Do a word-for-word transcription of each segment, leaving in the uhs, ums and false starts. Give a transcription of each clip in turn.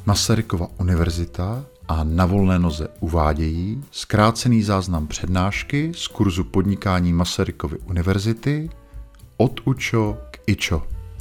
Masarykova univerzita a Na volné noze uvádějí zkrácený záznam přednášky z kurzu podnikání Masarykovy univerzity Od učo k ičo.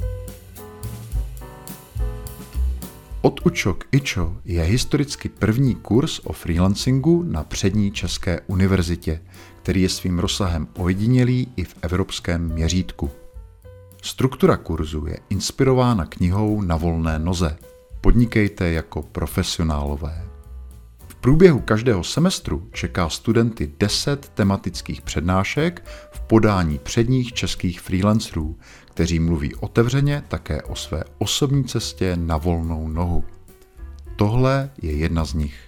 Od učo k ičo je historicky první kurz o freelancingu na přední české univerzitě, který je svým rozsahem ojedinělý i v evropském měřítku. Struktura kurzu je inspirována knihou Na volné noze. Podnikejte jako profesionálové. V průběhu každého semestru čeká studenty deset tematických přednášek v podání předních českých freelancerů, kteří mluví otevřeně také o své osobní cestě na volnou nohu. Tohle je jedna z nich.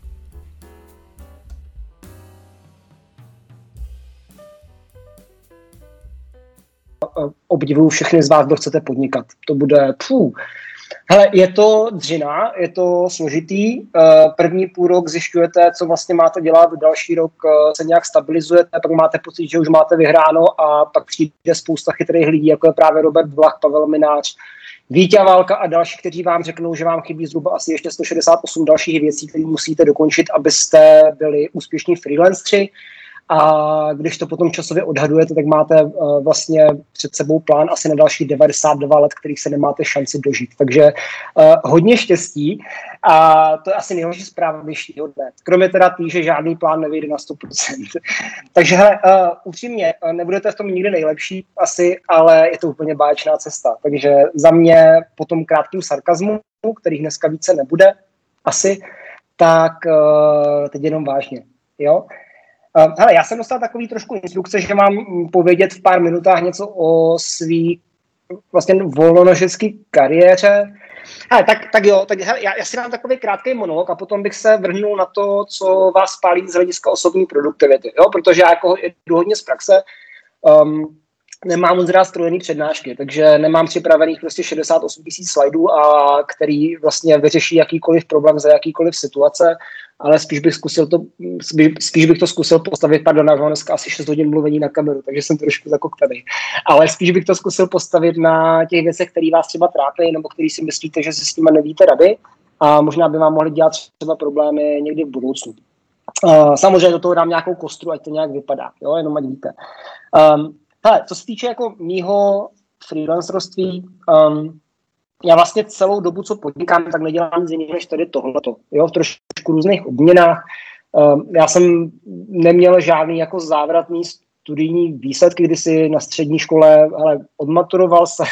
Obdivuju všechny z vás, kdo chcete podnikat. To bude pů. Hele, je to dřina, je to složitý. První půl rok zjišťujete, co vlastně máte dělat, další rok se nějak stabilizujete, pak máte pocit, že už máte vyhráno a pak přijde spousta chytrých lidí, jako je právě Robert Vlach, Pavel Minář, Víťa Válka a další, kteří vám řeknou, že vám chybí zhruba asi ještě sto šedesát osm dalších věcí, které musíte dokončit, abyste byli úspěšní freelanceri. A když to potom časově odhadujete, tak máte uh, vlastně před sebou plán asi na dalších devadesát dva let, kterých se nemáte šanci dožít. Takže uh, hodně štěstí a to je asi nejhorší zpráva dnešního dne. Kromě teda tý, že žádný plán nevyjde na sto procent. Takže hele, uh, upřímně, uh, nebudete v tom nikdy nejlepší asi, ale je to úplně báječná cesta. Takže za mě po tom krátkým sarkazmu, kterých dneska více nebude asi, tak uh, teď jenom vážně, jo? Uh, hele, já jsem dostal takový trošku instrukce, že mám povědět v pár minutách něco o svý vlastně volnonožecké kariéře. Hele, tak, tak jo, tak hele, já, já si dám takový krátký monolog a potom bych se vrhnul na to, co vás pálí z hlediska osobní produktivity, jo, protože já jako jdu hodně z praxe, um, nemám moc rád strojený přednášky, takže nemám připravených prostě šedesát osm tisíc slajdů, a který vlastně vyřeší jakýkoliv problém za jakýkoliv situace, ale spíš bych zkusil to, spíš bych to zkusil postavit, pardon, já mám dneska asi šest hodin mluvení na kameru, takže jsem trošku zakoktaný, ale spíš bych to zkusil postavit na těch věcech, které vás třeba trápí, nebo který si myslíte, že si s nimi nevíte rady a možná by vám mohli dělat třeba problémy někdy v budoucnu. Uh, samozřejmě do toho dám nějakou kostru, ať to nějak vypadá, jo, jenom ať víte. Um, hele, co se týče jako mýho freelancerství, um, já vlastně celou dobu, co podnikám, tak nedělám nic jiného než tady tohleto, jo, v trošku různých obměnách. Um, já jsem neměl žádný jako závratný studijní výsledky, kdy si na střední škole, ale odmaturoval jsem,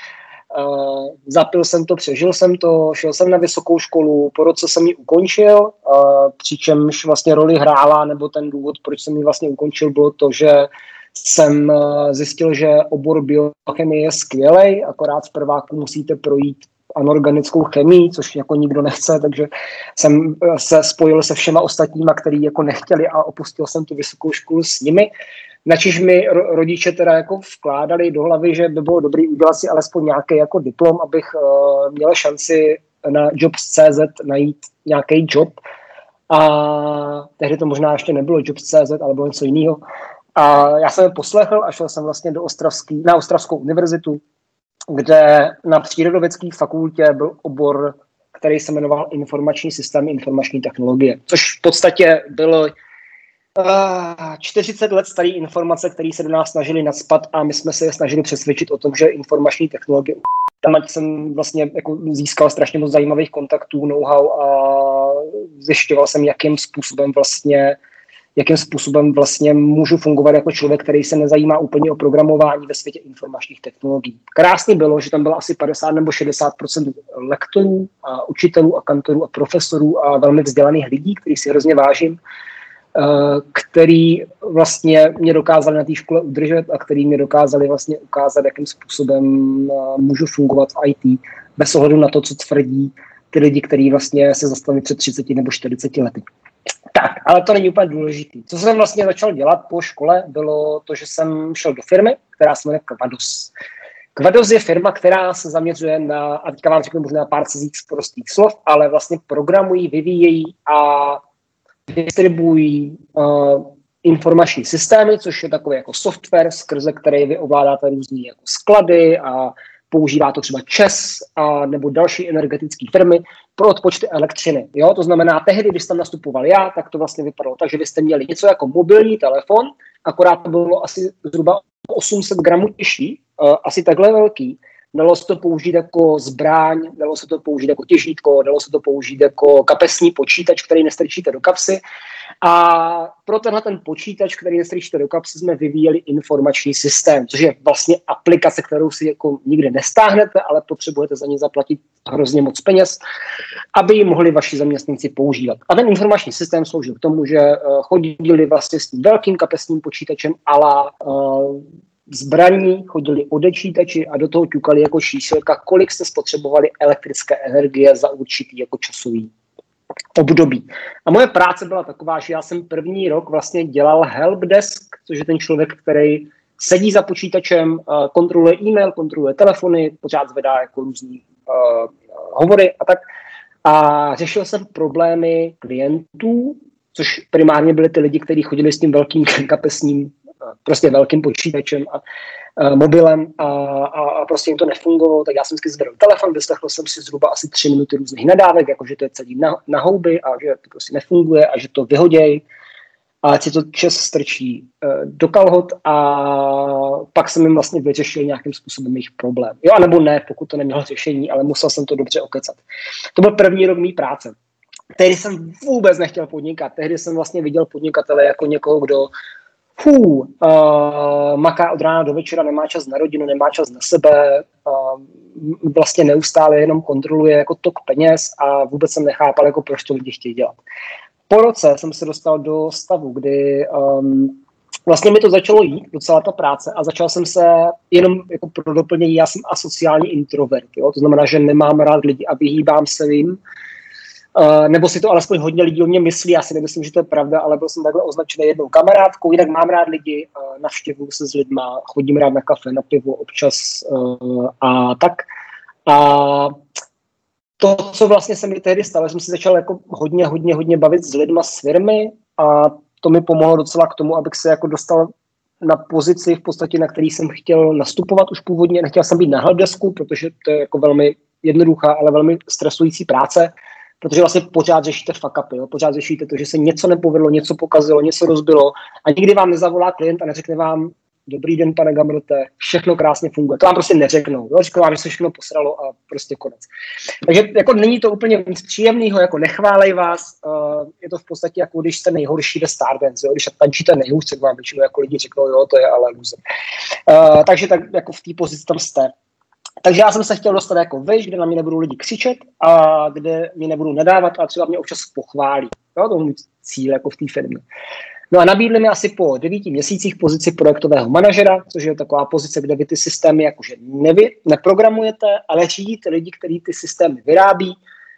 uh, zapil jsem to, přežil jsem to, šel jsem na vysokou školu, po roce jsem ji ukončil, uh, přičemž vlastně roli hrála, nebo ten důvod, proč jsem ji vlastně ukončil, bylo to, že jsem zjistil, že obor biochemie je skvělej, akorát v prváku musíte projít anorganickou chemii, což jako nikdo nechce, takže jsem se spojil se všema ostatníma, který jako nechtěli, a opustil jsem tu vysokou školu s nimi. Načiž mi rodiče teda jako vkládali do hlavy, že by bylo dobrý udělat si alespoň nějaký jako diplom, abych uh, měl šanci na jobs tečka cé zet najít nějaký job. A tehdy to možná ještě nebylo jobs tečka cé zet, ale bylo něco jiného. A já jsem je poslechl a šel jsem vlastně do Ostravský, na Ostravskou univerzitu, kde na přírodovědské fakultě byl obor, který se jmenoval informační systémy, informační technologie, což v podstatě bylo uh, čtyřicet let staré informace, které se do nás snažili nacpat, a my jsme se je snažili přesvědčit o tom, že informační technologie. Tam jsem vlastně jako získal strašně moc zajímavých kontaktů, know-how a zjišťoval jsem, jakým způsobem vlastně jakým způsobem vlastně můžu fungovat jako člověk, který se nezajímá úplně o programování ve světě informačních technologií. Krásně bylo, že tam bylo asi padesát nebo šedesát procent lektorů a učitelů a kantorů a profesorů a velmi vzdělaných lidí, kterých si hrozně vážím, který vlastně mě dokázali na té škole udržet a který mě dokázali vlastně ukázat, jakým způsobem můžu fungovat v í té, bez ohledu na to, co tvrdí ty lidi, kteří vlastně se zastavili před třiceti nebo čtyřiceti lety. Tak, ale to není úplně důležitý. Co jsem vlastně začal dělat po škole, bylo to, že jsem šel do firmy, která se jmenuje Kvados. Kvados je firma, která se zaměřuje na, a teďka vám řeknu možná pár cizích prostých slov, ale vlastně programují, vyvíjejí a distribuují uh, informační systémy, což je takový jako software, skrze který vy ovládáte různý jako sklady a používá to třeba ČEZ a nebo další energetické firmy pro odpočty elektřiny. Jo? To znamená, tehdy, když jsem nastupoval já, tak to vlastně vypadalo tak, že vy jste měli něco jako mobilní telefon, akorát to bylo asi zhruba osm set gramů těžší, uh, asi takhle velký. Dalo se to použít jako zbraň, dalo se to použít jako těžítko, dalo se to použít jako kapesní počítač, který nestrčíte do kapsy. A pro tenhle ten počítač, který nestrčíte do kapsy, jsme vyvíjeli informační systém, což je vlastně aplikace, kterou si jako nikde nestáhnete, ale potřebujete za ně zaplatit hrozně moc peněz, aby ji mohli vaši zaměstnanci používat. A ten informační systém sloužil k tomu, že chodili vlastně s tím velkým kapesním počítačem ala uh, zbraní, chodili odečítači a do toho ťukali jako číselka, kolik jste spotřebovali elektrické energie za určitý jako časový období. A moje práce byla taková, že já jsem první rok vlastně dělal helpdesk, což je ten člověk, který sedí za počítačem, kontroluje e-mail, kontroluje telefony, pořád zvedá jako různý uh, hovory a tak. A řešil jsem problémy klientů, což primárně byly ty lidi, kteří chodili s tím velkým kapesním prostě velkým počítačem a uh, mobilem a, a, a prostě jim to nefungovalo, tak já jsem vždycky zvedl telefon, vyslechl jsem si zhruba asi tři minuty různých nadávek, jako že to je celý na, na houby a že to prostě nefunguje a že to vyhoděj a ať si to ČEZ strčí uh, do kalhot a pak jsem jim vlastně vyřešil nějakým způsobem jejich problém. Jo, anebo ne, pokud to nemělo řešení, ale musel jsem to dobře okecat. To byl první rok mý práce. Tehdy jsem vůbec nechtěl podnikat, tehdy jsem vlastně viděl podnikatele jako někoho, kdo Fů, uh, maká od rána do večera, nemá čas na rodinu, nemá čas na sebe, uh, vlastně neustále jenom kontroluje jako tok peněz a vůbec jsem nechápal, jako proč to lidi chtějí dělat. Po roce jsem se dostal do stavu, kdy um, vlastně mi to začalo jít, docela ta práce a začal jsem se jenom jako pro doplnění, já jsem asociální introvert, jo? To znamená, že nemám rád lidi a vyhýbám se jim. Uh, nebo si to alespoň hodně lidí o mě myslí, já si nemyslím, že to je pravda, ale byl jsem takhle označený jednou kamarádkou, jinak mám rád lidi, uh, navštěvuju se s lidma, chodím rád na kafe, na pivo občas uh, a tak. A to, co vlastně se mi tehdy stalo, jsem si začal jako hodně, hodně, hodně bavit s lidma z firmy a to mi pomohlo docela k tomu, abych se jako dostal na pozici v podstatě, na který jsem chtěl nastupovat už původně. Nechtěl jsem být na helpdesku, protože to je jako velmi jednoduchá, ale velmi stresující práce, protože vlastně pořád řešíte fuck upy, jo? Pořád řešíte to, že se něco nepovedlo, něco pokazilo, něco rozbilo a nikdy vám nezavolá klient a neřekne vám dobrý den, pane Gamrote, všechno krásně funguje. To vám prostě neřeknou, jo? Řeknou vám, že se všechno posralo a prostě konec. Takže jako není to úplně nic příjemného, jako nechválej vás, uh, je to v podstatě jako když jste nejhorší ve Stardance, jo? Když tančíte nejhůř, tak vám většinou jako lidi řeknou, jo, to je ale loser. Uh, takže tak jako v té pozici tam jste. Takže já jsem se chtěl dostat jako vejš, kde na mě nebudou lidi křičet a kde mě nebudou nadávat a třeba mě občas pochválí. Jo, to je můj cíl jako v té firmě. No a nabídli mi asi po devíti měsících pozici projektového manažera, což je taková pozice, kde vy ty systémy jakože nevy, neprogramujete, ale řídíte lidi, kteří ty systémy vyrábí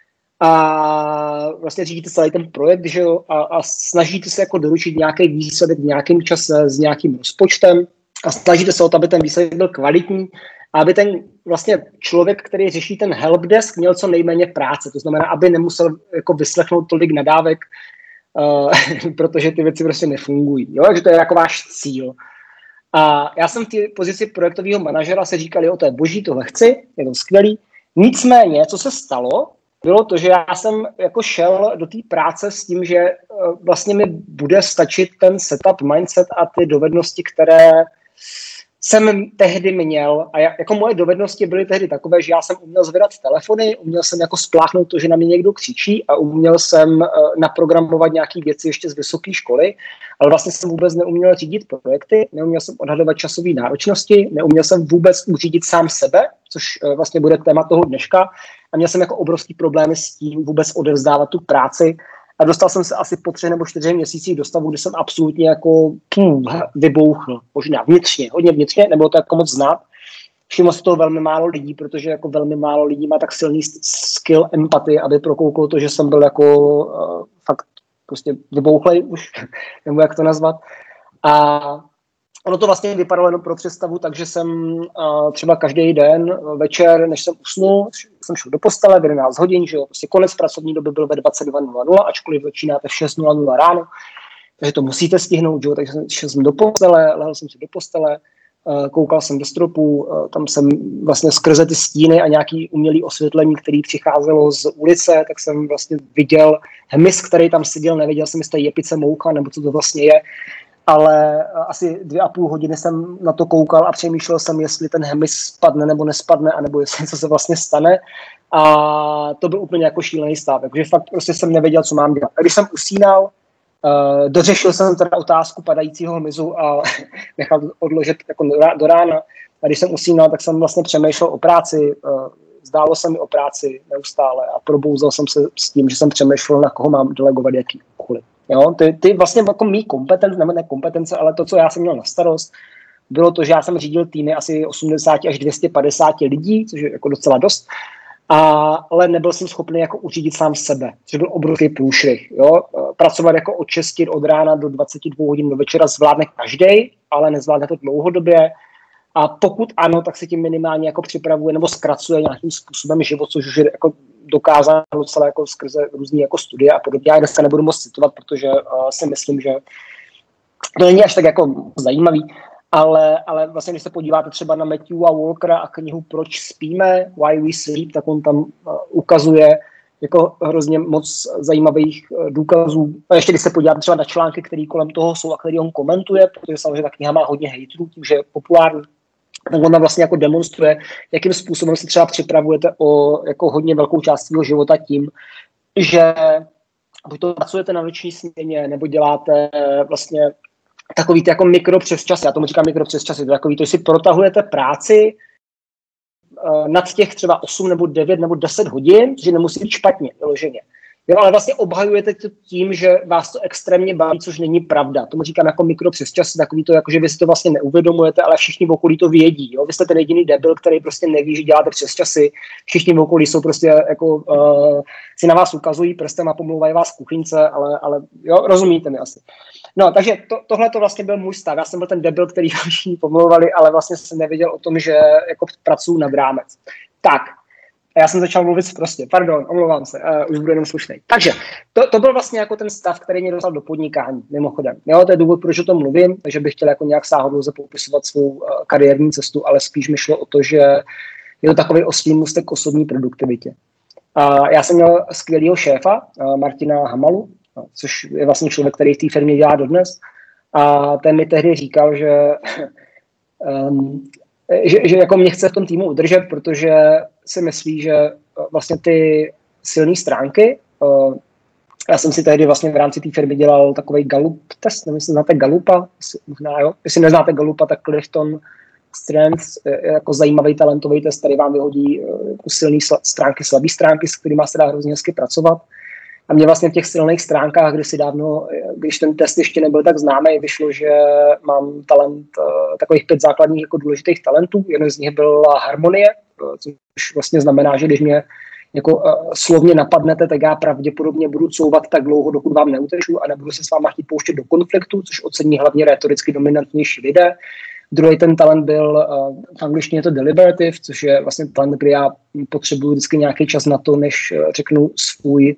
a vlastně řídíte celý ten projekt, že jo, a, a snažíte se jako doručit nějaký výsledek v nějakém čase s nějakým rozpočtem a snažíte se o to, aby ten výsledek byl kvalitní, a aby ten vlastně člověk, který řeší ten helpdesk, měl co nejméně práce. To znamená, aby nemusel jako vyslechnout tolik nadávek, uh, protože ty věci prostě nefungují. Jo? Takže to je jako váš cíl. A já jsem v té pozici projektového manažera se říkal, jo, to je boží, tohle chci, je to skvělý. Nicméně, co se stalo, bylo to, že já jsem jako šel do té práce s tím, že uh, vlastně mi bude stačit ten setup, mindset a ty dovednosti, které jsem tehdy měl a já, jako moje dovednosti byly tehdy takové, že já jsem uměl zvedat telefony, uměl jsem jako spláchnout to, že na mě někdo křičí a uměl jsem uh, naprogramovat nějaké věci ještě z vysoké školy, ale vlastně jsem vůbec neuměl řídit projekty, neuměl jsem odhadovat časové náročnosti, neuměl jsem vůbec uřídit sám sebe, což uh, vlastně bude téma toho dneška a měl jsem jako obrovský problémy s tím vůbec odevzdávat tu práci. A dostal jsem se asi po třech nebo čtyřech měsících do stavu, kdy jsem absolutně jako půl vybouchl, možná vnitřně, hodně vnitřně, nebylo to jako moc znát. Všimlo se toho velmi málo lidí, protože jako velmi málo lidí má tak silný skill empatie, aby prokouklo to, že jsem byl jako uh, fakt prostě vybouchlej už, nebo jak to nazvat. A ono to vlastně vypadalo jenom pro představu, takže jsem uh, třeba každý den večer, než jsem usnul, jsem šel do postele v jedenáct hodin, že jo, prostě konec pracovní doby byl ve dvacet dva nula nula, ačkoliv začínáte v šest ráno, takže to musíte stihnout, že jo, takže šel jsem do postele, lehl jsem si do postele, koukal jsem do stropu, tam jsem vlastně skrze ty stíny a nějaký umělý osvětlení, který přicházelo z ulice, tak jsem vlastně viděl hmyz, který tam seděl, nevěděl jsem, jestli je pice moucha, nebo co to vlastně je, ale asi dvě a půl hodiny jsem na to koukal a přemýšlel jsem, jestli ten hmyz spadne nebo nespadne, anebo jestli co se vlastně stane. A to byl úplně jako šílený stav, takže fakt prostě jsem nevěděl, co mám dělat. A když jsem usínal, Uh, dořešil jsem teda otázku padajícího hmyzu a nechal to odložit jako do rána. A když jsem usínal, tak jsem vlastně přemýšlel o práci. Uh, zdálo se mi o práci neustále a probouzel jsem se s tím, že jsem přemýšlel, na koho mám delegovat jaký úkoly. Jo? Ty, ty vlastně jako mý kompetence, nebo ne kompetence, ale to, co já jsem měl na starost, bylo to, že já jsem řídil týmy asi osmdesát až dvě stě padesát lidí, což je jako docela dost. A, ale nebyl jsem schopný jako uřídit sám sebe, což byl obrovský průšvih. Jo? Pracovat jako od šesti od rána do dvacet dvě hodin do večera zvládne každý, ale nezvládne to dlouhodobě. A pokud ano, tak se tím minimálně jako připravuje nebo zkracuje nějakým způsobem život, což už je jako dokázáno docela jako skrze různý jako studie a podobně. Já dneska nebudu moc citovat, protože uh, si myslím, že to není až tak jako zajímavý. Ale, ale vlastně, když se podíváte třeba na Matthewa Walkera a knihu Proč spíme, Why We Sleep, tak on tam uh, ukazuje jako hrozně moc zajímavých uh, důkazů. A ještě když se podíváte třeba na články, které kolem toho jsou a který on komentuje, protože samozřejmě ta kniha má hodně hejtrů, tím, že je populární, tak on tam vlastně jako demonstruje, jakým způsobem se třeba připravujete o jako hodně velkou část svého života tím, že buď to pracujete na noční směně, nebo děláte vlastně takový ty jako mikro přesčasy, já tomu říkám mikro přesčasy, to takový to, jestli protahujete práci uh, nad těch třeba osm nebo devět nebo deset hodin, že nemusí být špatně, vyloženě. Jo, ale vlastně obhajujete to tím, že vás to extrémně baví, což není pravda. Tomu říkám jako mikro přesčasy, takový to, jako že vy si to vlastně neuvědomujete, ale všichni v okolí to vědí. Jo? Vy jste ten jediný debil, který prostě neví, že děláte přesčasy. Všichni v okolí jsou prostě jako uh, si na vás ukazují prstem a pomlouvají vás v kuchyňce, ale, ale jo, rozumíte mi asi. No, takže to, tohle to vlastně byl můj stav. Já jsem byl ten debil, který všichni pomlouvali, ale vlastně jsem nevěděl o tom, že jako pracuji nad rámec. Tak. A já jsem začal mluvit prostě, pardon, omlouvám se, uh, už budu jenom slušnej. Takže to, to byl vlastně jako ten stav, který mě dostal do podnikání, mimochodem. Jo, to je důvod, proč o tom mluvím, takže bych chtěl jako nějak sáhodlouze popisovat svou uh, kariérní cestu, ale spíš mi šlo o to, že je to takový oslý můstek k osobní produktivitě. Uh, já jsem měl skvělého šéfa, uh, Martina Hamalu, uh, což je vlastně člověk, který v té firmě dělá dodnes. A ten mi tehdy říkal, že... um, Že, že jako mě chce v tom týmu udržet, protože si myslí, že vlastně ty silné stránky, uh, já jsem si tehdy vlastně v rámci té firmy dělal takovej Gallup test, nevím, jestli znáte Gallupa, možná jo, jestli neznáte Gallupa, tak Clifton Strengths, jako zajímavý talentový test, který vám vyhodí uh, jako silné stránky, slabé stránky, s kterými se dá hrozně hezky pracovat. A mě vlastně v těch silných stránkách, když si dávno, když ten test ještě nebyl tak známý, vyšlo, že mám talent, takových pět základních jako důležitých talentů. Jeden z nich byla harmonie, což vlastně znamená, že když mě jako uh, slovně napadnete, tak já pravděpodobně budu couvat tak dlouho, dokud vám neuteču a nebudu se s váma chtít pouštět do konfliktu, což ocení hlavně rétoricky dominantnější lidé. Druhý ten talent byl, uh, v angličtině je to deliberative, což je vlastně talent, kdy já potřebuji vždycky nějaký čas na to, než uh, řeknu svůj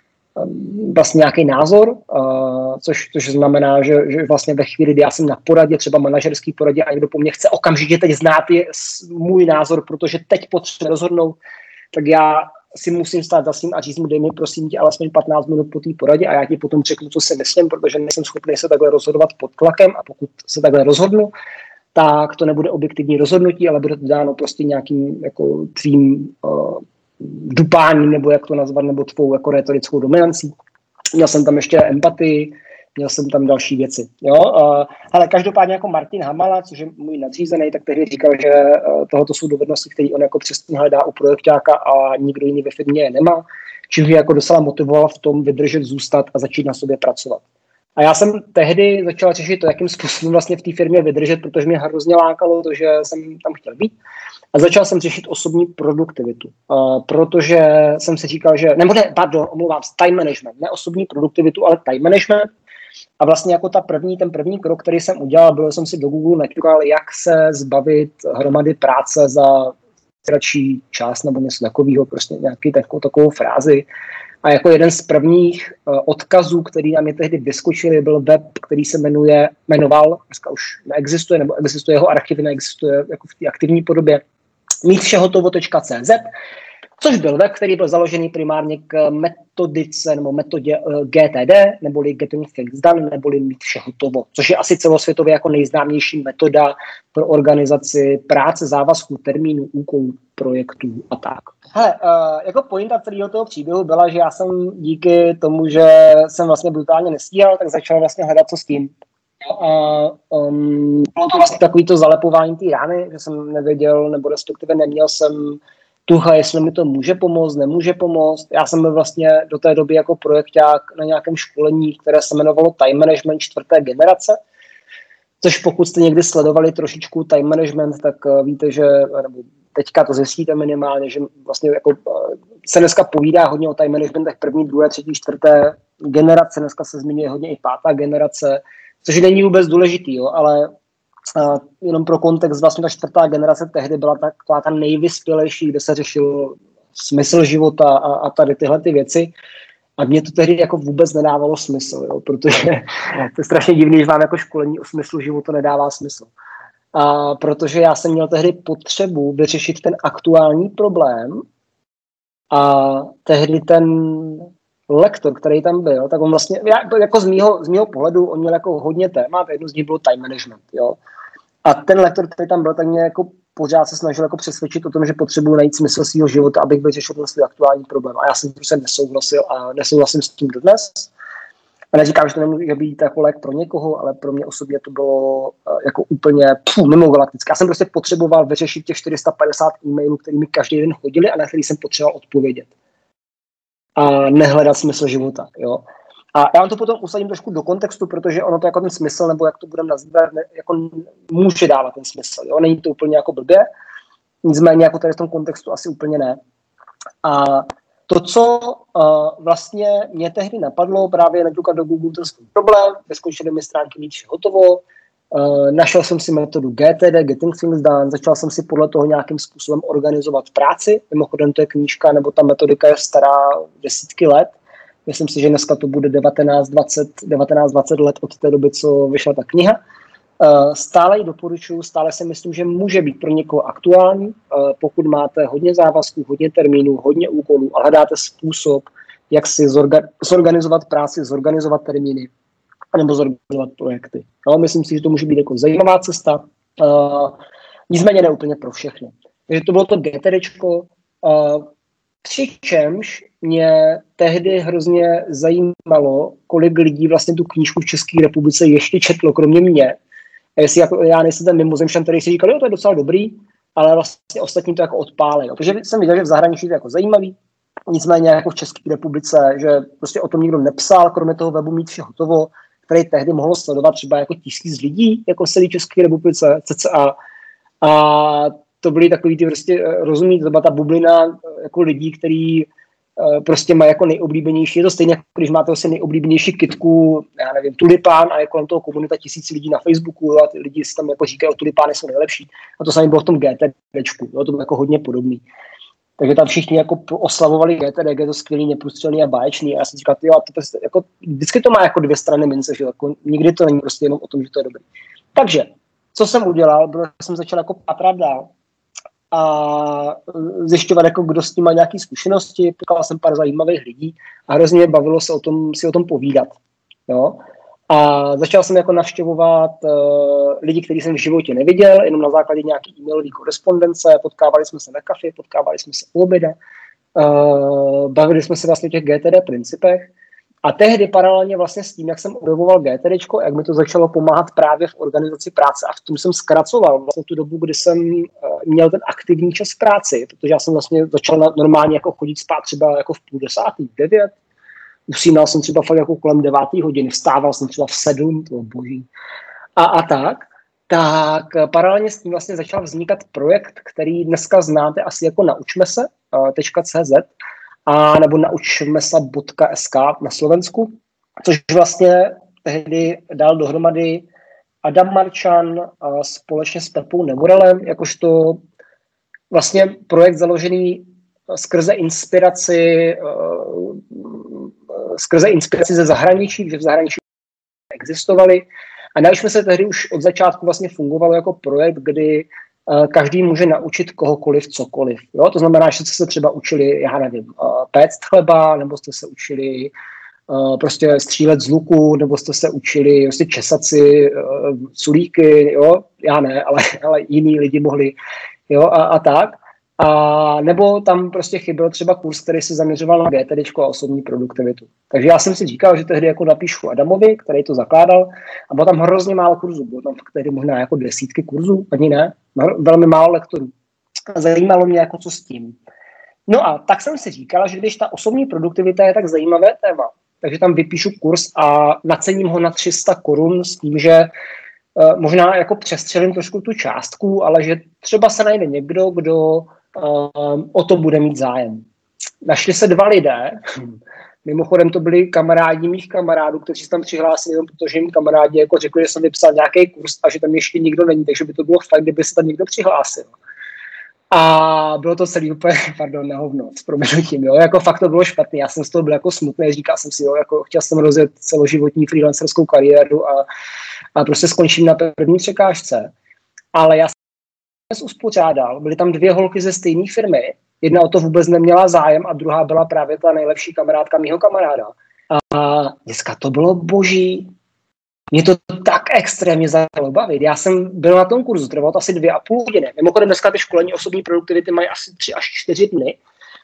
vlastně nějaký názor, uh, což, což znamená, že, že vlastně ve chvíli, kdy já jsem na poradě, třeba manažerský poradě a někdo po mně chce okamžitě teď znát je můj názor, protože teď potřebuji rozhodnout, tak já si musím stát za svým a říct mu, dej mi prosím tě alespoň patnáct minut po té poradě a já ti potom řeknu, co si myslím, protože nejsem schopný se takhle rozhodovat pod tlakem a pokud se takhle rozhodnu, tak to nebude objektivní rozhodnutí, ale bude to dáno prostě nějakým jako tvým uh, dupáním, nebo jak to nazvat, nebo tvou jako rétorickou dominancí. Měl jsem tam ještě empatii, měl jsem tam další věci. Jo? Uh, ale každopádně jako Martin Hamala, což je můj nadřízený, tak tehdy říkal, že uh, tohoto jsou dovednosti, které on jako přesně hledá u projekťáka a nikdo jiný ve firmě je nemá, čím mě jako docela motivoval v tom vydržet, zůstat a začít na sobě pracovat. A já jsem tehdy začal řešit to, jakým způsobem vlastně v té firmě vydržet, protože mě hrozně lákalo to, že jsem tam chtěl být. A začal jsem řešit osobní produktivitu, uh, protože jsem si říkal, že, nebo ne, pardon, omlouvám se, time management, ne osobní produktivitu, ale time management. A vlastně jako ta první, ten první krok, který jsem udělal, byl jsem si do Google naťukal, jak se zbavit hromady práce za kratší čas nebo něco takového, prostě nějaký takovou, takovou frázi. A jako jeden z prvních uh, odkazů, který nám je tehdy vyskočili, byl web, který se jmenuje, jmenoval, dneska už neexistuje, nebo existuje jeho archiv, neexistuje jako v té aktivní podobě, mít vše hotovo tečka cé zet, což byl web, který byl založený primárně k metodice nebo metodě uh, G T D, neboli Getting Things Done, neboli mít vše hotovo, což je asi celosvětově jako nejznámější metoda pro organizaci práce, závazků, termínů, úkolů, projektů a tak. Hele, uh, jako pointa celého toho příběhu byla, že já jsem díky tomu, že jsem vlastně brutálně nestíhal, tak začal vlastně hledat, co s tím. A um, bylo to vlastně takový to zalepování té rány, že jsem nevěděl, nebo respektive neměl jsem tuha, jestli mi to může pomoct, nemůže pomoct. Já jsem byl vlastně do té doby jako projekták na nějakém školení, které se jmenovalo Time Management čtvrté generace, což pokud jste někdy sledovali trošičku time management, tak uh, víte, že nebo teďka to zjistíte minimálně, že vlastně jako uh, se dneska povídá hodně o time managementech první, druhé, třetí, čtvrté generace, dneska se zmiňuje hodně i pátá generace, což není vůbec důležitý, jo, ale uh, jenom pro kontext, vlastně ta čtvrtá generace tehdy byla taková ta nejvyspělejší, kde se řešil smysl života a, a tady tyhle ty věci. A mě to tehdy jako vůbec nedávalo smysl, jo, protože to je strašně divný, že vám jako školení o smyslu života nedává smysl. A protože já jsem měl tehdy potřebu vyřešit ten aktuální problém a tehdy ten lektor, který tam byl, tak on vlastně, jako z mýho, z mýho pohledu, on měl jako hodně témat, jedno z nich bylo time management, jo. A ten lektor, který tam byl, tak mě jako pořád se snažil jako přesvědčit o tom, že potřebuji najít smysl svého života, abych vyřešil ten svůj aktuální problém. A já jsem prostě nesouhlasil a nesouhlasím s tím dodnes. A neříkám, že to nemůže být jako lék pro někoho, ale pro mě osobně to bylo jako úplně pů, mimo galaktické. Já jsem prostě potřeboval vyřešit těch čtyři sta padesát e-mailů, který mi každý den chodili a na který jsem potřeboval odpovědět. A nehledat smysl života, jo. A já vám to potom usadím trošku do kontextu, protože ono to jako ten smysl, nebo jak to budeme nazývat, jako může dávat ten smysl, jo. Není to úplně jako blbě, nicméně jako tady v tom kontextu asi úplně ne. A to, co uh, vlastně mě tehdy napadlo, právě neklukat do Google ten svůj problém, vyzkoušeli mi stránky mít vše hotovo, uh, našel jsem si metodu G T D, Getting Things Done, začal jsem si podle toho nějakým způsobem organizovat práci, mimochodem to je knížka, nebo ta metodika je stará desítky let, myslím si, že dneska to bude devatenáct dvacet let od té doby, co vyšla ta kniha. Stále ji doporučuji, stále si myslím, že může být pro někoho aktuální, pokud máte hodně závazků, hodně termínů, hodně úkolů a hledáte způsob, jak si zorga- zorganizovat práci, zorganizovat termíny nebo zorganizovat projekty. No, myslím si, že to může být jako zajímavá cesta, nicméně ne úplně pro všechny. Takže to bylo to GTDčko, přičemž mě tehdy hrozně zajímalo, kolik lidí vlastně tu knížku v České republice ještě četlo, kromě mě. A jestli jako já nejsem ten mimozemšťan, který si říkal, jo, to je docela dobrý, ale vlastně ostatní to jako odpálili. Protože jsem viděl, že v zahraničí to je jako zajímavý, nicméně jako v České republice, že prostě o tom nikdo nepsal, kromě toho webu mít vše hotovo, který tehdy mohlo sledovat třeba jako tisíc lidí, jako v celé České republice, cca. A to byly takový ty prostě, rozumí, to byla ta bublina jako lidí, který prostě mají jako nejoblíbenější, je to stejně, jako když máte asi nejoblíbenější kytku, já nevím, tulipán a je kolem toho komunita tisíc lidí na Facebooku a ty lidi si tam jako říkají, tulipány jsou nejlepší. A to samé bylo v tom GTDčku, jo, to bylo jako hodně podobný. Takže tam všichni jako oslavovali G T D, je to skvělý, neprůstřelný a báječný. A já jsem říkal, jo, to prostě, jako, vždycky to má jako dvě strany mince, že jako, nikdy to není prostě jenom o tom, že to je dobrý. Takže, co jsem udělal, bylo, že jsem začal jako pátrat dál a zjišťovat, jako, kdo s tím má nějaké zkušenosti, potkal jsem pár zajímavých lidí a hrozně mě bavilo se o tom, si o tom povídat. Jo? A začal jsem jako navštěvovat uh, lidi, který jsem v životě neviděl, jenom na základě nějaké e-mailové korespondence, potkávali jsme se na kafe, potkávali jsme se u oběda, uh, bavili jsme se vlastně o těch G T D principech. A tehdy paralelně vlastně s tím, jak jsem objevoval GTDčko, jak mi to začalo pomáhat právě v organizaci práce a v tom jsem zkracoval vlastně tu dobu, kdy jsem uh, měl ten aktivní čas v práci, protože já jsem vlastně začal na, normálně jako chodit spát třeba jako v půl desátý, v devět, usínal jsem třeba fakt jako kolem devátý hodiny, vstával jsem třeba v sedm, to boží. A, a tak, tak paralelně s tím vlastně začal vznikat projekt, který dneska znáte asi jako naučme se tečka cé zet a nebo naučme se tečka es ká na Slovensku, což vlastně tehdy dal dohromady Adam Marčan společně s Pepou Nemorelem, jakožto vlastně projekt založený skrze inspiraci skrze inspiraci ze zahraničí, že v zahraničí existovaly. A naučme se tehdy už od začátku vlastně fungovalo jako projekt, kdy uh, každý může naučit kohokoliv cokoliv. Jo? To znamená, že jste se třeba učili, já nevím, uh, péct chleba, nebo jste se učili uh, prostě střílet z luku, nebo jste se učili prostě česat si uh, sulíky, jo? Já ne, ale, ale jiní lidi mohli, jo, a, a tak. A nebo tam prostě chyběl třeba kurz, který se zaměřoval na GTDčko a osobní produktivitu. Takže já jsem si říkal, že tehdy jako napíšu Adamovi, který to zakládal, a bylo tam hrozně málo kurzů. Bylo tam tehdy možná jako desítky kurzů, ani ne, velmi málo lektorů. A zajímalo mě jako co s tím. No a tak jsem si říkal, že když ta osobní produktivita je tak zajímavé téma, takže tam vypíšu kurz a nacením ho na tři sta korun s tím, že uh, možná jako přestřelím trošku tu částku, ale že třeba se najde někdo, kdo Um, o to bude mít zájem. Našli se dva lidé, mimochodem to byli kamarádi mých kamarádů, kteří se tam přihlásili, jenom protože jim kamarádi jako řekli, že jsem vypsal nějaký kurz a že tam ještě nikdo není, takže by to bylo fakt, kdyby se tam někdo přihlásil. A bylo to celý úplně, pardon, na hovno, s proměnutím, jo, jako fakt to bylo špatný, já jsem z toho byl jako smutný, říkal jsem si, jo, jako chtěl jsem rozjet celoživotní freelancerskou kariéru a, a prostě skončím na první překážce, ale já uspořádal. Byly tam dvě holky ze stejné firmy. Jedna o to vůbec neměla zájem a druhá byla právě ta nejlepší kamarádka mýho kamaráda. A dneska to bylo boží. Mě to tak extrémně začalo bavit. Já jsem byl na tom kurzu, trvalo to asi dvě a půl hodiny. Mimochodem dneska ty školení osobní produktivity mají asi tři až čtyři dny,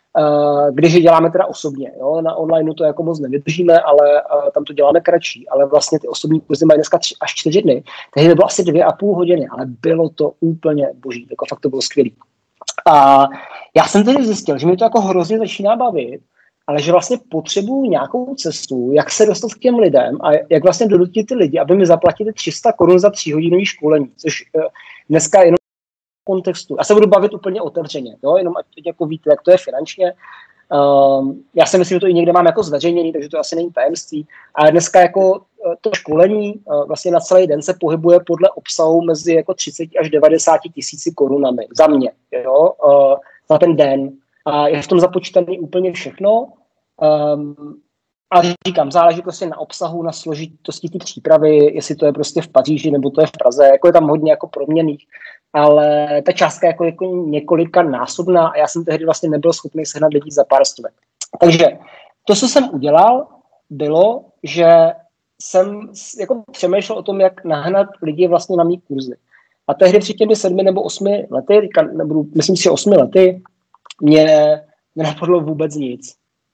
když je děláme teda osobně. Jo? Na online to jako moc nevydržíme, ale tam to děláme kratší. Ale vlastně ty osobní kurzy mají dneska tři až čtyři dny. Takže to bylo asi dvě a půl hodiny, ale bylo to úplně boží. Jako fakt to bylo skvělý. A já jsem tedy zjistil, že mi to jako hrozně začíná bavit, ale že vlastně potřebuju nějakou cestu, jak se dostat k těm lidem a jak vlastně donutit ty lidi, aby mi zaplatili tři sta korun za tříhodinový školení, což dneska jenom kontextu. Já se budu bavit úplně otevřeně, jo? Jenom ať jako víte, jak to je finančně. Um, já si myslím, že to i někde mám jako zveřejněný, takže to asi není tajemství. A dneska jako to školení uh, vlastně na celý den se pohybuje podle obsahu mezi jako třicet až devadesát tisíci korunami za mě, jo? Uh, za ten den. A je v tom započítaný úplně všechno. Um, a říkám, záleží prostě na obsahu, na složitosti té přípravy, jestli to je prostě v Paříži nebo to je v Praze, jako je tam hodně jako proměnných, ale ta částka je jako, jako několika násobná a já jsem tehdy vlastně nebyl schopný sehnat lidí za pár stovek. Takže to, co jsem udělal, bylo, že jsem jako přemýšlel o tom, jak nahnat lidi vlastně na mý kurzy. A tehdy před těmi sedmi nebo osmi lety, teďka nebudu, myslím si, že osmi lety, mě nenapadlo vůbec nic.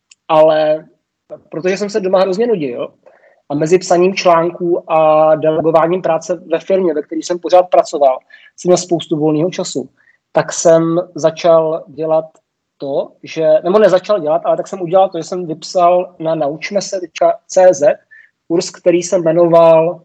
Ale protože jsem se doma hrozně nudil a mezi psaním článků a delegováním práce ve firmě, ve které jsem pořád pracoval, jsem měl spoustu volného času, tak jsem začal dělat to, že, nebo nezačal dělat, ale tak jsem udělal to, že jsem vypsal na naučme se tečka cé zet kurz, který se jmenoval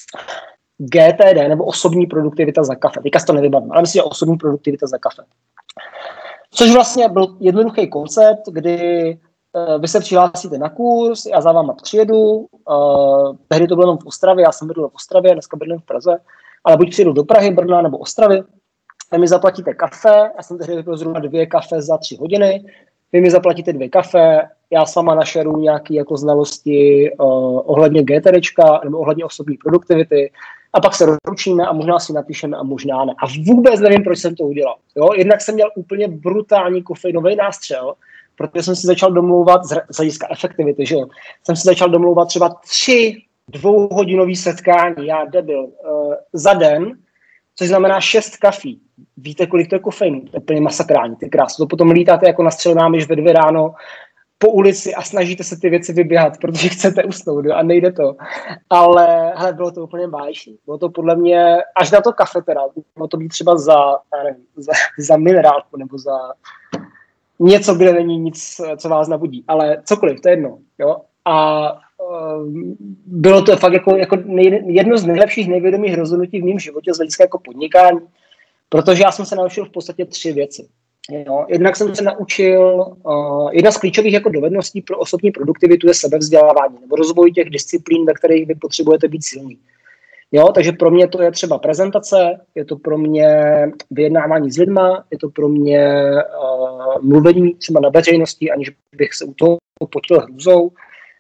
G T D, nebo osobní produktivita za kafe. Teďka si to nevybavím, ale myslím, že osobní produktivita za kafe. Což vlastně byl jednoduchý koncept, kdy uh, vy se přihlásíte na kurz, já za váma přijedu, uh, tehdy to bylo jenom v Ostravě, já jsem bydlel v Ostravě, dneska bydlím v Praze, ale buď přijedu do Prahy, Brna nebo Ostravy, vy mi zaplatíte kafe, já jsem tehdy vypil zhruba dvě kafe za tři hodiny, vy mi zaplatíte dvě kafe, já s váma našeru nějaké jako znalosti uh, ohledně GTDčka nebo ohledně osobní produktivity a pak se rozloučíme a možná si napíšeme a možná ne. A vůbec nevím, proč jsem to udělal. Jo? Jednak jsem měl úplně brutální kofeinový nástřel, protože jsem si začal domlouvat z hlediska efektivity, že jo? Jsem si začal domlouvat třeba tři dvouhodinový setkání, já debil, uh, za den, což znamená šest kafí. Víte, kolik to je kofeinu? To je úplně masakrální, ty krásy. To potom lítáte jako nastřelená myš ve dvě ráno po ulici a snažíte se ty věci vyběhat, protože chcete usnout, jo? A nejde to. Ale hele, bylo to úplně báječný. Bylo to podle mě, až na to kafe teda, bylo to být třeba za, já nevím, za, za minerálku nebo za něco, kde není nic, co vás nabudí. Ale cokoliv, to je jedno. Jo? A uh, bylo to fakt jako, jako nej, jedno z nejlepších, nejvědomých rozhodnutí v mém životě z hlediska jako podnikání, protože já jsem se naučil v podstatě tři věci. Jo, jednak jsem se naučil, uh, jedna z klíčových jako dovedností pro osobní produktivitu je sebevzdělávání nebo rozvoj těch disciplín, ve kterých vy potřebujete být silní. Jo, takže pro mě to je třeba prezentace, je to pro mě vyjednávání s lidma, je to pro mě uh, mluvení třeba na veřejnosti, aniž bych se u toho potil hrůzou.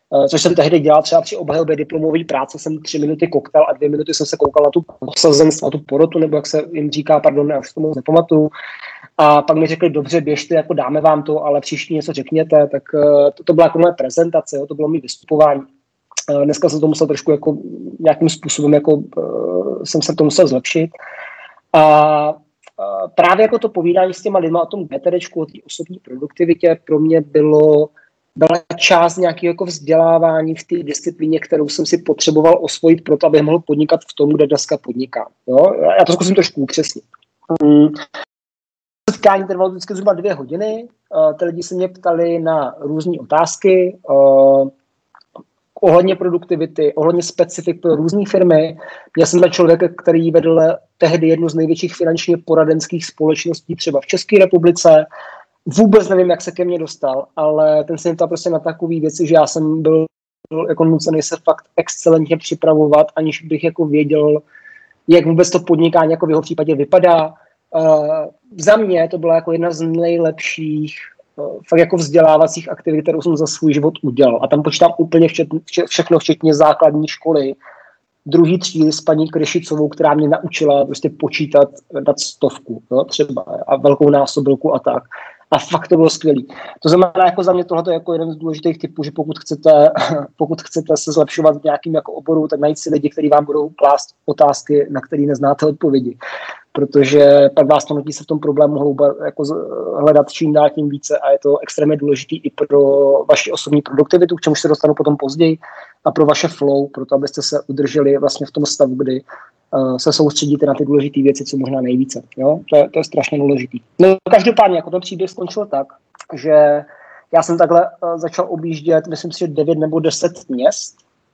což jsem tehdy dělal třeba při obhajobě diplomové práce, jsem tři minuty koktal a dvě minuty jsem se koukal na tu osazenstvo, na tu porotu, nebo jak se jim říká, pardon, já už to moc nepamatuju. A pak mi řekli, dobře, běžte, jako dáme vám to, ale příště něco řekněte, tak to, to byla jako moje prezentace, jo, to bylo mé vystupování. Dneska jsem to musel trošku jako nějakým způsobem, jako uh, jsem se to musel zlepšit. A uh, právě jako to povídání s těma lidma o tom GTDčku, o té osobní produktivitě pro mě bylo, byla část nějakého jako vzdělávání v té disciplíně, kterou jsem si potřeboval osvojit proto, abych mohl podnikat v tom, kde dneska podnikám. Jo? Já to zkusím trošku upřesnit. Hmm. Setkání trvalo vždycky zhruba dvě hodiny. Uh, ty lidi se mě ptali na různé otázky, uh, ohledně produktivity, ohledně specifik pro různé firmy. Já jsem byl člověk, který vedl tehdy jednu z největších finančně poradenských společností třeba v České republice. Vůbec nevím, jak se ke mně dostal, ale ten se mě ptal prostě na takové věci, že já jsem byl jako nucený se fakt excelentně připravovat, aniž bych jako věděl, jak vůbec to podnikání jako v jeho případě vypadá. Uh, za mě to byla jako jedna z nejlepších fakt jako vzdělávacích aktivit, kterou jsem za svůj život udělal. A tam počítám úplně včetně, všechno, včetně základní školy. Druhý třídy s paní Kryšicovou, která mě naučila prostě počítat, dát stovku, jo, třeba, a velkou násobilku a tak. A fakt to bylo skvělý. To znamená, jako za mě tohle je jako jeden z důležitých typů, že pokud chcete, pokud chcete se zlepšovat v nějakým jako oboru, tak najít si lidi, kteří vám budou klást otázky, na které neznáte odpovědi. Protože pak vás to nutí se v tom problému hloubat, jako hledat čím dál tím více a je to extrémně důležitý i pro vaši osobní produktivitu, k čemuž se dostanu potom později, a pro vaše flow, proto abyste se udrželi vlastně v tom stavu, kdy uh, se soustředíte na ty důležité věci, co možná nejvíce. Jo? To, je, to je strašně důležitý. No každopádně, jako ten příběh skončil tak, že já jsem takhle uh, začal objíždět, myslím si, že devět nebo deset měst.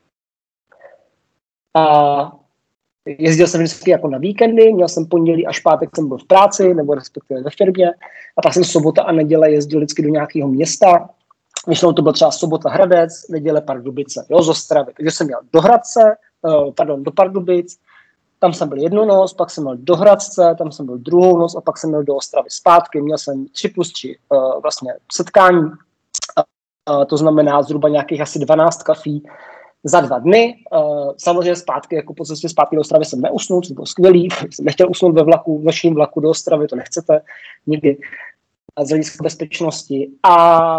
A jezdil jsem vždycky jako na víkendy, měl jsem pondělí až pátek jsem byl v práci, nebo respektive ve firmě, a pak jsem sobota a neděle jezdil vždycky do nějakého města. Většinou to byl třeba sobota Hradec, neděle Pardubice, jo, z Ostravy. Takže jsem měl do Hradce, uh, pardon, do Pardubic, tam jsem byl jednu noc, pak jsem měl do Hradce, tam jsem byl druhou noc a pak jsem měl do Ostravy zpátky. Měl jsem tři plus tři uh, vlastně setkání, uh, to znamená zhruba nějakých asi dvanáct kafí za dva dny. Uh, samozřejmě zpátky, jako po cestě zpátky do Ostravy jsem neusnul, to bylo skvělý, jsem nechtěl usnout ve vlaku, v nočním vlaku do Ostravy, to nechcete nikdy, z hlediska bezpečnosti, a,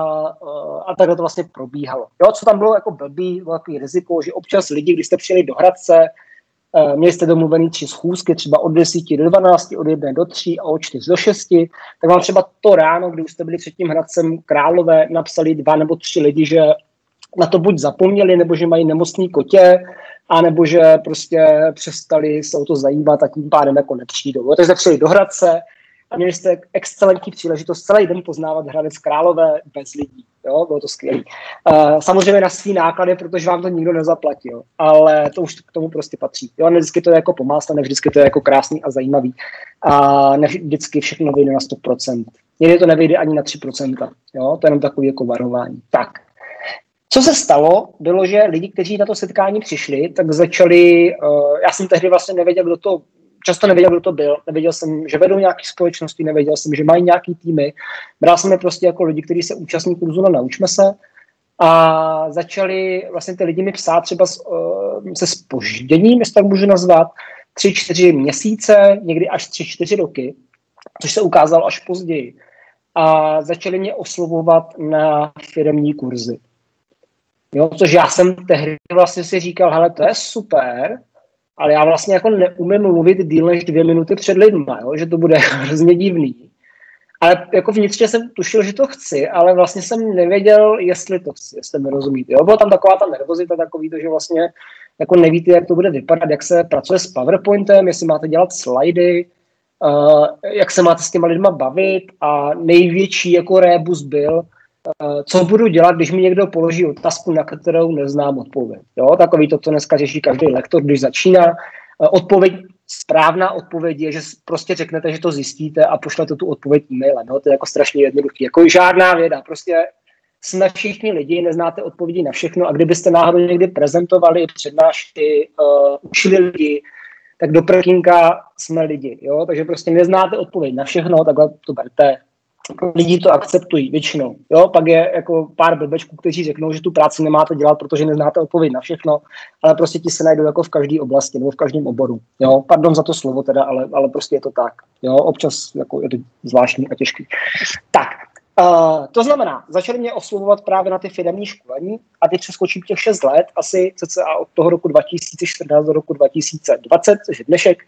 a takhle to vlastně probíhalo. Jo, co tam bylo jako blbý, bylo takový riziko, že občas lidi, když jste přijeli do Hradce, měli jste domluvený tři schůzky, třeba od deseti do dvanácti, od jedné do tří a od čtyř do šesti, tak vám třeba to ráno, kdy už jste byli před tím Hradcem Králové, napsali dva nebo tři lidi, že na to buď zapomněli, nebo že mají nemocný kotě, anebo že prostě přestali se o to zajímat a tím pádem jako nepřijdou. Takže jste přijeli do Hradce a měli jste excelentní příležitost celý den poznávat Hradec Králové bez lidí. Jo? Bylo to skvělé. Uh, samozřejmě na svý náklady, protože vám to nikdo nezaplatil, ale to už k tomu prostě patří. Jo? Ne vždycky to je jako pomásle, ne vždycky to je jako krásný a zajímavý. A ne vždycky všechno vyjde na sto procent. Někdy to nevyjde ani na tři procenta. Jo? To je jenom takový jako varování. Tak. Co se stalo, bylo, že lidi, kteří na to setkání přišli, tak začali, uh, já jsem tehdy vlastně nevěděl, kdo to, často nevěděl, kdo to byl, nevěděl jsem, že vedou nějaké společnosti, nevěděl jsem, že mají nějaký týmy, bral jsem je prostě jako lidi, kteří se účastní kurzu na Naučme se, a začali vlastně ty lidi mi psát třeba s, uh, se zpožděním, jestli tak můžu nazvat, tři, čtyři měsíce, někdy až tři, čtyři roky, což se ukázalo až později. A začali mě oslovovat na firemní kurzy. Jo, což já jsem tehdy vlastně si říkal, hele, to je super, ale já vlastně jako neumím mluvit díl než dvě minuty před lidma, jo, že to bude hrozně divný. Ale jako vnitřně jsem tušil, že to chci, ale vlastně jsem nevěděl, jestli to chci, jestli mi rozumíte. Jo, byla tam taková ta nervozita, takový to, že vlastně jako nevíte, jak to bude vypadat, jak se pracuje s PowerPointem, jestli máte dělat slidy, uh, jak se máte s těma lidma bavit, a největší jako rébus byl, co budu dělat, když mi někdo položí otázku, na kterou neznám odpověď. Jo? Takový to, co dneska řeší každý lektor, když začíná. Odpověď, správná odpověď je, že prostě řeknete, že to zjistíte a pošlete tu odpověď e-mailem. Jo? To je jako strašně jednoduchý. Jako žádná věda. Prostě jsme všichni lidi, neznáte odpovědi na všechno, a kdybyste náhodou někdy prezentovali, přednášky, uh, učili lidi, tak do prkínka jsme lidi. Jo? Takže prostě neznáte odpověď na všechno, takhle to berte. lidi to akceptují většinou. Jo? Pak je jako pár blbečků, kteří řeknou, že tu práci nemáte dělat, protože neznáte odpověď na všechno, ale prostě ti se najdou jako v každé oblasti nebo v každém oboru. Jo? Pardon za to slovo teda, ale, ale prostě je to tak. Jo? Občas jako je to zvláštní a těžký. Tak, uh, to znamená, začali mě oslovovat právě na ty firemní školení a teď přeskočím těch šest let, asi cca od toho roku dva tisíce čtrnáct do roku dva tisíce dvacet, což je dnešek.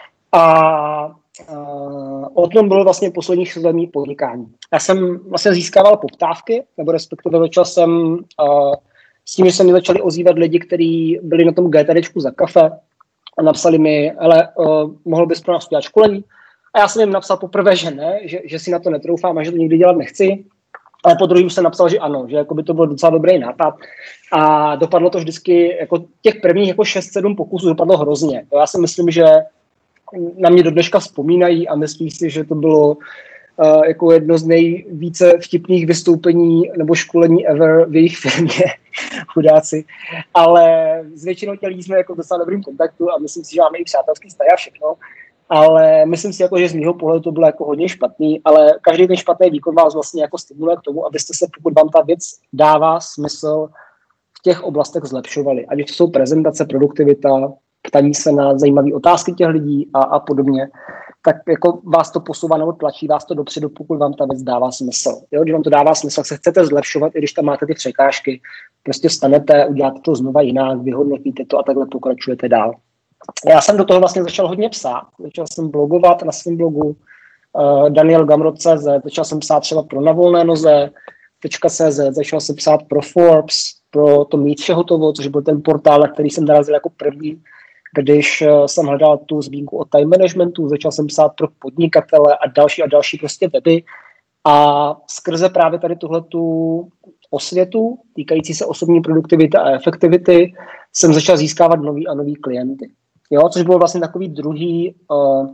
A uh, o tom bylo vlastně posledních šest let mý podnikání. Já jsem vlastně získával poptávky, nebo respektive začal jsem uh, s tím, že se mi začali ozývat lidi, kteří byli na tom GTDčku za kafe a napsali mi, hele, uh, mohl bys pro nás udělat školení? A já jsem jim napsal poprvé, že ne, že, že si na to netroufám a že to nikdy dělat nechci. Ale po druhém jsem napsal, že ano, že jako by to byl docela dobrý nápad. A dopadlo to vždycky, jako těch prvních jako šest sedm pokusů dopadlo hrozně. Já si myslím, že na mě do dneška vzpomínají a myslí si, že to bylo uh, jako jedno z nejvíce vtipných vystoupení nebo školení ever v jejich firmě, chudáci. Ale s většinou těch lidí jsme jako v docela dobrým kontaktu a myslím si, že máme i přátelský vztah a všechno. Ale myslím si, jako, že z mého pohledu to bylo jako hodně špatný, ale každý ten špatný výkon vás vlastně jako stimuluje k tomu, abyste se, pokud vám ta věc dává smysl, v těch oblastech zlepšovali. Ať to jsou prezentace, produktivita, ptaní se na zajímavé otázky těch lidí a, a podobně, tak jako vás to posouvá nebo tlačí vás to dopředu, pokud vám ta věc dává smysl. Jo? Když vám to dává smysl, tak se chcete zlepšovat, i když tam máte ty překážky, prostě stanete, uděláte to znova jinak, vyhodnotíte to a takhle pokračujete dál. Já jsem do toho vlastně začal hodně psát. Začal jsem blogovat na svém blogu uh, Daniel Gamrot tečka cé zet, začal jsem psát třeba pro Na volné noze tečka cé zet, začal jsem psát pro Forbes, pro to Mít vše hotovo, což byl ten portál, na který jsem narazil jako první, když uh, jsem hledal tu zmínku o time managementu, začal jsem psát pro podnikatele a další a další prostě weby. A skrze právě tady tuhletu osvětu týkající se osobní produktivity a efektivity jsem začal získávat nový a nový klienty. Jo, což bylo vlastně takový druhý, uh,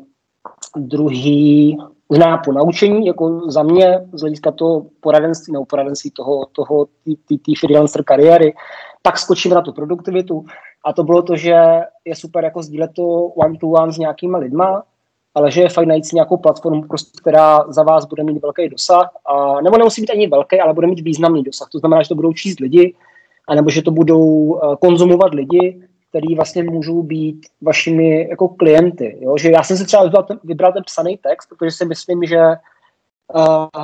druhý nápo naučení, jako za mě, z hlediska toho poradenství, nebo poradenství toho, toho té freelancer kariéry, pak skočím na tu produktivitu a to bylo to, že je super jako sdílet to one to one s nějakýma lidma, ale že je fajn najít si nějakou platformu, prostě, která za vás bude mít velký dosah, a, nebo nemusí být ani velký, ale bude mít významný dosah. To znamená, že to budou číst lidi, anebo že to budou uh, konzumovat lidi, který vlastně můžou být vašimi jako klienty. Jo? Že já jsem si třeba vybral ten, vybral ten psaný text, protože si myslím, že uh,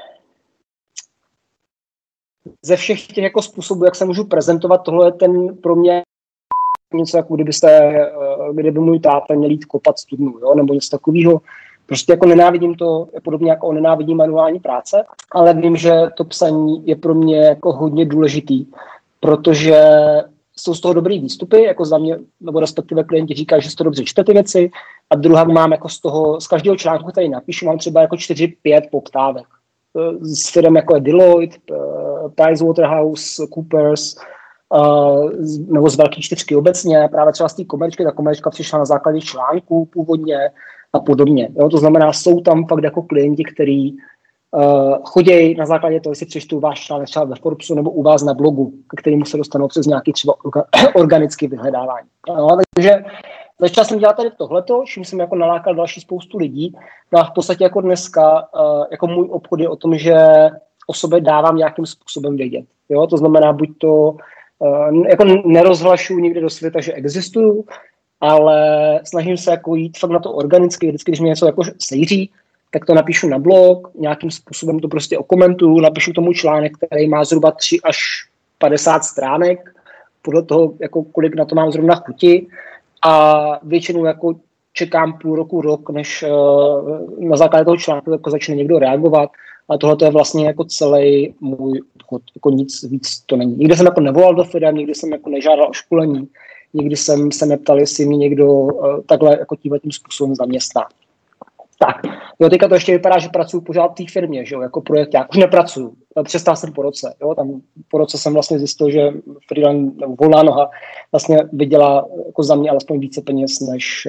ze všech těch jako způsobů, jak se můžu prezentovat, tohle je ten pro mě něco, jako kdybyste, uh, kdyby můj táta měl jít kopat studnu, jo? Nebo něco takového. Prostě jako nenávidím to, podobně jako nenávidím manuální práce, ale vím, že to psaní je pro mě jako hodně důležitý, protože jsou z toho dobrý výstupy, jako za mě, nebo respektive klienti říkají, že se to dobře čte ty věci, a druhá mám jako z toho, z každého článku, který napíšu, mám třeba jako čtyři pět poptávek. Z firm jako je Deloitte, Pricewaterhouse, Coopers, nebo z velké čtyřky obecně, právě třeba z té komerčky, ta komerčka přišla na základě článků původně a podobně. Jo, to znamená, jsou tam fakt jako klienti, kteří Uh, choděj na základě toho, jestli přečtou váš článek třeba ve Forbesu nebo u vás na blogu, ke kterému se dostanou přes nějaký třeba orga, organické vyhledávání. No, takže začal jsem dělat tady tohleto, čím jsem jako nalákal další spoustu lidí. No a v podstatě jako dneska uh, jako můj obchod je o tom, že o sobě dávám nějakým způsobem vědět. Jo? To znamená, buď to uh, jako nerozhlašuju nikde do světa, že existuju, ale snažím se jako jít fakt na to organicky, vždycky, když mě něco jako sejří, tak to napíšu na blog, nějakým způsobem to prostě okomentuju, napíšu tomu článek, který má zhruba tři až padesát stránek, podle toho, jako kolik na to mám zrovna chuti, a většinou jako čekám půl roku, rok, než uh, na základě toho článku jako začne někdo reagovat, a tohle je vlastně jako celý můj obchod, jako nic víc to není. Nikdy jsem jako nevolal do firem, nikdy jsem jako nežádal o školení, nikdy jsem se neptal, jestli mi někdo uh, takhle jako tímhletím způsobem zaměstná. Tak, jo, teďka to ještě vypadá, že pracuji pořád v té firmě, že jo, jako projekták. Už nepracuju, přestal jsem po roce, jo, tam po roce jsem vlastně zjistil, že freelance, nebo volná noha vlastně vydělá jako za mě alespoň více peněz, než,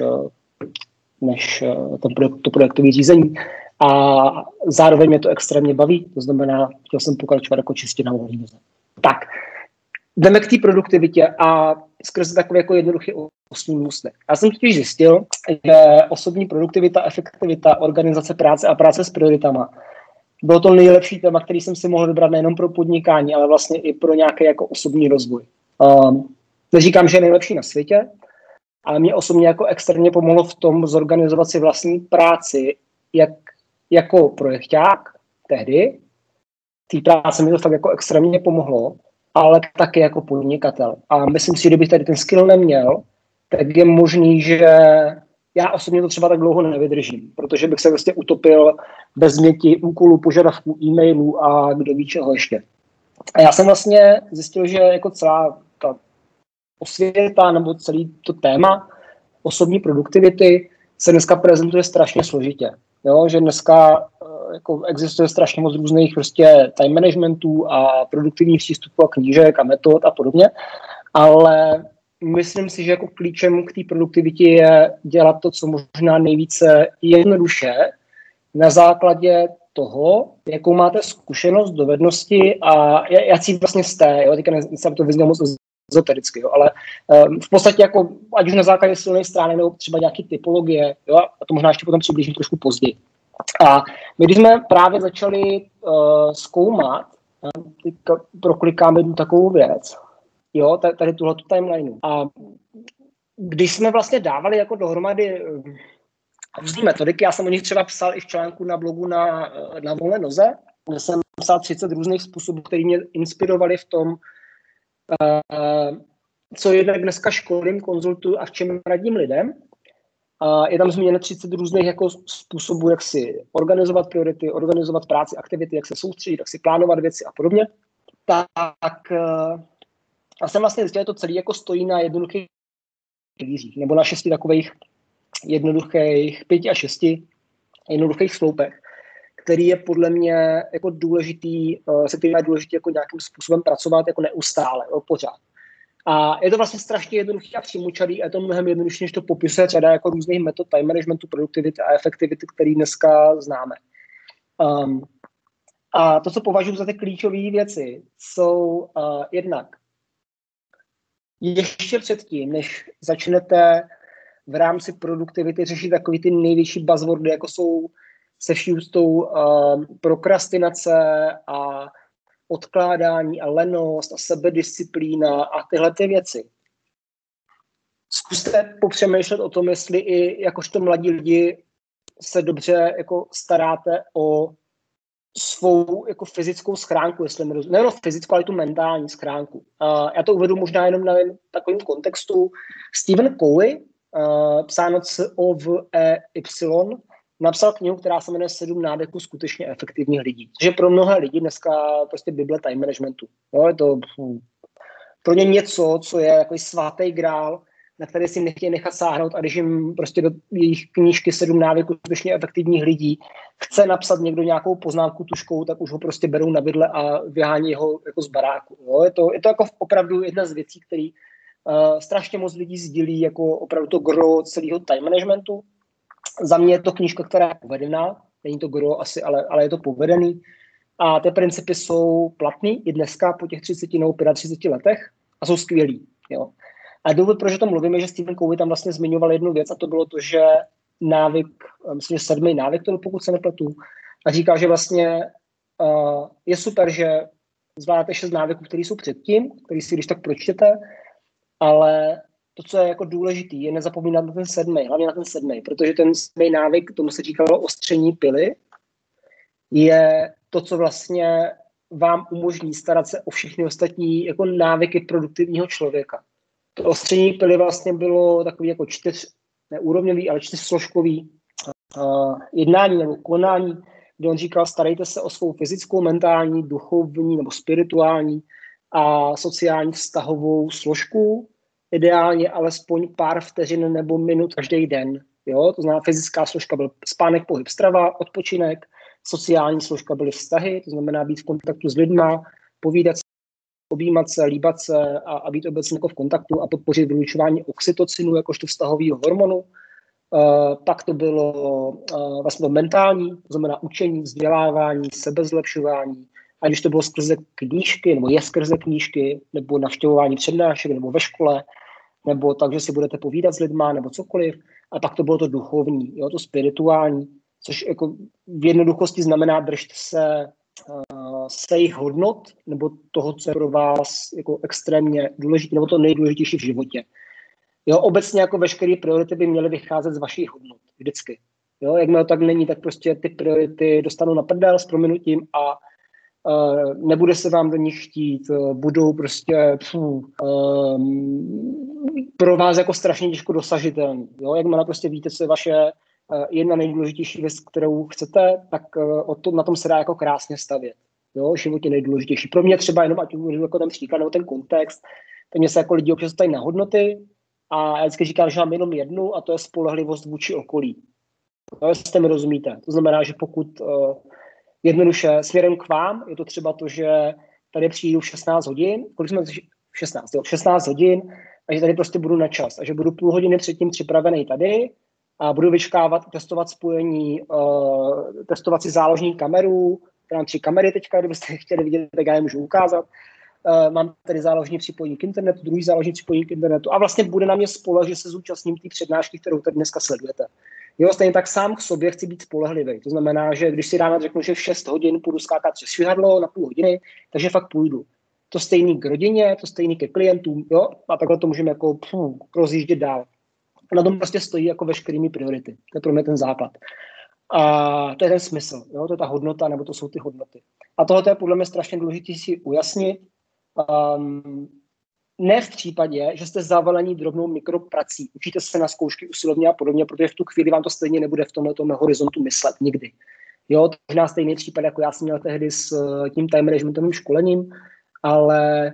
než ten projekt, to projektové řízení. A zároveň mě to extrémně baví, to znamená, chtěl jsem pokračovat jako čistě na volné noze. Tak, jdeme k té produktivitě a skrze takové jako jednoduchý osmý můstek. Já jsem totiž zjistil, že osobní produktivita, efektivita, organizace práce a práce s prioritama bylo to nejlepší téma, který jsem si mohl vybrat nejenom pro podnikání, ale vlastně i pro nějaký jako osobní rozvoj. Um, neříkám, že je nejlepší na světě, ale mě osobně jako extrémně pomohlo v tom zorganizovat si vlastní práci jak, jako projekták tehdy. Té práce mi to fakt jako extrémně pomohlo, ale taky jako podnikatel. A myslím si, že kdybych tady ten skill neměl, tak je možný, že já osobně to třeba tak dlouho nevydržím, protože bych se vlastně utopil bez změti úkolů, požadavků, e-mailů a kdo ví čeho ještě. A já jsem vlastně zjistil, že jako celá ta osvěta nebo celý to téma osobní produktivity se dneska prezentuje strašně složitě. Jo? Že dneska jako existuje strašně moc různých prostě time managementů a produktivních přístupů a knížek a metod a podobně, ale myslím si, že jako klíčem k té produktivitě je dělat to, co možná nejvíce jednoduše na základě toho, jakou máte zkušenost, dovednosti a jací vlastně jste, jo, teďka jsem to vyzněl moc ezotericky, jo, ale um, v podstatě jako, ať už na základě silné strany nebo třeba nějaký typologie, jo, a to možná ještě potom přiblížím trošku později. A my, když jsme právě začali uh, zkoumat, teďka proklikáme jednu takovou věc, jo, tady tuhletu timelineu. A když jsme vlastně dávali jako dohromady různý metodiky, já jsem o nich třeba psal i v článku na blogu na, na volné noze, kde jsem psal třicet různých způsobů, které mě inspirovali v tom, uh, co jednak dneska školím, konzultuju a v čem radím lidem. A je tam zmíněno třicet různých jako způsobů, jak si organizovat priority, organizovat práci, aktivity, jak se soustředit, jak si plánovat věci a podobně. Tak uh, já jsem vlastně zjistil, že to celé jako stojí na jednoduchých pilířích, nebo na šesti takových jednoduchých, pěti a šesti jednoduchých sloupech, který je podle mě jako důležitý, se kterým je důležitý jako nějakým způsobem pracovat jako neustále, jo, pořád. A je to vlastně strašně jednoduchý a přímočarý a je to mnohem jednodušší, než to popisuje řada jako různých metod time managementu, produktivity a efektivity, které dneska známe. Um, a to, co považuji za ty klíčové věci, jsou uh, jednak ještě předtím, než začnete v rámci produktivity řešit takový ty největší buzzwordy, jako jsou se vší úctou uh, prokrastinace a odkládání a lenost a sebedisciplína a tyhle ty věci. Zkuste popřemýšlet o tom, jestli i jakožto mladí lidi se dobře jako staráte o svou jako fyzickou schránku, jestli mi rozumím. Nejenom fyzickou, ale tu mentální schránku. Uh, já to uvedu možná jenom na takovém kontextu. Stephen Covey, uh, psáno C O V E Y, napsal knihu, která se jmenuje Sedm návyků skutečně efektivních lidí. Což je pro mnohé lidi dneska prostě bible time managementu. Jo, je to hm, pro ně něco, co je jako svatý grál, na který si nechtějí nechat sáhnout a když jim prostě do jejich knížky Sedm návyků skutečně efektivních lidí chce napsat někdo nějakou poznámku tuškou, tak už ho prostě berou na vidle a vyhání ho jako z baráku. Jo? Je to, je to jako opravdu jedna z věcí, který uh, strašně moc lidí sdílí jako opravdu to gro celého time managementu. Za mě je to knížka, která je povedená, není to gro asi, ale, ale je to povedený. A ty principy jsou platný i dneska po těch třiceti nebo třiceti pěti letech a jsou skvělý. Jo? A důvod, proč o tom mluvím, je, že Stephen Covey tam vlastně zmiňoval jednu věc a to bylo to, že návyk, myslím, že sedmý návyk, to pokud se nepletu, a říká, že vlastně uh, je super, že zvládáte šest návyků, které jsou předtím, který si když tak pročtěte, ale to, co je jako důležitý, je nezapomínat na ten sedmý, hlavně na ten sedmý, protože ten sedmý návyk, tomu se říkalo ostření pily, je to, co vlastně vám umožní starat se o všechny ostatní jako návyky produktivního člověka. To ostření pily vlastně bylo takový jako čtyř, ne úrovňový, ale čtyřsložkový uh, jednání nebo konání, kde on říkal, starejte se o svou fyzickou, mentální, duchovní nebo spirituální a sociální vztahovou složku, ideálně alespoň pár vteřin nebo minut každý den. Jo? To znamená, fyzická složka byl spánek, pohyb, strava, odpočinek, sociální složka byly vztahy, to znamená být v kontaktu s lidma, povídat se, objímat se, líbat se a, a být obecně jako v kontaktu a podpořit vylučování oxytocinu jakožto vztahového hormonu. Uh, pak to bylo uh, vlastně mentální, to znamená učení, vzdělávání, sebezlepšování. A když to bylo skrze knížky, nebo je skrze knížky, nebo navštěvování přednášek, nebo ve škole, nebo tak, že si budete povídat s lidma, nebo cokoliv. A pak to bylo to duchovní, jo, to spirituální. což jako v jednoduchosti znamená držte se uh, svých hodnot nebo toho, co je pro vás jako extrémně důležité, nebo to nejdůležitější v životě. Jo, obecně jako veškeré priority by měly vycházet z vašich hodnot, vždycky. Jo, jakmile to tak není, tak prostě ty priority dostanou na prdel s prominutím a uh, nebude se vám do nich chtít, uh, budou prostě pů, um, pro vás jako strašně těžko dosažitelný. Jo, jakmile prostě víte, co je vaše uh, jedna nejdůležitější věc, kterou chcete, tak uh, o to, na tom se dá jako krásně stavět. Jo, život je nejdůležitější. Pro mě třeba jenom, ať uvedu jako ten příklad nebo ten kontext, tak mě se jako lidi občas tady na hodnoty a já vždycky říkám, že mám jenom jednu a to je spolehlivost vůči okolí. No, jestli mi rozumíte. To znamená, že pokud uh, jednoduše směrem k vám, je to třeba to, že tady přijdu v šestnáct hodin, kolik jsme šestnáct, jo, šestnáct hodin, a že tady prostě budu na čas. A že budu půl hodiny předtím připravený tady a budu vyčkávat, testovat spojení, uh, testovat si záložní kameru, mám tři kamery teďka, kdybyste chtěli vidět, tak já je můžu ukázat. Uh, mám tady záložní připojení k internetu, druhý záložní připojení k internetu a vlastně bude na mě spoleh, že se zúčastním té přednášky, kterou tady dneska sledujete. Jo, stejně tak sám k sobě chci být spolehlivý. To znamená, že když si ráno řeknu, že v šest hodin půjdu skákat přes švihadlo na půl hodiny, takže fakt půjdu. To stejný k rodině, to stejný ke klientům, jo, a takhle to můžeme jako pů, rozjíždět dál. Na tom prostě stojí jako veškerými priority. To je pro mě ten základ. A to je ten smysl, jo, to je ta hodnota, nebo to jsou ty hodnoty. A tohle je podle mě strašně důležité si ujasnit. Um, Ne v případě, že jste zavalení drobnou mikroprací, učíte se na zkoušky usilovně a podobně, protože v tu chvíli vám to stejně nebude v tomhletom horizontu myslet nikdy. Jo, to je možná stejný případ, jako já jsem měl tehdy s tím time managementovým školením, ale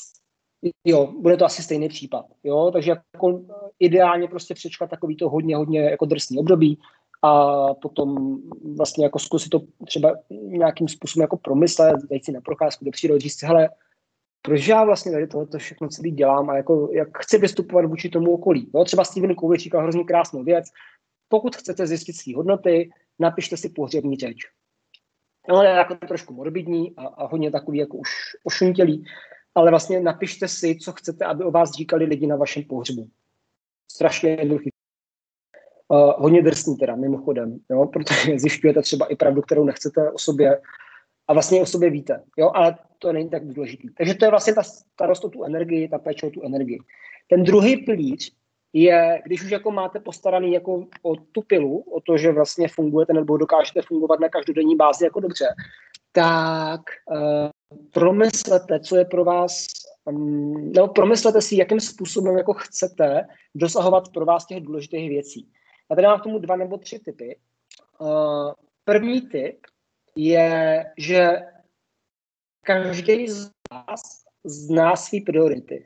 jo, bude to asi stejný případ. Jo, takže jako ideálně prostě přečkat takový to hodně, hodně jako drsný období a potom vlastně jako zkusit to třeba nějakým způsobem jako promyslet, dejít si na procházku do přírody, říct si, hele, proč já vlastně tady tohle všechno celý dělám a jako, jak chci vystupovat vůči tomu okolí. No, třeba Stephen Covey říkal hrozně krásnou věc. Pokud chcete zjistit své hodnoty, napište si pohřební řeč. No, je jako trošku morbidní a, a hodně takový jako už ošuntělý, ale vlastně napište si, co chcete, aby o vás říkali lidi na vašem pohřbu. Strašně jednoduchý. Uh, hodně drsný teda, mimochodem, jo, protože zjišťujete třeba i pravdu, kterou nechcete o sobě a vlastně o sobě víte, jo, ale to není tak důležitý. Takže to je vlastně ta starost o tu energii, ta péče o tu energii. Ten druhý pilíř je, když už jako máte postaraný jako o tu pilu, o to, že vlastně fungujete nebo dokážete fungovat na každodenní bázi jako dobře, tak uh, promyslete, co je pro vás, um, nebo promyslete si, jakým způsobem jako chcete dosahovat pro vás těch důležitých věcí. Já tady mám k tomu dva nebo tři typy. Uh, první typ je, že každý z vás zná svý priority.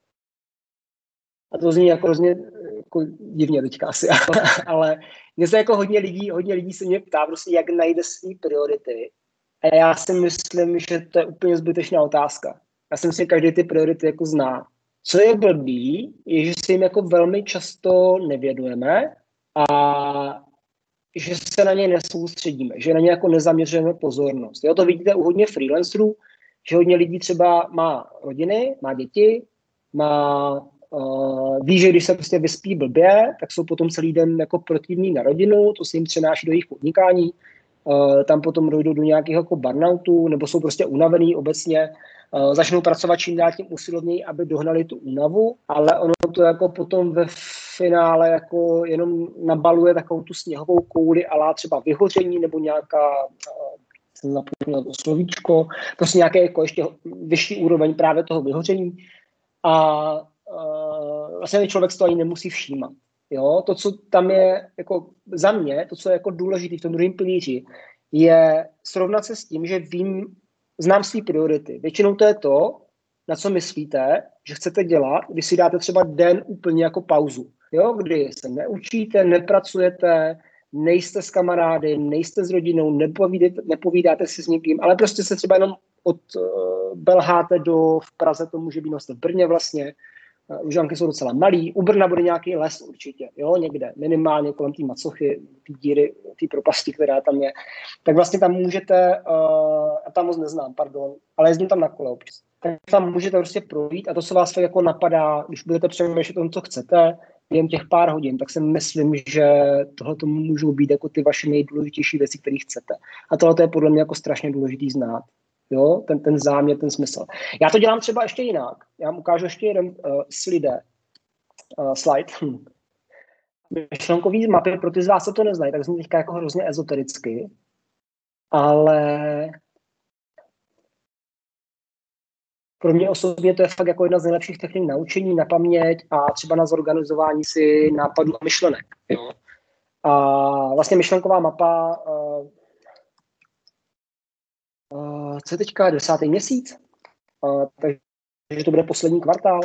A to zní jako hrozně jako divně teďka asi, ale, ale mě se jako hodně lidí, hodně lidí se mě ptá, prostě jak najde svý priority. A já si myslím, že to je úplně zbytečná otázka. Já si myslím, že každý ty priority jako zná. Co je blbý, je, že si jim jako velmi často nevědujeme a že se na ně nesoustředíme, že na ně jako nezaměřujeme pozornost. Jo, to vidíte u hodně freelancerů, že hodně lidí třeba má rodiny, má děti, má, uh, ví, že když se prostě vyspí blbě, tak jsou potom celý den jako protivní na rodinu, to se jim přenáší do jejich podnikání, uh, tam potom dojdou do nějakého jako burnoutu, nebo jsou prostě unavený obecně, uh, začnou pracovat čím dál tím usilovněji, aby dohnali tu únavu, ale ono to jako potom ve finále jako jenom nabaluje takovou tu sněhovou kouli alá třeba vyhoření nebo nějaká, jsem zapomněl to slovíčko, prostě nějaké jako ještě vyšší úroveň právě toho vyhoření a uh, vlastně člověk z toho ani nemusí všímat. Jo? To, co tam je jako za mě, to, co je jako důležité v tom druhém pilíři, je srovnat se s tím, že vím, znám své priority. Většinou to je to, na co myslíte, že chcete dělat, když si dáte třeba den úplně jako pauzu. Jo, kdy se neučíte, nepracujete, nejste s kamarády, nejste s rodinou, nepovídáte, nepovídáte si s někým, ale prostě se třeba jenom odbelháte do, v Praze, to může být v Brně vlastně, Užanky jsou docela malý, u Brna bude nějaký les určitě, jo, někde, minimálně kolem té macochy, té díry, té propasti, která tam je. Tak vlastně tam můžete, uh, a tam moc neznám, pardon, ale jezdím tam na kole občas. Tak tam můžete prostě projít a to, co vás jako napadá, když budete přemýšlet o tom, co chcete, během těch pár hodin, tak si myslím, že tohle to můžou být jako ty vaše nejdůležitější věci, které chcete. A tohle je podle mě jako strašně důležitý znát. Jo? Ten, ten záměr, ten smysl. Já to dělám třeba ještě jinak. Já vám ukážu ještě jeden uh, slide. Uh, slide. Hm. Myšlenkový mapy, pro ty z vás, co to neznají, tak zní teďka jako hrozně ezotericky. Ale pro mě osobně to je fakt jako jedna z nejlepších technik naučení na paměť a třeba na zorganizování si nápadů a myšlenek. Jo. A vlastně myšlenková mapa, uh, uh, co je teďka, desátý měsíc, uh, takže to bude poslední kvartál.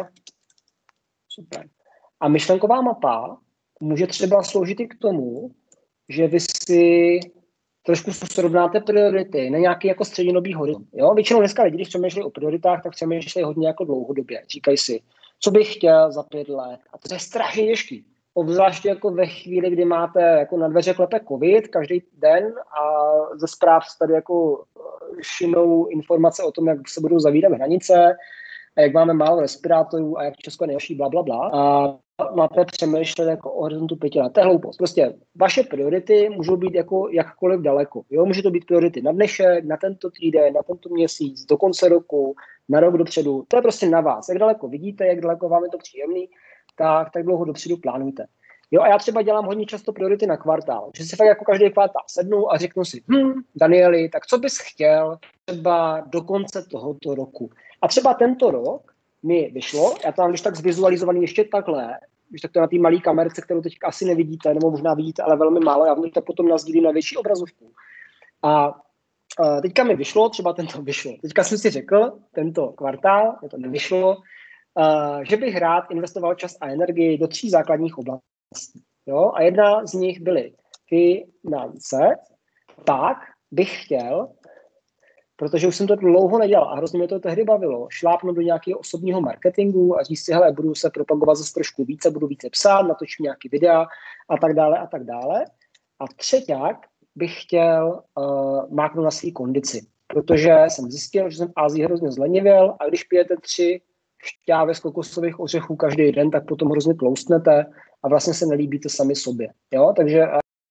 Super. A myšlenková mapa může třeba sloužit i k tomu, že vy si trošku srovnáte priority na nějaký jako střednědobý horizont. Jo? Většinou dneska lidi, když přemýšlejí o prioritách, tak přemýšlejí hodně jako dlouhodobě. Říkají si, co bych chtěl za pět let. A to je strašně těžký. Obzvláště jako ve chvíli, kdy máte jako na dveře klepe covid každý den a ze zpráv tady jako šinou informace o tom, jak se budou zavírat hranice, a jak máme málo respirátorů a jak Česko je nejlepší, bla, bla, bla. A máte přemýšlet jako o horizontu pěti let. To je hloupost. Prostě vaše priority můžou být jako jakkoliv daleko. Jo? Může to být priority na dnešek, na tento týden, na tento měsíc, do konce roku, na rok dopředu. To je prostě na vás. Jak daleko vidíte, jak daleko vám je to příjemný, tak, tak dlouho dopředu plánujte. Jo, a já třeba dělám hodně často priority na kvartál. Že si fakt jako každý kvartál sednu a řeknu si, hm, Danieli, tak co bys chtěl třeba do konce tohoto roku? A třeba tento rok mi vyšlo, já to mám když tak zvizualizovaný ještě takhle, když tak to na té malé kamerce, kterou teď asi nevidíte, nebo možná vidíte, ale velmi málo, já to potom nazdílím na větší obrazovku. A, a teďka mi vyšlo, třeba tento vyšlo. Teďka jsem si řekl, tento kvartál, mě to nevyšlo, a, že bych rád investoval čas a energii do tří základních oblastí. Jo? A jedna z nich byly finance, pak bych chtěl, protože už jsem to dlouho nedělal a hrozně mě to tehdy bavilo, šlápnout do nějakého osobního marketingu a říct si, hele, budu se propagovat zase trošku více, budu více psát, natočím nějaký videa a tak dále a tak dále. A třeťák bych chtěl uh, máknout na svý kondici, protože jsem zjistil, že jsem v Asii hrozně zlenivěl a když pijete tři šťávy z kokosových ořechů každý den, tak potom hrozně tloustnete a vlastně se nelíbíte sami sobě. Jo? Takže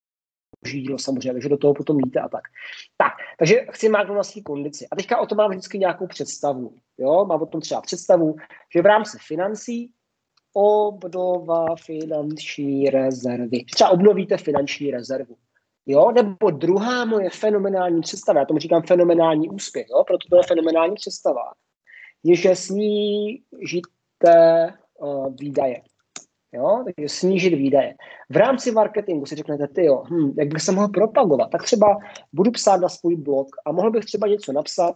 jídlo samozřejmě, takže do toho potom jíte a tak. Tak, takže chci máknout na svý kondici. A teďka o tom mám vždycky nějakou představu. Jo? Mám o tom třeba představu, že v rámci financí obnova finanční rezervy. Třeba obnovíte finanční rezervu. Jo? Nebo druhá moje fenomenální představa, já tomu říkám fenomenální úspěch, jo? Proto to je fenomenální představa, je, že snížíte uh, výdaje. Jo? Takže snížit výdaje. V rámci marketingu si řeknete, tyjo, hm, jak bych se mohl propagovat, tak třeba budu psát na svůj blog a mohl bych třeba něco napsat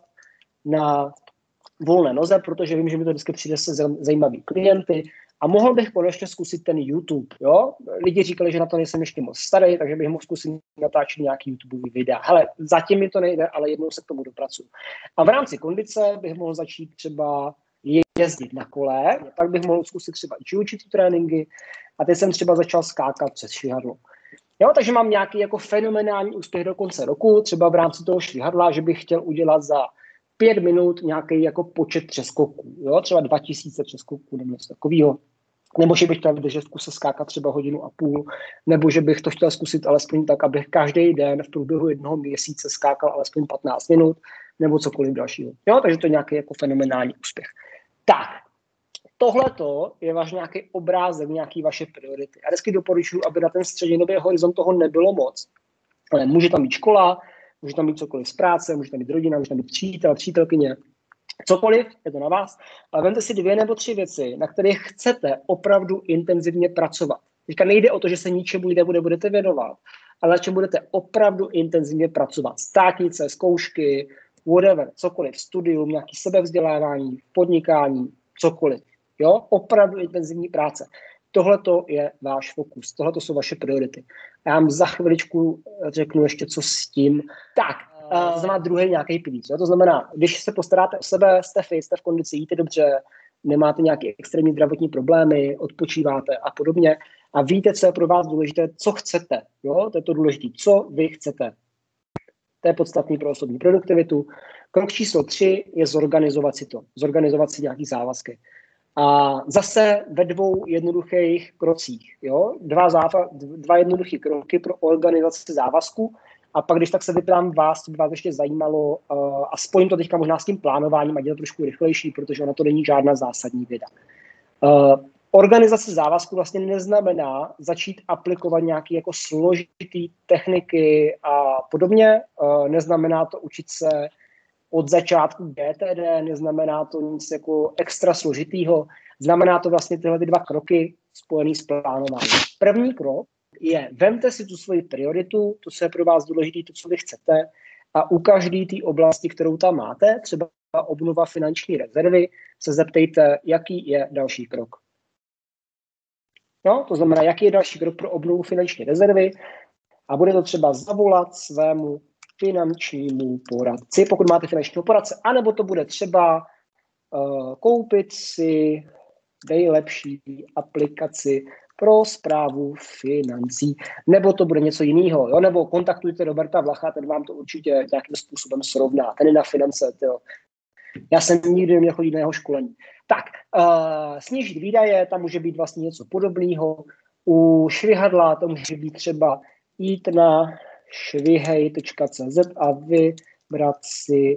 na volné noze, protože vím, že mi to vždycky přijde se zajímavý klienty a mohl bych konečně zkusit ten YouTube. Jo? Lidi říkali, že na to nejsem ještě moc starý, takže bych mohl zkusit natáčet nějaký YouTubeový videa. Hele, zatím mi to nejde, ale jednou se k tomu dopracuju. A v rámci kondice bych mohl začít třeba jezdit na kole, pak bych mohl zkusit třeba i jiu-jitsu tréninky a teď jsem třeba začal skákat přes švihadlo. Jo, takže mám nějaký jako fenomenální úspěch do konce roku, třeba v rámci toho švihadla, že bych chtěl udělat za pět minut nějaký jako počet přeskoků, jo, třeba dva tisíce přeskoků nebo něco takového. Nebo že bych chtěl vydržet v kuse skákat třeba hodinu a půl, nebo že bych to chtěl zkusit alespoň tak, abych každý den v průběhu jednoho měsíce skákal alespoň patnáct minut, nebo cokoliv dalšího. Jo, takže to je nějaký jako fenomenální úspěch. Tak, tohleto je váš nějaký obrázek, nějaký vaše priority. A vždycky doporučuji, aby na ten střednědobý horizont toho nebylo moc. Ale může tam být škola, může tam být cokoliv z práce, může tam být rodina, může tam být přítel, přítelkyně, cokoliv, je to na vás. Ale vemte si dvě nebo tři věci, na kterých chcete opravdu intenzivně pracovat. Teďka nejde o to, že se ničemu jde, bude, budete věnovat, ale na čem budete opravdu intenzivně pracovat. Státnice, zkoušky, whatever, cokoliv, studium, nějaký sebevzdělávání, podnikání, cokoliv. Jo? Opravdu intenzivní práce. Tohle je váš fokus, tohle jsou vaše priority. A já vám za chviličku řeknu ještě, co s tím. Tak, to znamená druhý nějaký pilíř. To znamená, když se postaráte o sebe, jste fit, jste v kondici, jíte dobře, nemáte nějaké extrémní zdravotní problémy, odpočíváte a podobně a víte, co je pro vás důležité, co chcete. Jo? To je to důležité, co vy chcete. To je podstatný pro osobní produktivitu. Krok číslo tři je zorganizovat si to. Zorganizovat si nějaký závazky. A zase ve dvou jednoduchých krocích. Jo? Dva, záva, dva jednoduché kroky pro organizaci závazku. A pak, když tak se vyptám vás, co by vás ještě zajímalo, uh, a spojím to teďka možná s tím plánováním, ať je to trošku rychlejší, protože ono to není žádná zásadní věda. Uh, organizace závazku vlastně neznamená začít aplikovat nějaké jako složitý techniky a podobně. Uh, neznamená to učit se od začátku G T D, neznamená to nic jako extra složitýho. Znamená to vlastně tyhle ty dva kroky spojený s plánováním. První krok je, vemte si tu svoji prioritu, to, co je pro vás důležité, to, co vy chcete, a u každé té oblasti, kterou tam máte, třeba obnova finanční rezervy, se zeptejte, jaký je další krok. No, to znamená, jaký je další krok pro obnovu finanční rezervy, a bude to třeba zavolat svému finančnímu poradci, pokud máte finančního poradce, anebo to bude třeba uh, koupit si nejlepší aplikaci pro správu financí, nebo to bude něco jiného, jo? Nebo kontaktujte Roberta Vlacha, ten vám to určitě nějakým způsobem srovná, ten je na finance, jo. Já jsem nikdy neměl chodit na jeho školení. Tak, uh, snížit výdaje, tam může být vlastně něco podobného. U švihadla to může být třeba jít na švihej tečka cé zet a vybrat si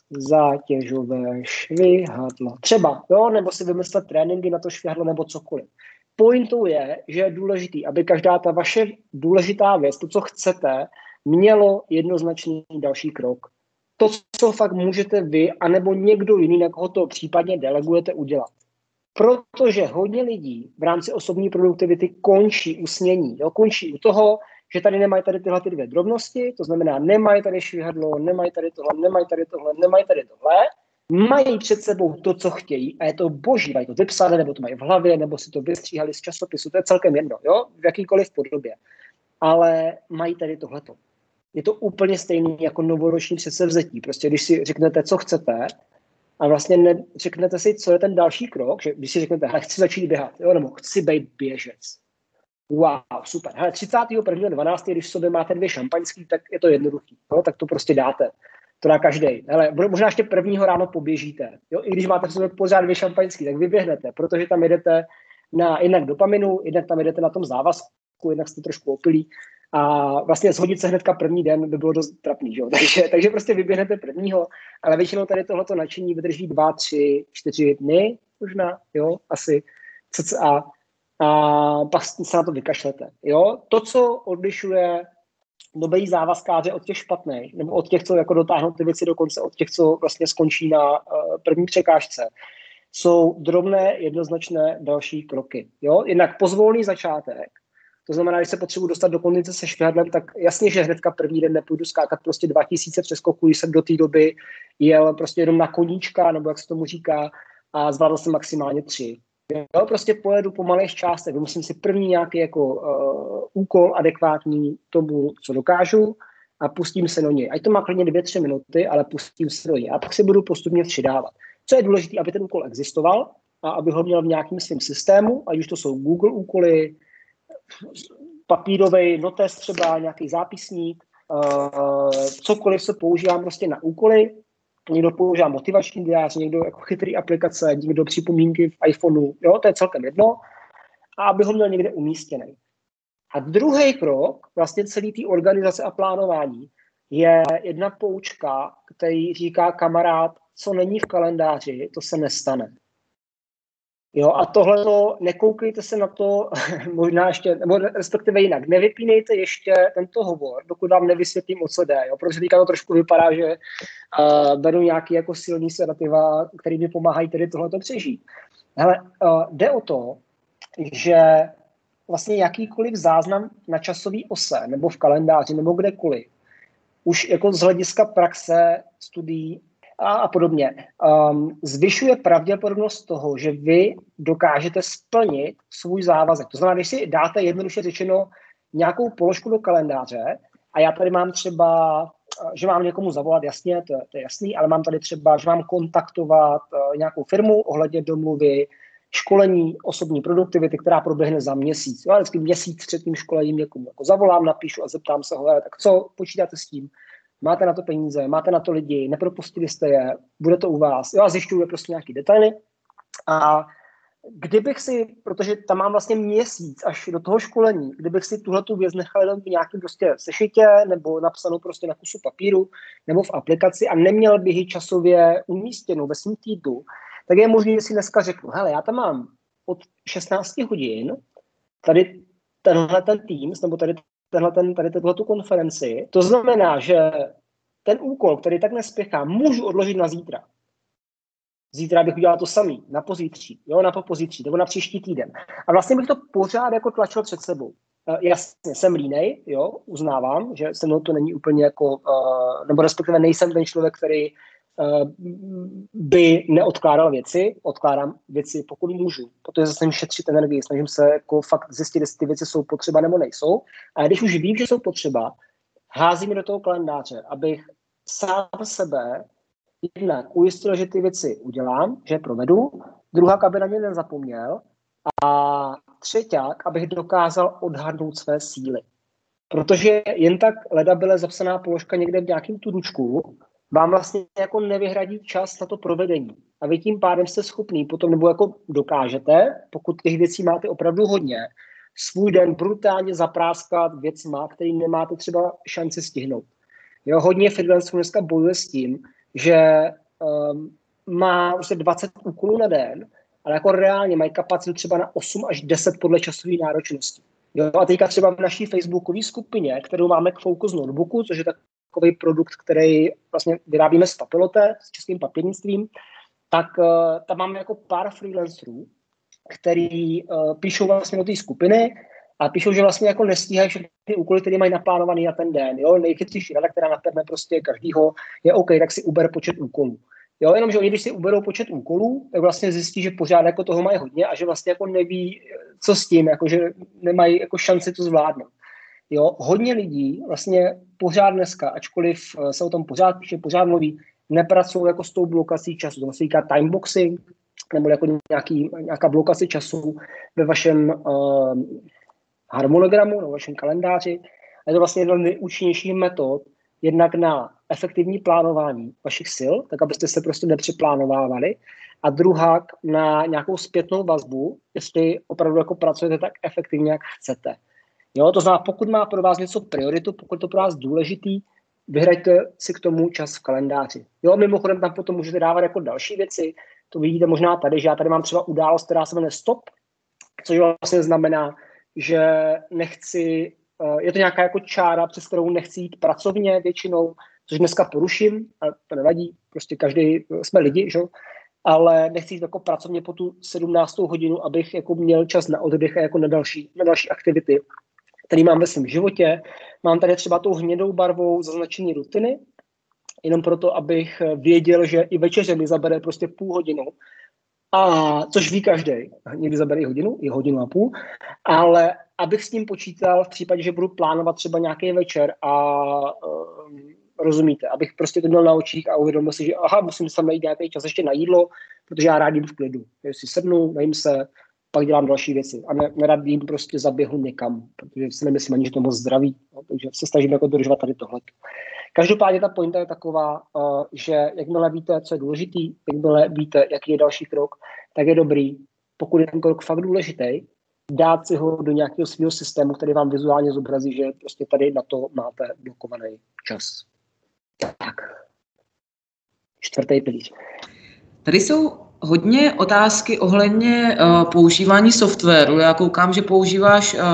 zátěžové švihadlo. Třeba, jo, nebo si vymyslet tréninky na to švihadlo nebo cokoliv. Pointou je, že je důležitý, aby každá ta vaše důležitá věc, to, co chcete, mělo jednoznačný další krok. To, co fakt můžete vy, anebo někdo jiný, na koho to případně delegujete, udělat. Protože hodně lidí v rámci osobní produktivity končí u snění. Jo? Končí u toho, že tady nemají tady tyhle ty dvě drobnosti, to znamená, nemají tady švihadlo, nemají tady tohle, nemají tady tohle, nemají tady tohle, mají před sebou to, co chtějí, a je to boží, mají to vypsané, nebo to mají v hlavě, nebo si to vystříhali z časopisu, to je celkem jedno, jo? V jakýkoliv podobě. Ale mají tady tohleto. Je to úplně stejný jako novoroční předsevzetí. Prostě když si řeknete, co chcete, a vlastně ne, řeknete si, co je ten další krok, že když si řeknete, hele, chci začít běhat, jo? Nebo chci být běžec. Wow, super. Hele, třicátého prvního dvanáctého když v sobě máte dvě šampaňský, tak je to jednoduchý. Jo? Tak to prostě dáte. To dá každej. Hele, možná ještě prvního ráno poběžíte. Jo? I když máte v sobě pořád dvě šampaňský, tak vyběhnete, protože tam jedete na jednak dopaminu, jednak tam jedete na tom závazku, jednak jste trošku opilí. A vlastně shodit se hnedka první den by bylo dost trapný. Že? Takže, takže prostě vyběhnete prvního, ale většinou tady tohleto nadšení vydrží dva, tři, čtyři dny, možná, jo, asi cca. A pak se na to vykašlete. Jo? To, co odlišuje dobrý závazkáře od těch špatných, nebo od těch, co jako dotáhnou ty věci do konce, od těch, co vlastně skončí na uh, první překážce, jsou drobné, jednoznačné další kroky. Jo? Jednak pozvolný začátek, to znamená, když se potřebuji dostat do kondice se švihadlem, tak jasně, že hnedka první den nepůjdu skákat prostě dva tisíce přeskoků, jsem do té doby jel prostě jenom na koníčka, nebo jak se tomu říká, a zvládl jsem maximálně tři. Jo, prostě pojedu po malých částech, musím si první nějaký jako uh, úkol adekvátní tomu, co dokážu, a pustím se do něj. Ať to má klidně dvě, tři minuty, ale pustím se do něj. A pak si budu postupně přidávat. Co je důležité, aby ten úkol existoval a aby ho měl v nějakém svém systému, ať už to jsou Google úkoly, papírový notes třeba, nějaký zápisník, uh, cokoliv se používám prostě na úkoly. Někdo používá motivační diář, někdo jako chytrý aplikace, někdo připomínky v iPhoneu, jo, to je celkem jedno, a aby ho měl někde umístěný. A druhý krok, vlastně celý té organizace a plánování, je jedna poučka, který říká kamarád, co není v kalendáři, to se nestane. Jo, a tohleto, nekoukejte se na to, možná ještě, nebo respektive jinak, nevypínejte ještě tento hovor, dokud vám nevysvětlím, o co jde, jo, protože teďka to trošku vypadá, že uh, beru nějaký jako silný sedativa, který mi pomáhají tedy tohleto přežít. Hele, uh, jde o to, že vlastně jakýkoliv záznam na časový ose, nebo v kalendáři, nebo kdekoliv, už jako z hlediska praxe, studií, a, a podobně. Um, zvyšuje pravděpodobnost toho, že vy dokážete splnit svůj závazek. To znamená, když si dáte jednoduše řečeno nějakou položku do kalendáře a já tady mám třeba, že mám někomu zavolat, jasně, to je, to je jasný, ale mám tady třeba, že mám kontaktovat uh, nějakou firmu ohledně domluvy, školení osobní produktivity, která proběhne za měsíc. Já vždycky měsíc před tím školením někomu jako zavolám, napíšu a zeptám se ho, tak co, počítáte s tím? Máte na to peníze, máte na to lidi, nepropustili jste je, bude to u vás. Jo, a zjišťuju prostě nějaký detaily a kdybych si, protože tam mám vlastně měsíc až do toho školení, kdybych si tuhletu věc nechal jenom v nějakým prostě sešitě nebo napsanou prostě na kusu papíru nebo v aplikaci a neměl bych ji časově umístěnou ve svým týdnu, tak je možné, že si dneska řeknu, hele, já tam mám od šestnáct hodin tady tenhle ten Teams nebo tady tenhle ten, tady tuhletu konferenci. To znamená, že ten úkol, který tak nespěchá, můžu odložit na zítra. Zítra bych udělal to samý, na pozítří, jo, na popozítří, nebo na příští týden. A vlastně bych to pořád jako tlačil před sebou. Uh, jasně, jsem línej, jo, uznávám, že se mnou to není úplně jako, uh, nebo respektive nejsem ten člověk, který uh, by neodkládal věci, odkládám věci, pokud můžu, protože se snažím šetřit energii, snažím se jako fakt zjistit, jestli ty věci jsou potřeba nebo nejsou. A když už vím, že jsou potřeba, házím je do toho kalendáře, abych sám sebe jednak ujistil, že ty věci udělám, že je provedu, druhá, aby na ně nezapomněl a třeťák, abych dokázal odhadnout své síly. Protože jen tak leda byla zapsaná položka někde v nějakém tudučku, vám vlastně jako nevyhradí čas na to provedení. A vy tím pádem jste schopný potom, nebo jako dokážete, pokud těch věcí máte opravdu hodně, svůj den brutálně zapráskat věcma, který nemáte třeba šanci stihnout. Jo, hodně freelancerů dneska bojuje s tím, že um, má prostě dvacet úkolů na den, ale jako reálně mají kapacitu třeba na osm až deset podle časové náročnosti. Jo, a teďka třeba v naší facebookové skupině, kterou máme k Focus Notebooku, což je takový produkt, který vlastně vyrábíme z Papiloté, s českým papírnictvím, tak uh, tam máme jako pár freelancerů, který uh, píšou vlastně do té skupiny a píšou, že vlastně jako nestíhají všechny ty úkoly, které mají naplánovaný na ten den. Jo? Nejchytřejší rada, která napadne prostě každýho, je OK, tak si uber počet úkolů. Jo, jenomže oni, když si uberou počet úkolů, tak vlastně zjistí, že pořád jako toho mají hodně a že vlastně jako neví, co s tím, jako že nemají jako šanci to zvládnout. Jo, hodně lidí vlastně pořád dneska, ačkoliv se o tom pořád píše, pořád mluví, nepracují jako s tou blokací času. To se říká timeboxing, nebo jako nějaký, nějaká blokace času ve vašem uh, harmonogramu, nebo vašem kalendáři. A je to vlastně jedna z nejúčinnějších metod, jednak na efektivní plánování vašich sil, tak abyste se prostě nepřeplánovávali, a druhá na nějakou zpětnou vazbu, jestli opravdu jako pracujete tak efektivně, jak chcete. Jo, to znamená, pokud má pro vás něco prioritu, pokud to pro vás důležitý, vyhraďte si k tomu čas v kalendáři. Jo, mimochodem tam potom můžete dávat jako další věci. To vidíte možná tady, že já tady mám třeba událost, která se jmenuje Stop, což vlastně znamená, že nechci, je to nějaká jako čára, přes kterou nechci jít pracovně většinou, což dneska poruším, ale to nevadí, prostě každý, jsme lidi, že? Ale nechci jít jako pracovně po tu sedmnáctou hodinu, abych jako měl čas na oddech a jako na další, na další aktivity, který mám ve svém životě. Mám tady třeba tou hnědou barvou zaznačení rutiny, jenom proto, abych věděl, že i večeře mi zabere prostě půl hodinu, a což ví každý, někdy zabere i hodinu, i hodinu a půl, ale abych s tím počítal v případě, že budu plánovat třeba nějaký večer a um, rozumíte, abych prostě to měl na očích a uvědomil si, že aha, musím tam najít nějaký čas ještě na jídlo, protože já rád jím v klidu. Když si sednu, najím se, pak dělám další věci a ne, nerad jím prostě zaběhu někam, protože si nemyslím ani, že to moc zdraví, no, takže se snažím jako dodržovat tady tohle. Každopádně ta pointa je taková, uh, že jakmile víte, co je důležitý, jakmile víte, jaký je další krok, tak je dobrý, pokud je ten krok fakt důležitý, dát si ho do nějakého svého systému, který vám vizuálně zobrazí, že prostě tady na to máte blokovaný čas. Tak. Čtvrtý pilíř. Tady jsou hodně otázky ohledně uh, používání softwaru. Já koukám, že používáš uh,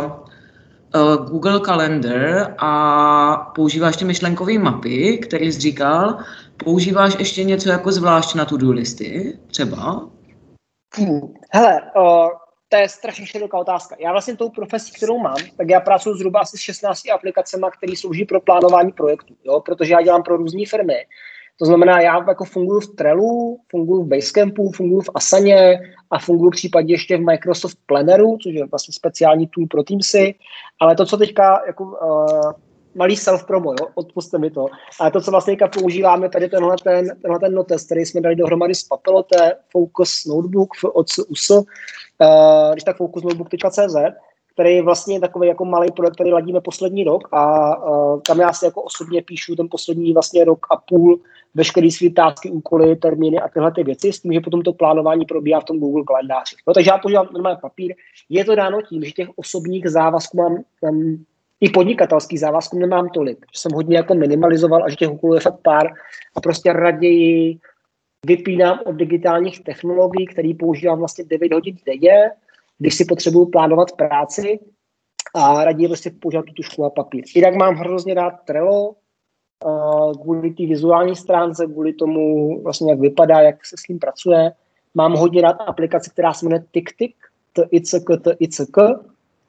uh, Google Calendar a používáš ty myšlenkové mapy, který jsi říkal. Používáš ještě něco jako zvlášť na to-do listy třeba? Hmm. Hele, uh, to je strašně široká otázka. Já vlastně tou profesí, kterou mám, tak já pracuji zhruba asi s šestnácti aplikacemi, které slouží pro plánování projektů, jo? Protože já dělám pro různé firmy. To znamená, já jako funguji v Trellu, funguji v Basecampu, funguji v Asaně a funguji případně ještě v Microsoft Planneru, což je vlastně speciální tool pro Teamsy. Ale to, co teďka, jako uh, malý self-promo, jo, odpusťte mi to, ale to, co vlastně teďka používáme, tady tenhle ten, tenhle ten notes, který jsme dali dohromady z Papiloté, Focus Notebook, F O C U S, uh, když tak focus notebook tečka cé zet, který je vlastně takový jako malý projekt, který ladíme poslední rok a uh, tam já si jako osobně píšu ten poslední vlastně rok a půl veškerý svý tásky, úkoly, termíny a tyhle ty věci, s tím, že potom to plánování probíhá v tom Google kalendáři. No, takže já používám normální papír. Je to dáno tím, že těch osobních závazků mám um, i podnikatelských závazků nemám tolik, že jsem hodně jako minimalizoval a že těch úkolů je fakt pár a prostě raději vypínám od digitálních technologií, které používám vlastně devět hodin denně, když si potřebuju plánovat práci a raději prostě používám tu tušku a papír. Jinak mám hrozně rád Trello, uh, kvůli té vizuální stránce, kvůli tomu vlastně jak vypadá, jak se s tím pracuje. Mám hodně rád aplikaci, která se jmenuje TickTick, T-I-C-K, T-I-C-K.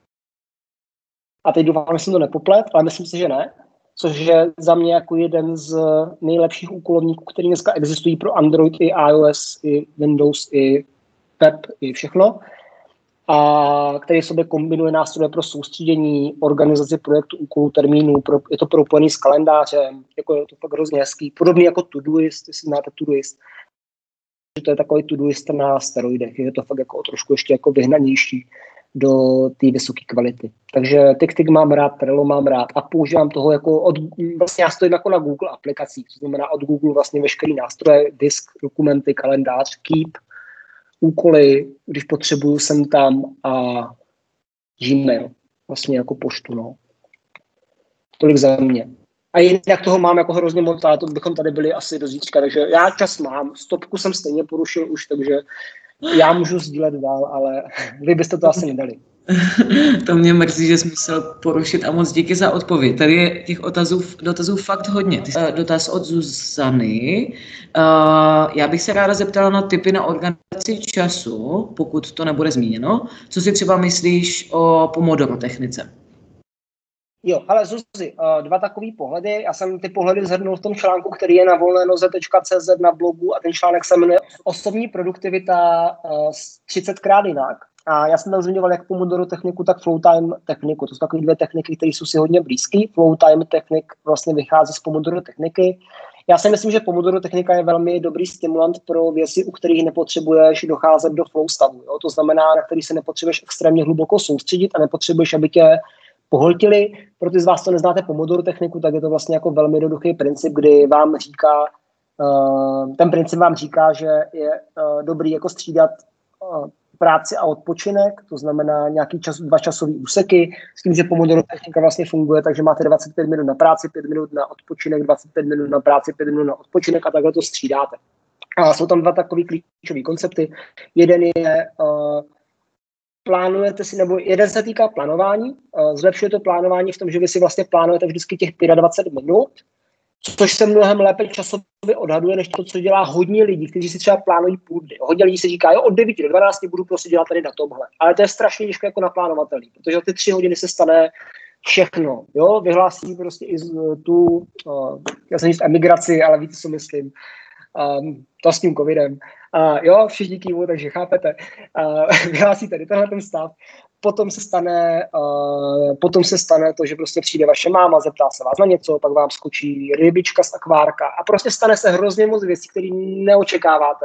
A teď doufám, že jsem to nepoplet, ale myslím si, že ne. Což je za mě jako jeden z nejlepších úkolovníků, který dneska existují pro Android i iOS, i Windows, i web, i všechno. A který v sobě kombinuje nástroje pro soustředění, organizaci projektu, úkolů, termínů, pro, je to propojený s kalendářem, jako je to fakt hrozně hezký. Podobný jako Todoist, jestli znáte Todoist. To je takový Todoist na steroidech, je to fakt jako trošku ještě jako vyhnanější do té vysoké kvality. Takže TickTick mám rád, Trello mám rád a používám toho jako od, vlastně já stojím jako na Google aplikacích, to znamená od Google vlastně veškerý nástroje, disk, dokumenty, kalendář, Keep, úkoly, když potřebuju, jsem tam a Gmail, vlastně jako poštu, no. Tolik za mě. A jinak toho mám jako hrozně moc, ale to bychom tady byli asi do zítřka, takže já čas mám, stopku jsem stejně porušil už, takže já můžu sdílet dál, ale vy byste to asi nedali. To mě mrzí, že jsi musel porušit a moc díky za odpověď. Tady je těch otazů, dotazů fakt hodně. Dotaz od Zuzany. Já bych se ráda zeptala na tipy na organizaci času, pokud to nebude zmíněno. Co si třeba myslíš o Pomodoro technice? Jo, ale Zuzi, dva takový pohledy. Já jsem ty pohledy zhrnul v tom článku, který je na volnénoze tečka cé zet na blogu a ten článek se jmenuje Osobní produktivita třicetkrát jinak. A já jsem tam zmiňoval jak Pomodoro techniku, tak flow time techniku. To jsou takové dvě techniky, které jsou si hodně blízké. Flow time technik vlastně vychází z Pomodoro techniky. Já si myslím, že Pomodoro technika je velmi dobrý stimulant pro věci, u kterých nepotřebuješ docházet do flow stavu. Jo? To znamená, na který se nepotřebuješ extrémně hluboko soustředit a nepotřebuješ, aby tě pohltili. Pro ty z vás, co neznáte Pomodoro techniku, tak je to vlastně jako velmi jednoduchý princip, kdy vám říká, uh, ten princip vám říká, že je uh, dobrý jako střídat uh, práci a odpočinek, to znamená nějaký čas, dva časové úseky, s tím, že Pomodoro technika vlastně funguje, takže máte dvacet pět minut na práci, pět minut na odpočinek, dvacet pět minut na práci, pět minut na odpočinek a takhle to střídáte. A jsou tam dva takový klíčové koncepty. Jeden je uh, plánujete si, nebo jeden se týká plánování, zlepšuje to plánování v tom, že vy si vlastně plánujete vždycky těch dvacet pět minut, což se mnohem lépe časově odhaduje, než to, co dělá hodně lidí, kteří si třeba plánují půl dny. Hodně lidí si říká, jo, od devíti do dvanácti budu prostě dělat tady na tomhle. Ale to je strašně těžké jako naplánovatelný, protože ty tři hodiny se stane všechno. Jo? Vyhlásí prostě i tu, uh, já jsem říct emigraci, ale víte, co myslím, um, to s tím covidem. Uh, jo, všichni kývou, takže chápete. Uh, vyhlásí tady tenhle ten stav. Potom se stane, uh, potom se stane to, že prostě přijde vaše máma, zeptá se vás na něco, pak vám skočí rybička z akvárka a prostě stane se hrozně moc věcí, které neočekáváte.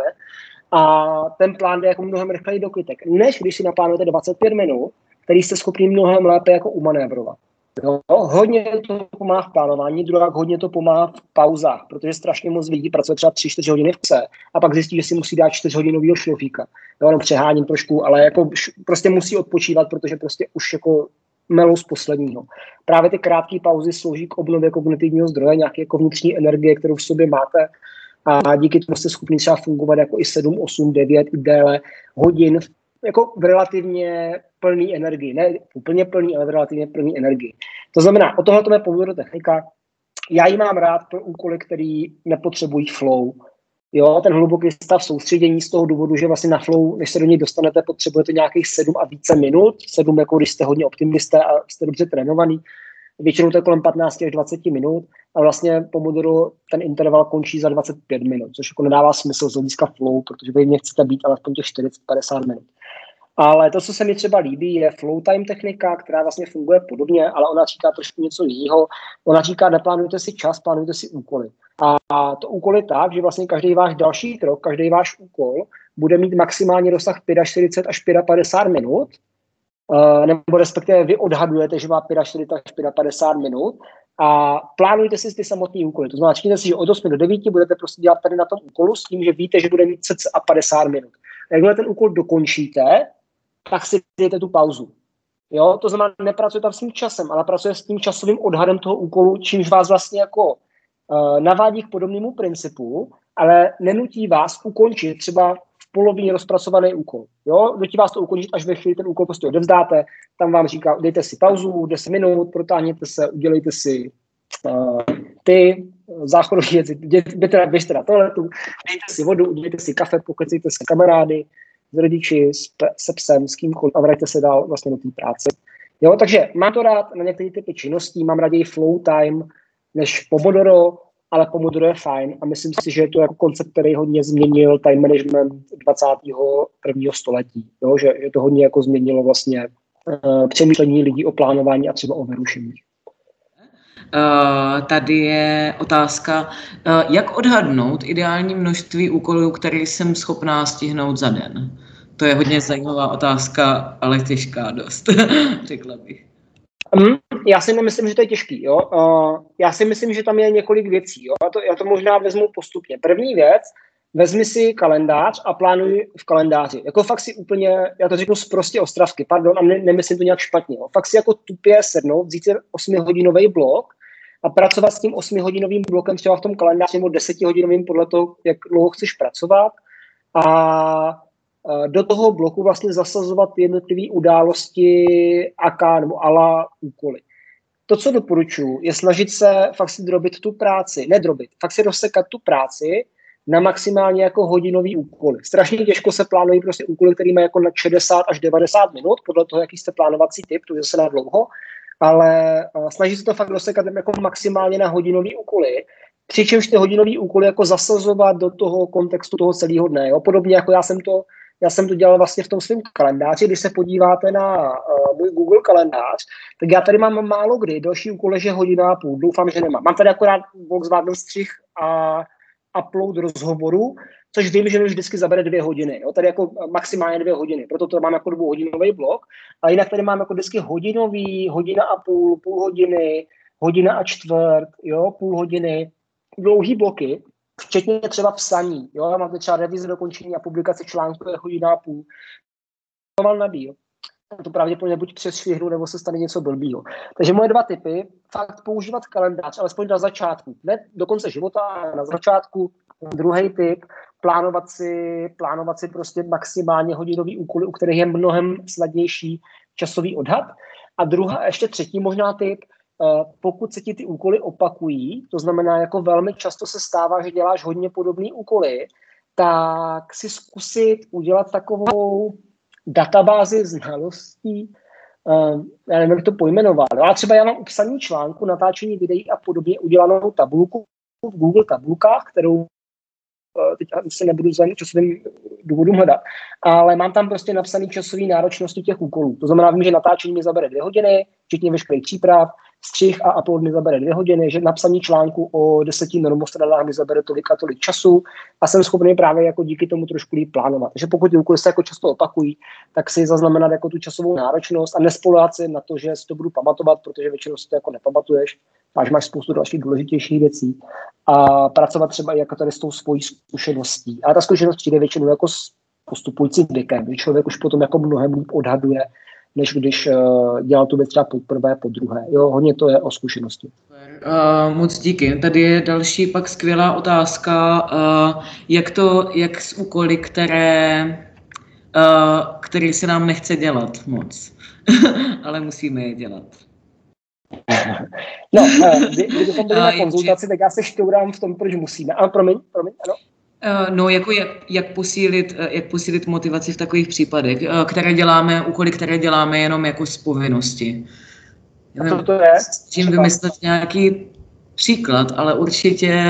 A ten plán jde jako mnohem rychleji do kytek, než když si naplánujete dvacet pět minut, který jste schopni mnohem lépe jako umanévrovat. Jo, hodně to pomáhá v plánování, druhá hodně to pomáhá v pauzách, protože strašně moc lidí pracuje třeba tři čtyři hodiny v kuse a pak zjistí, že si musí dát čtyřhodinovýho šlofíka. Jo, jenom přeháním trošku, ale jako prostě musí odpočívat, protože prostě už jako melou z posledního. Právě ty krátké pauzy slouží k obnově kognitivního zdroje, nějaké jako vnitřní energie, kterou v sobě máte a díky tomu jste schopni třeba fungovat jako i sedm, osm, devět i déle hodin jako v relativně plný energii. Ne úplně plný, ale v relativně plný energii. To znamená, o tohle to je Pomodoro technika. Já ji mám rád pro úkoly, který nepotřebují flow. Jo, ten hluboký stav soustředění z toho důvodu, že vlastně na flow, než se do něj dostanete, potřebujete nějakých sedm a více minut. sedm, jako když jste hodně optimisté a jste dobře trénovaný. Většinou to je kolem patnáct až dvacet minut a vlastně Pomodoro ten interval končí za dvacet pět minut, což jako nedává smysl z hlediska flow, protože vy nechcete být alespoň těch čtyřicet až padesát minut. Ale to, co se mi třeba líbí, je flow time technika, která vlastně funguje podobně, ale ona říká trošku něco jiného. Ona říká, neplánujte si čas, plánujte si úkoly. A to úkoly tak, že vlastně každý váš další krok, každý váš úkol bude mít maximální rozsah čtyřicet až padesát pět minut. uh, nebo respektive vy odhadujete, že má čtyřicet až padesát minut a plánujte si ty samotné úkoly. To znamená, čekněte si, že od osmi do devíti budete prostě dělat tady na tom úkolu s tím, že víte, že bude mít cca padesát minut. A jakmile ten úkol dokončíte, tak si dejte tu pauzu. Jo? To znamená, nepracuje tam s tím časem, ale pracuje s tím časovým odhadem toho úkolu, čímž vás vlastně jako uh, navádí k podobnému principu, ale nenutí vás ukončit třeba v polovině rozpracovaný úkol. Jo? Nutí vás to ukončit, až ve chvíli ten úkol prostě odevzdáte, tam vám říká, dejte si pauzu, deset minut, protáhněte se, udělejte si uh, ty záchodové věci, běžte na toaletu, dejte si vodu, udělejte si kafe, pokecejte se kamarády, s rodiči, s pe- se psem, s kýmkoliv a vraťte se dál vlastně do té práce. Jo, takže mám to rád na některé typy činností, mám raději flow time než Pomodoro, ale Pomodoro je fajn a myslím si, že je to jako koncept, který hodně změnil time management dvacátého prvního století. Jo, že, že to hodně jako změnilo vlastně uh, přemýšlení lidí o plánování a třeba o vyrušení. Uh, tady je otázka, uh, jak odhadnout ideální množství úkolů, které jsem schopná stihnout za den. To je hodně zajímavá otázka, ale těžká dost, řekla bych. Mm, já si nemyslím, že to je těžký. Jo? Uh, já si myslím, že tam je několik věcí. Jo? Já, to, já to možná vezmu postupně. První věc, vezmi si kalendář a plánuj v kalendáři. Jako fakt si úplně, já to řeknu sprostě ostravsky, pardon, a ne, nemyslím to nějak špatně. Jo? Fakt si jako tupě sednout, vzít si osmihodinový blok a pracovat s tím osmihodinovým blokem třeba v tom kalendáři nebo desetihodinovým podle toho, jak dlouho chceš pracovat a do toho bloku vlastně zasazovat jednotlivé události A K nebo ala úkoly. To, co doporučuji, je snažit se fakt si drobit tu práci, ne drobit, fakt si rozsekat tu práci na maximálně jako hodinový úkoly. Strašně těžko se plánují prostě úkoly, které mají jako na šedesát až devadesát minut, podle toho, jaký jste plánovací typ, to je zase na dlouho, ale uh, snaží se to fakt rozsekat jako maximálně na hodinový úkoly, přičemž ty hodinový úkoly jako zasazovat do toho kontextu toho celého dne. Jo? Podobně jako já jsem to Já jsem to dělal vlastně v tom svém kalendáři. Když se podíváte na uh, můj Google kalendář, tak já tady mám málo kdy další úkol, že hodina a půl. Doufám, že nemám. Mám tady akorát Volkswagen střih a upload rozhovoru, což vím, že vždycky zabere dvě hodiny. Jo? Tady jako maximálně dvě hodiny. Proto to mám jako dvouhodinový blok. A jinak tady mám jako vždycky hodinový, hodina a půl, půl hodiny, hodina a čtvrt, jo? Půl hodiny, dlouhý bloky. Včetně třeba psaní. Jo? Máte třeba revize, dokončení a publikace článku je hodina a půl. To mám na díl. To pravděpodobně buď přes švihnu, nebo se stane něco blbýho. Takže moje dva tipy, fakt používat kalendář, alespoň na začátku. Ne do konce života, ale na začátku. Druhý tip, plánovat si, plánovat si prostě maximálně hodinový úkoly, u kterých je mnohem snadnější časový odhad. A druhá, ještě třetí možná tip, pokud se ti ty úkoly opakují, to znamená, jako velmi často se stává, že děláš hodně podobné úkoly, tak si zkusit udělat takovou databázi znalostí, já nevím, jak to pojmenoval, ale třeba já mám u psaní článku, natáčení videí a podobně udělanou tabulku v Google tabulkách, kterou teď se nebudu za časovým důvodům hledat, ale mám tam prostě napsaný časový náročnosti těch úkolů. To znamená, vím, že natáčení mi zabere dvě hodiny, včetně veškerých příprav, střih a upload mi zabere dvě hodiny, že napsaní článku o deseti normostradách mi zabere tolik a tolik času a jsem schopný právě jako díky tomu trošku líp plánovat. Takže pokud ty úkoly se jako často opakují, tak si zaznamenat jako tu časovou náročnost a nespoléhat si na to, že si to budu pamatovat, protože většinou si to jako nepamatuješ, až máš spoustu dalších důležitějších věcí a pracovat třeba i jako tady s tou svojí zkušeností. A ta zkušenost přijde většinou jako s postupujícím věkem, kdy člověk už potom jako mnohem líp odhaduje, než když uh, dělal tu věc třeba poprvé, po druhé. Jo, hodně to je o zkušenosti. Uh, moc díky. Tady je další pak skvělá otázka, uh, jak to, jak s úkoly, které, uh, který se nám nechce dělat moc, ale musíme je dělat. No, uh, kdy, kdybychom byli uh, na konzultaci, tak já se šťourám v tom, proč musíme. Ale promiň, promiň, ano. No, jako jak, jak, posílit, jak posílit motivaci v takových případech, které děláme, úkoly, které děláme jenom jako z povinnosti. A co to je? Čím vymyslet nějaký příklad, ale určitě...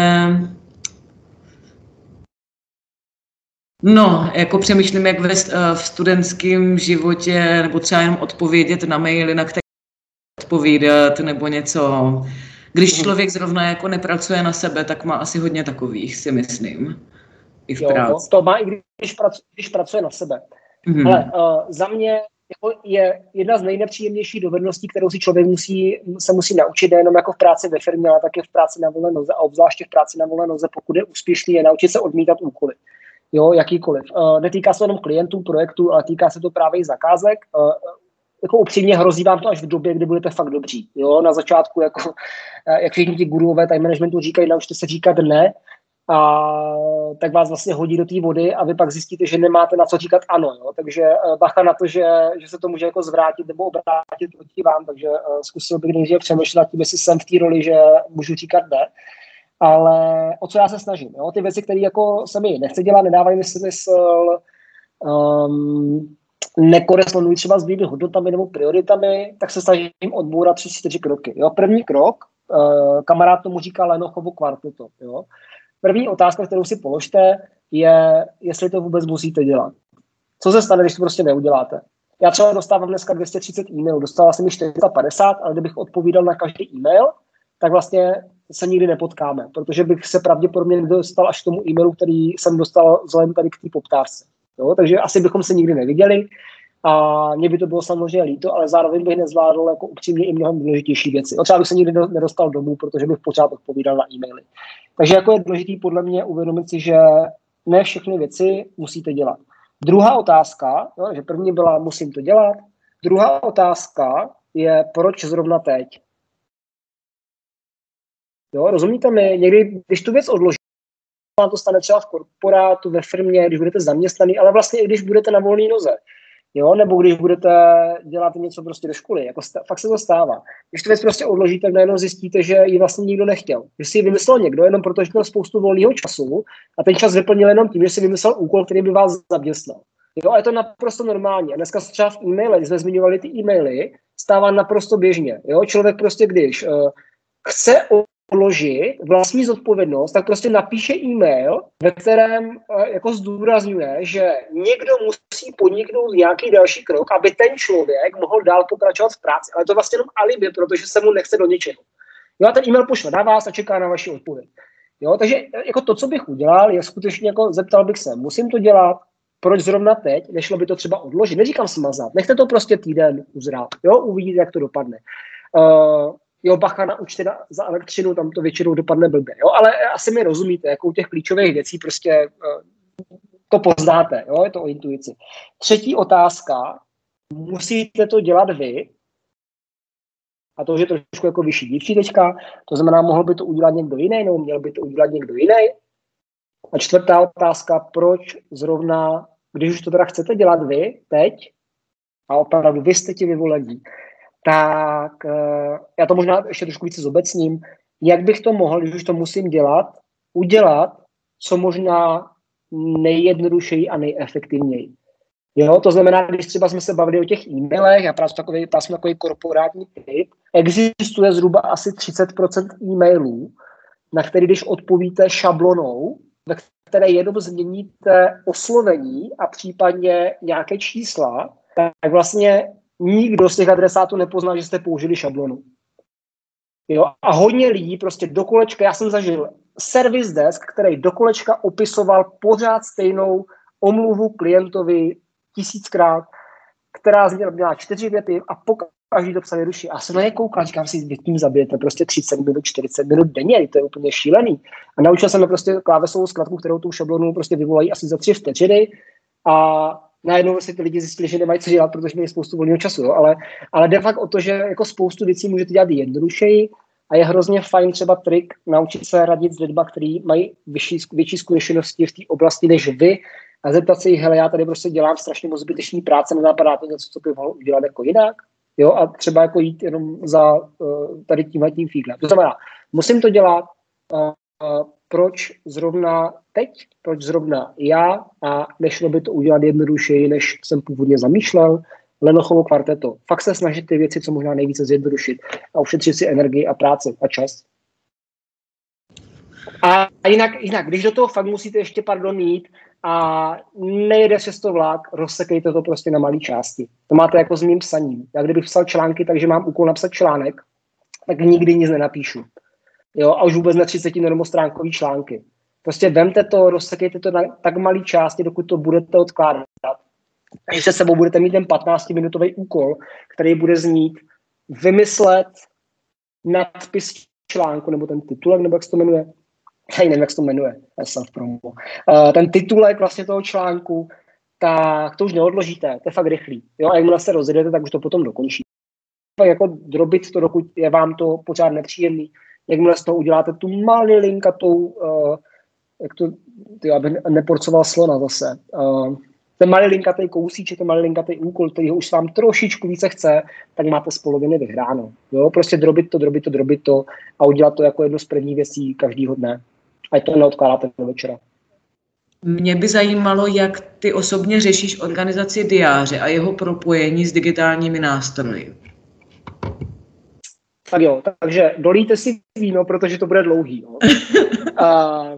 No, jako přemýšlím, jak ve v studentském životě, nebo třeba jenom odpovědět na maily, na které odpovídat, nebo něco. Když člověk zrovna jako nepracuje na sebe, tak má asi hodně takových, si myslím. I v jo, práci. To má i když pracuje, když pracuje na sebe. Mm-hmm. Ale uh, za mě je jedna z nejnepříjemnějších dovedností, kterou si člověk musí, se musí naučit nejenom jako v práci ve firmě, ale také v práci na volné noze a obzvláště v práci na volné noze, pokud je úspěšný, je naučit se odmítat úkoly. Jo, jakýkoliv. Uh, netýká se jenom klientů, projektů, ale týká se to právě i zakázek. Uh, jako upřímně hrozí vám to až v době, kdy budete fakt dobří. Jo, na začátku, jako, uh, jak všichni ti guruové time managementu říkají, naučte se říkat ne, a tak vás vlastně hodí do té vody a vy pak zjistíte, že nemáte na co říkat ano. Jo? Takže uh, bacha na to, že, že se to může jako zvrátit nebo obrátit proti vám, takže uh, zkusil bych nejdříve přemýšlet tím, jestli jsem v té roli, že můžu říkat ne. Ale o co já se snažím? Jo? Ty věci, které jako se mi nechce dělat, nedávají mi smysl, um, nekorespondují třeba s mými hodnotami nebo prioritami, tak se snažím odbourat tři, čtyři kroky. Jo? První krok, uh, kamarád tomu říká Lenochovo kvarteto. Jo? První otázka, kterou si položte, je, jestli to vůbec musíte dělat. Co se stane, když to prostě neuděláte? Já třeba dostávám dneska dvě stě třicet e-mailů, dostala jsem mi čtyři sta padesát, ale kdybych odpovídal na každý e-mail, tak vlastně se nikdy nepotkáme, protože bych se pravděpodobně dostal až k tomu e-mailu, který jsem dostal vzhledem tady k té poptávce. Jo? Takže asi bychom se nikdy neviděli a mě by to bylo samozřejmě líto, ale zároveň bych nezvládl jako upřímně i mnohem důležitější věci. No třeba bych se nikdy nedostal domů, protože bych pořád odpovídal na e-maily. Takže jako je důležitý podle mě uvědomit si, že ne všechny věci musíte dělat. Druhá otázka, jo, že první byla musím to dělat, druhá otázka je proč zrovna teď. Jo, rozumíte mi? Někdy, když tu věc odložíte, vám to stane třeba v korporátu, ve firmě, když budete zaměstnaný, ale vlastně i když budete na volné noze. Jo, nebo když budete dělat něco prostě do školy, jako sta- fakt se to stává. Když tu věc prostě odložíte, tak najednou zjistíte, že ji vlastně nikdo nechtěl. Že si ji vymyslel někdo, jenom protože měl spoustu volného času a ten čas vyplnil jenom tím, že si vymyslel úkol, který by vás zaměstnal. Jo, a je to naprosto normální. A dneska třeba v e-mailech, když jsme zmiňovali ty e-maily, stává naprosto běžně. Jo, člověk prostě, když uh, chce odložit vlastní zodpovědnost, tak prostě napíše e-mail, ve kterém uh, jako zdůrazňuje, že někdo musí podniknout nějaký další krok, aby ten člověk mohl dál pokračovat v práci. Ale to vlastně jenom alibi, protože se mu nechce do něčeho. Jo, a ten e-mail pošle na vás a čeká na vaši odpověď. Jo, takže jako to, co bych udělal, je skutečně jako zeptal bych se, musím to dělat, proč zrovna teď, nešlo by to třeba odložit. Neříkám smazat, nechte to prostě týden uzrát. Jo, uvidíte, jak to dopadne. Uh, jo, bacha na účty na, za elektřinu, tam to většinou dopadne blbě. Jo, ale asi mi rozumíte, jakou těch klíčových věcí prostě uh, to poznáte. Jo, je to o intuici. Třetí otázka, musíte to dělat vy, a to už je trošku jako vyšší dívčí tečka, to znamená, mohl by to udělat někdo jiný, nebo měl by to udělat někdo jiný. A čtvrtá otázka, proč zrovna, když už to teda chcete dělat vy teď, a opravdu vy jste ti vyvolení, tak uh, já to možná ještě trošku více zobecním, jak bych to mohl, když už to musím dělat, udělat co možná nejjednodušeji a nejefektivněji. Jo, to znamená, když třeba jsme se bavili o těch e-mailech, já právě takový, právě takový korporátní typ, existuje zhruba asi třicet procent e-mailů, na který když odpovíte šablonou, ve které jenom změníte oslovení a případně nějaké čísla, tak vlastně nikdo z těch adresátů nepozná, že jste použili šablonu. Jo? A hodně lidí prostě do kolečka, já jsem zažil service desk, který do kolečka opisoval pořád stejnou omluvu klientovi tisíckrát, která měla čtyři věty a pokaždý to psali ruší. A se na ně koukal, říkám si, vy tím zabijete prostě třicet minut, čtyřicet minut denně, to je úplně šílený. A naučil jsem prostě klávesovou zkratku, kterou tu šablonu prostě vyvolají asi za tři vteřiny a najednou si ty lidi zjistili, že nemají co dělat, protože měli spoustu volného času. Jo? Ale, ale de facto o to, že jako spoustu věcí můžete dělat jednodušeji a je hrozně fajn třeba trik naučit se radit s lidma, kteří mají vyšší, větší zkušenosti v té oblasti než vy, a zeptat se jich, hele, já tady prostě dělám strašně moc zbytečný práce, nenapadá to něco, co by mohl udělat jako jinak, jo, a třeba jako jít jenom za uh, tady tímhle tím fíglem. To znamená, musím to dělat, uh, uh, proč zrovna teď, proč zrovna já, a nešlo by to udělat jednodušeji, než jsem původně zamýšlel. Lenochovo kvarteto. Fakt se snažit ty věci, co možná nejvíce zjednodušit a ušetřit si energii a práci a čas. A jinak, jinak, když do toho fakt musíte ještě, pardon, jít a nejede přes to vlak, rozsekejte to prostě na malé části. To máte jako s mým psaním. Já kdybych psal články, takže mám úkol napsat článek, tak nikdy nic nenapíšu. Jo, a už vůbec na třicet normostránkový články. Prostě vemte to, rozsekejte to na tak malé části, dokud to budete odkládat. když se sebou budete mít ten patnáctiminutový úkol, který bude znít vymyslet nadpis článku, nebo ten titulek, nebo jak se to jmenuje, já nevím, jak se to jmenuje, self-promo. Uh, ten titulek vlastně toho článku, tak to už neodložíte, to je fakt rychlý. Jo? A jakmile se rozjedete, tak už to potom dokončí. Tak jako drobit to, dokud je vám to pořád nepříjemný. Jakmile z toho uděláte tu malilinkatou, uh, jak to, ty, aby neporcoval slona zase, uh, ten malilinkatý kousíček, ten malilinkatý úkol, který ho už vám trošičku více chce, tak máte z poloviny vyhráno. Jo? Prostě drobit to, drobit to, drobit to a udělat to jako jednu z prvních věcí každýho dne. A to neodkládáte do večera. Mě by zajímalo, jak ty osobně řešíš organizaci diáře a jeho propojení s digitálními nástroji. Tak jo, takže dolíte si víno, protože to bude dlouhý. Jo. uh,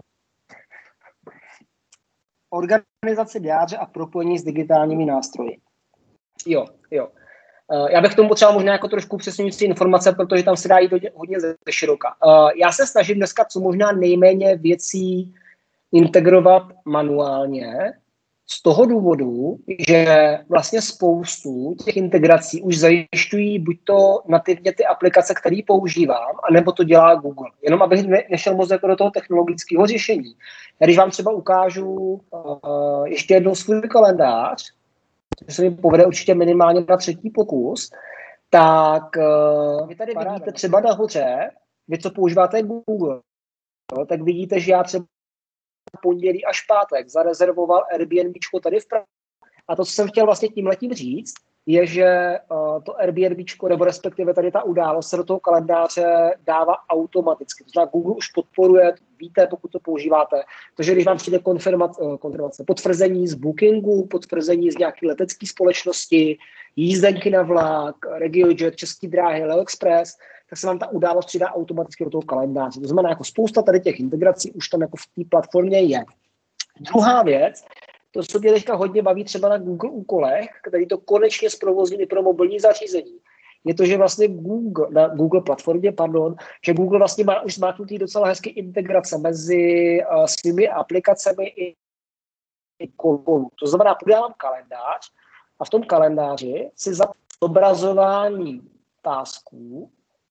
organizace diáře a propojení s digitálními nástroji. Jo, jo. Uh, já bych k tomu potřeboval možná jako trošku přesnější informace, protože tam se dá jít hodně ze široka. Uh, já se snažím dneska co možná nejméně věcí integrovat manuálně z toho důvodu, že vlastně spoustu těch integrací už zajišťují buď to nativně ty aplikace, které používám, anebo to dělá Google. Jenom abych ne, nešel moc jako do toho technologického řešení. Já když vám třeba ukážu uh, ještě jednou svůj kalendář, což se mi povede určitě minimálně na třetí pokus, tak uh, vy tady vidíte třeba nahoře, vy co používáte Google, no, tak vidíte, že já třeba pondělí až pátek zarezervoval Airbnbčko tady v Praze. A to, co jsem chtěl vlastně tímhletím říct, je, že uh, to Airbnbčko, nebo respektive tady ta událost se do toho kalendáře dává automaticky. To znamená, Google už podporuje, víte, pokud to používáte, takže když vám přijde konfirmace, uh, konfirmace, potvrzení z Bookingu, potvrzení z nějaké letecké společnosti, jízdenky na vlak, RegioJet, České dráhy, Leo Express, tak se vám ta událost přidá automaticky do toho kalendáře. To znamená, jako spousta tady těch integrací už tam jako v té platformě je. Druhá věc, to se mě teďka hodně baví třeba na Google úkolech, který to konečně zprovozní i pro mobilní zařízení, je to, že vlastně Google, na Google platformě, pardon, že Google vlastně má už zmáknutý docela hezky integrace mezi uh, svými aplikacemi i, i kolou. To znamená, podávám kalendář a v tom kalendáři si za zobrazování tasků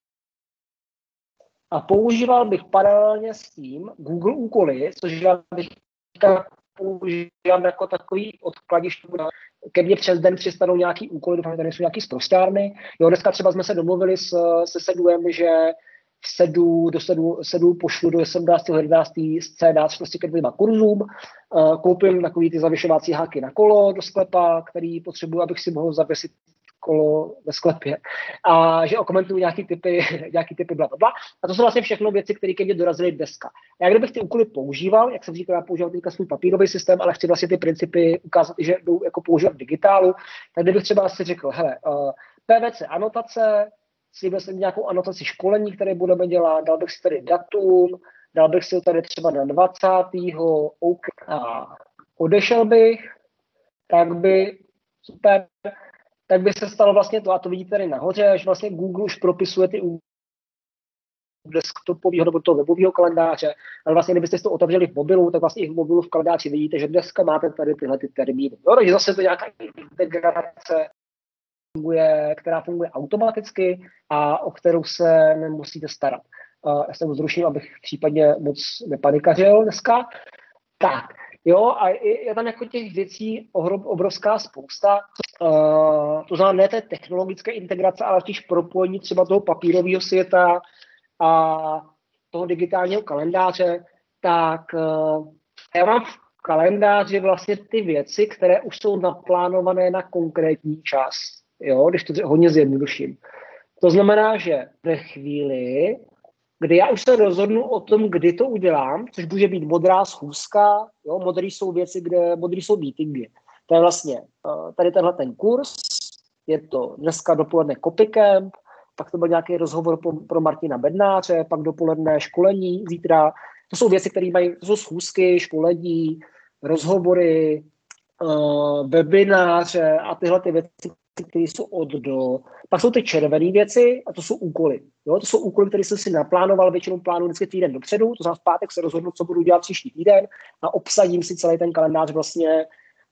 a používal bych paralelně s tím Google úkoly, což já bych používám jako takový odkladiště. Ke mně přes den přistanou nějaký úkoly, doufám, že tady jsou nějaký sprostárny. Jo, dneska třeba jsme se domluvili s, se Seduem, že v sedu, do sedu, sedu pošlu do sedmnáctého jedenáctého scénář prostě ke dvěma kurzům. Uh, koupím takový ty zavěšovací háky na kolo do sklepa, který potřebuji, abych si mohl zavěsit kolo ve sklepě. A že okomentuju nějaký typy, nějaký typy bla, bla. A to jsou vlastně všechno věci, které ke mně dorazily dneska. A já kdybych ty úkoly používal, jak jsem říkal, já používal teďka svůj papírový systém, ale chci vlastně ty principy ukázat, že jdou jako používat v digitálu, tak kdybych třeba si řekl, hele, uh, P V C anotace, slíbil jsem nějakou anotaci školení, které budeme dělat, dal bych si tady datum, dal bych si tady třeba na dvacátého OK a odešel bych, tak by, super, tak by se stalo vlastně to, a to vidíte tady nahoře, že vlastně Google už propisuje ty desktopového nebo toho webového kalendáře, ale vlastně kdybyste si to otevřeli v mobilu, tak vlastně i v mobilu v kalendáři vidíte, že dneska máte tady tyhle ty termíny. No, takže zase to nějaká integrace, funguje, která funguje automaticky a o kterou se nemusíte starat. Uh, já jsem zrušil, abych případně moc nepanikařil dneska. Tak, jo, a je, je tam jako těch věcí ohrob, obrovská spousta. Uh, to znamená ne té technologické integrace, ale spíš propojení třeba toho papírového světa a toho digitálního kalendáře, tak uh, já mám v kalendáři vlastně ty věci, které už jsou naplánované na konkrétní čas, jo, když to hodně zjednoduším. To znamená, že ve chvíli, kdy já už se rozhodnu o tom, kdy to udělám, což může být modrá schůzka, jo, modrý jsou věci, kde modrý jsou meetingy. To je vlastně uh, tady tenhle ten kurz, je to dneska dopoledne copycamp, pak to byl nějaký rozhovor pro, pro Martina Bednáře, pak dopoledne školení, zítra. To jsou věci, které mají, to jsou schůzky, školení, rozhovory, uh, webináře a tyhle ty věci, které jsou od do. Pak jsou ty červené věci a to jsou úkoly. Jo? To jsou úkoly, které jsem si naplánoval, většinou plánuji vždycky týden dopředu, to znamená v pátek se rozhodnu, co budu dělat příští týden a obsadím si celý ten kalendář vlastně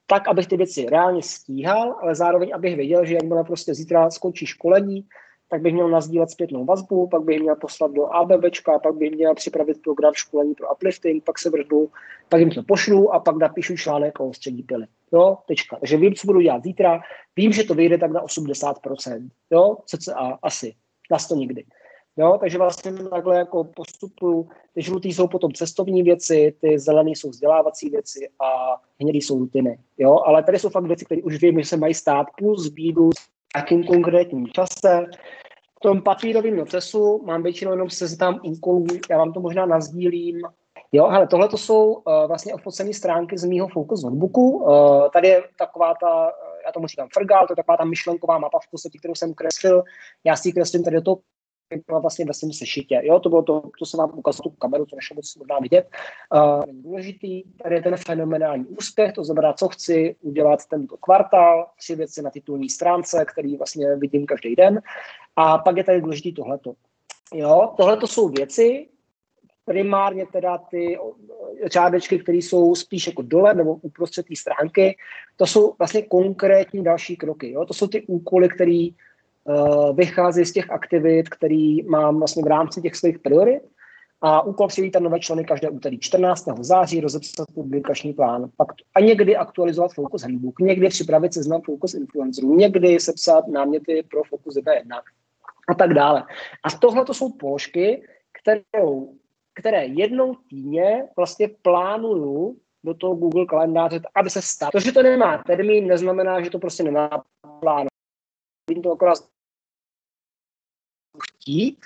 tak, abych ty věci reálně stíhal, ale zároveň, abych věděl, že jakmile prostě zítra skončí školení, tak bych měl nasdílet zpětnou vazbu, pak bych měl poslat do ABBčka, pak bych měl připravit program školení pro uplifting, pak se vrhnu, pak jim to pošlu a pak napíšu článek o střední pily. Jo, tečka. Takže vím, co budu dělat zítra, vím, že to vyjde tak na osmdesát procent. Jo, cca asi. Nás to nikdy. Jo, takže vlastně takhle jako postupuju. Ty žlutý jsou potom cestovní věci, ty zelený jsou vzdělávací věci a hnědý jsou rutiny. Jo, ale tady jsou fakt věci, které už vím, že se mají stát, plus bídu s nějakým konkrétním čase. V tom papírovém notesu mám většinou jenom seznam úkolů, já vám to možná nasdílím. Jo, hele, tohle to jsou uh, vlastně ofocené stránky z mýho Focus notebooku. Uh, tady je taková ta, já tomu říkám frgal, to je taková ta myšlenková mapa v podstatě, kterou jsem kreslil. Já si ji kreslím tady do toho vlastně ve svém sešitě. Jo, to bylo to, to jsem vám ukázal tu kameru, to nešlo moc možná vidět. Uh, důležitý, tady je ten fenomenální úspěch, to znamená, co chci udělat tento kvartál, tři věci na titulní stránce, který vlastně vidím každý den. A pak je tady důležitý tohleto. Jo, tohleto jsou věci, primárně teda ty čárdečky, které jsou spíš jako dole nebo uprostřed té stránky, to jsou vlastně konkrétní další kroky. Jo? To jsou ty úkoly, které uh, vychází z těch aktivit, které mám vlastně v rámci těch svých priorit. A úkol přivítat nové členy každé úterý čtrnáctého září, rozepsat publikační plán, pak a někdy aktualizovat Focus Handbook, někdy připravit seznam Focus influencerů, někdy sepsat náměty pro Focus jedna jedna a tak dále. A tohle to jsou položky, kterou které jednou týdně vlastně plánuju do toho Google kalendáře, aby se stalo. To, že to nemá termín, neznamená, že to prostě nemá plán. Vím to akorát chtít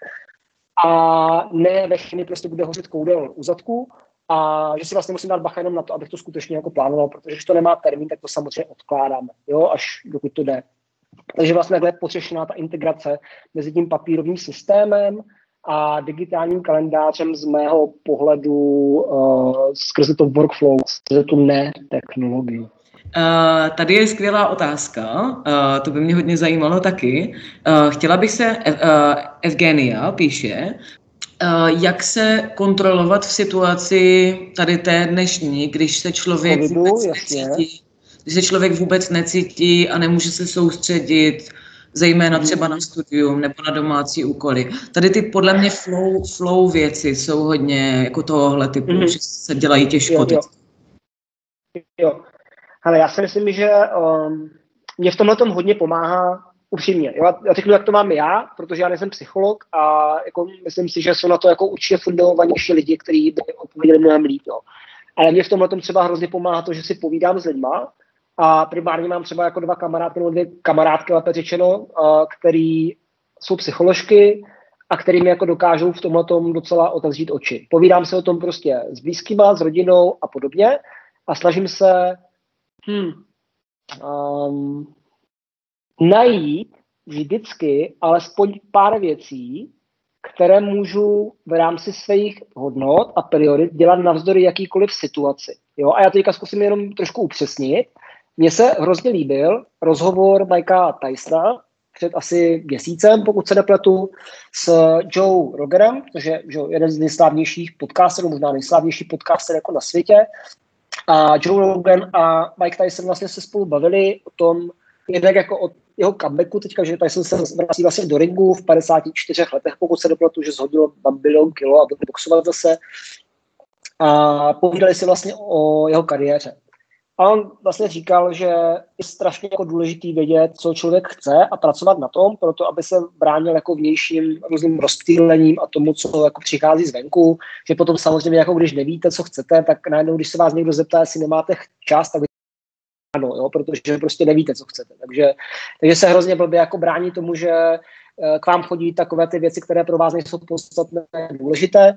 a ne ve chvíli prostě bude hořit koudel u zadku a že si vlastně musím dát bacha jenom na to, abych to skutečně jako plánoval, protože když to nemá termín, tak to samozřejmě odkládáme, jo, až dokud to jde. Takže vlastně takhle je potřešená ta integrace mezi tím papírovým systémem a digitálním kalendářem z mého pohledu uh, skrze to workflow, skrze tu ne-technologii. Uh, tady je skvělá otázka, uh, to by mě hodně zajímalo taky. Uh, chtěla bych se, uh, Evgenia píše, uh, jak se kontrolovat v situaci tady té dnešní, když se člověk Covidu, vůbec jasně. necítí, když se člověk vůbec necítí a nemůže se soustředit, zejména třeba na studium nebo na domácí úkoly. Tady ty podle mě flow, flow věci jsou hodně jako tohohle typu, mm. že se dělají těžko. Jo, jo. jo. Ale já si myslím, že um, mě v tomhle tom hodně pomáhá upřímně. Jo? Já řeknu, jak to mám já, protože já nejsem psycholog a jako, myslím si, že jsou na to jako určitě fundovanější lidi, kteří by odpověděli mnohem líp. Jo? Ale mě v tomhle tom třeba hrozně pomáhá to, že si povídám s lidma, a primárně mám třeba jako dva kamarádky, nebo dvě kamarádky, lépe řečeno, který jsou psycholožky a který mi jako dokážou v tomhletom docela otevřít oči. Povídám se o tom prostě s blízkýma, s rodinou a podobně a snažím se hmm, um, najít vždycky alespoň pár věcí, které můžu v rámci svých hodnot a priorit dělat navzdory jakýkoliv situaci. Jo? A já teďka zkusím jenom trošku upřesnit. Mně se hrozně líbil rozhovor Mikea Tysona před asi měsícem, pokud se nepletu, s Joe Roganem, což je že, jeden z nejslavnějších podcasterů, možná nejslavnější podcaster jako na světě. A Joe Rogan a Mike Tyson vlastně se spolu bavili o tom, jednak jako o jeho comebacku teďka, že Tyson se vrací vlastně do ringu v padesáti čtyřech letech, pokud se nepletu, že zhodil bilion kilo a bude boxovat zase. A povídali si vlastně o jeho kariéře. A on vlastně říkal, že je strašně jako důležitý vědět, co člověk chce a pracovat na tom, proto aby se bránil jako vnějším různým rozptýlením a tomu, co jako přichází zvenku, že potom samozřejmě jako když nevíte, co chcete, tak najednou, když se vás někdo zeptá, jestli nemáte čas, tak ano, jo, protože prostě nevíte, co chcete. Takže, takže se hrozně blbě jako brání tomu, že k vám chodí takové ty věci, které pro vás nejsou podstatné důležité.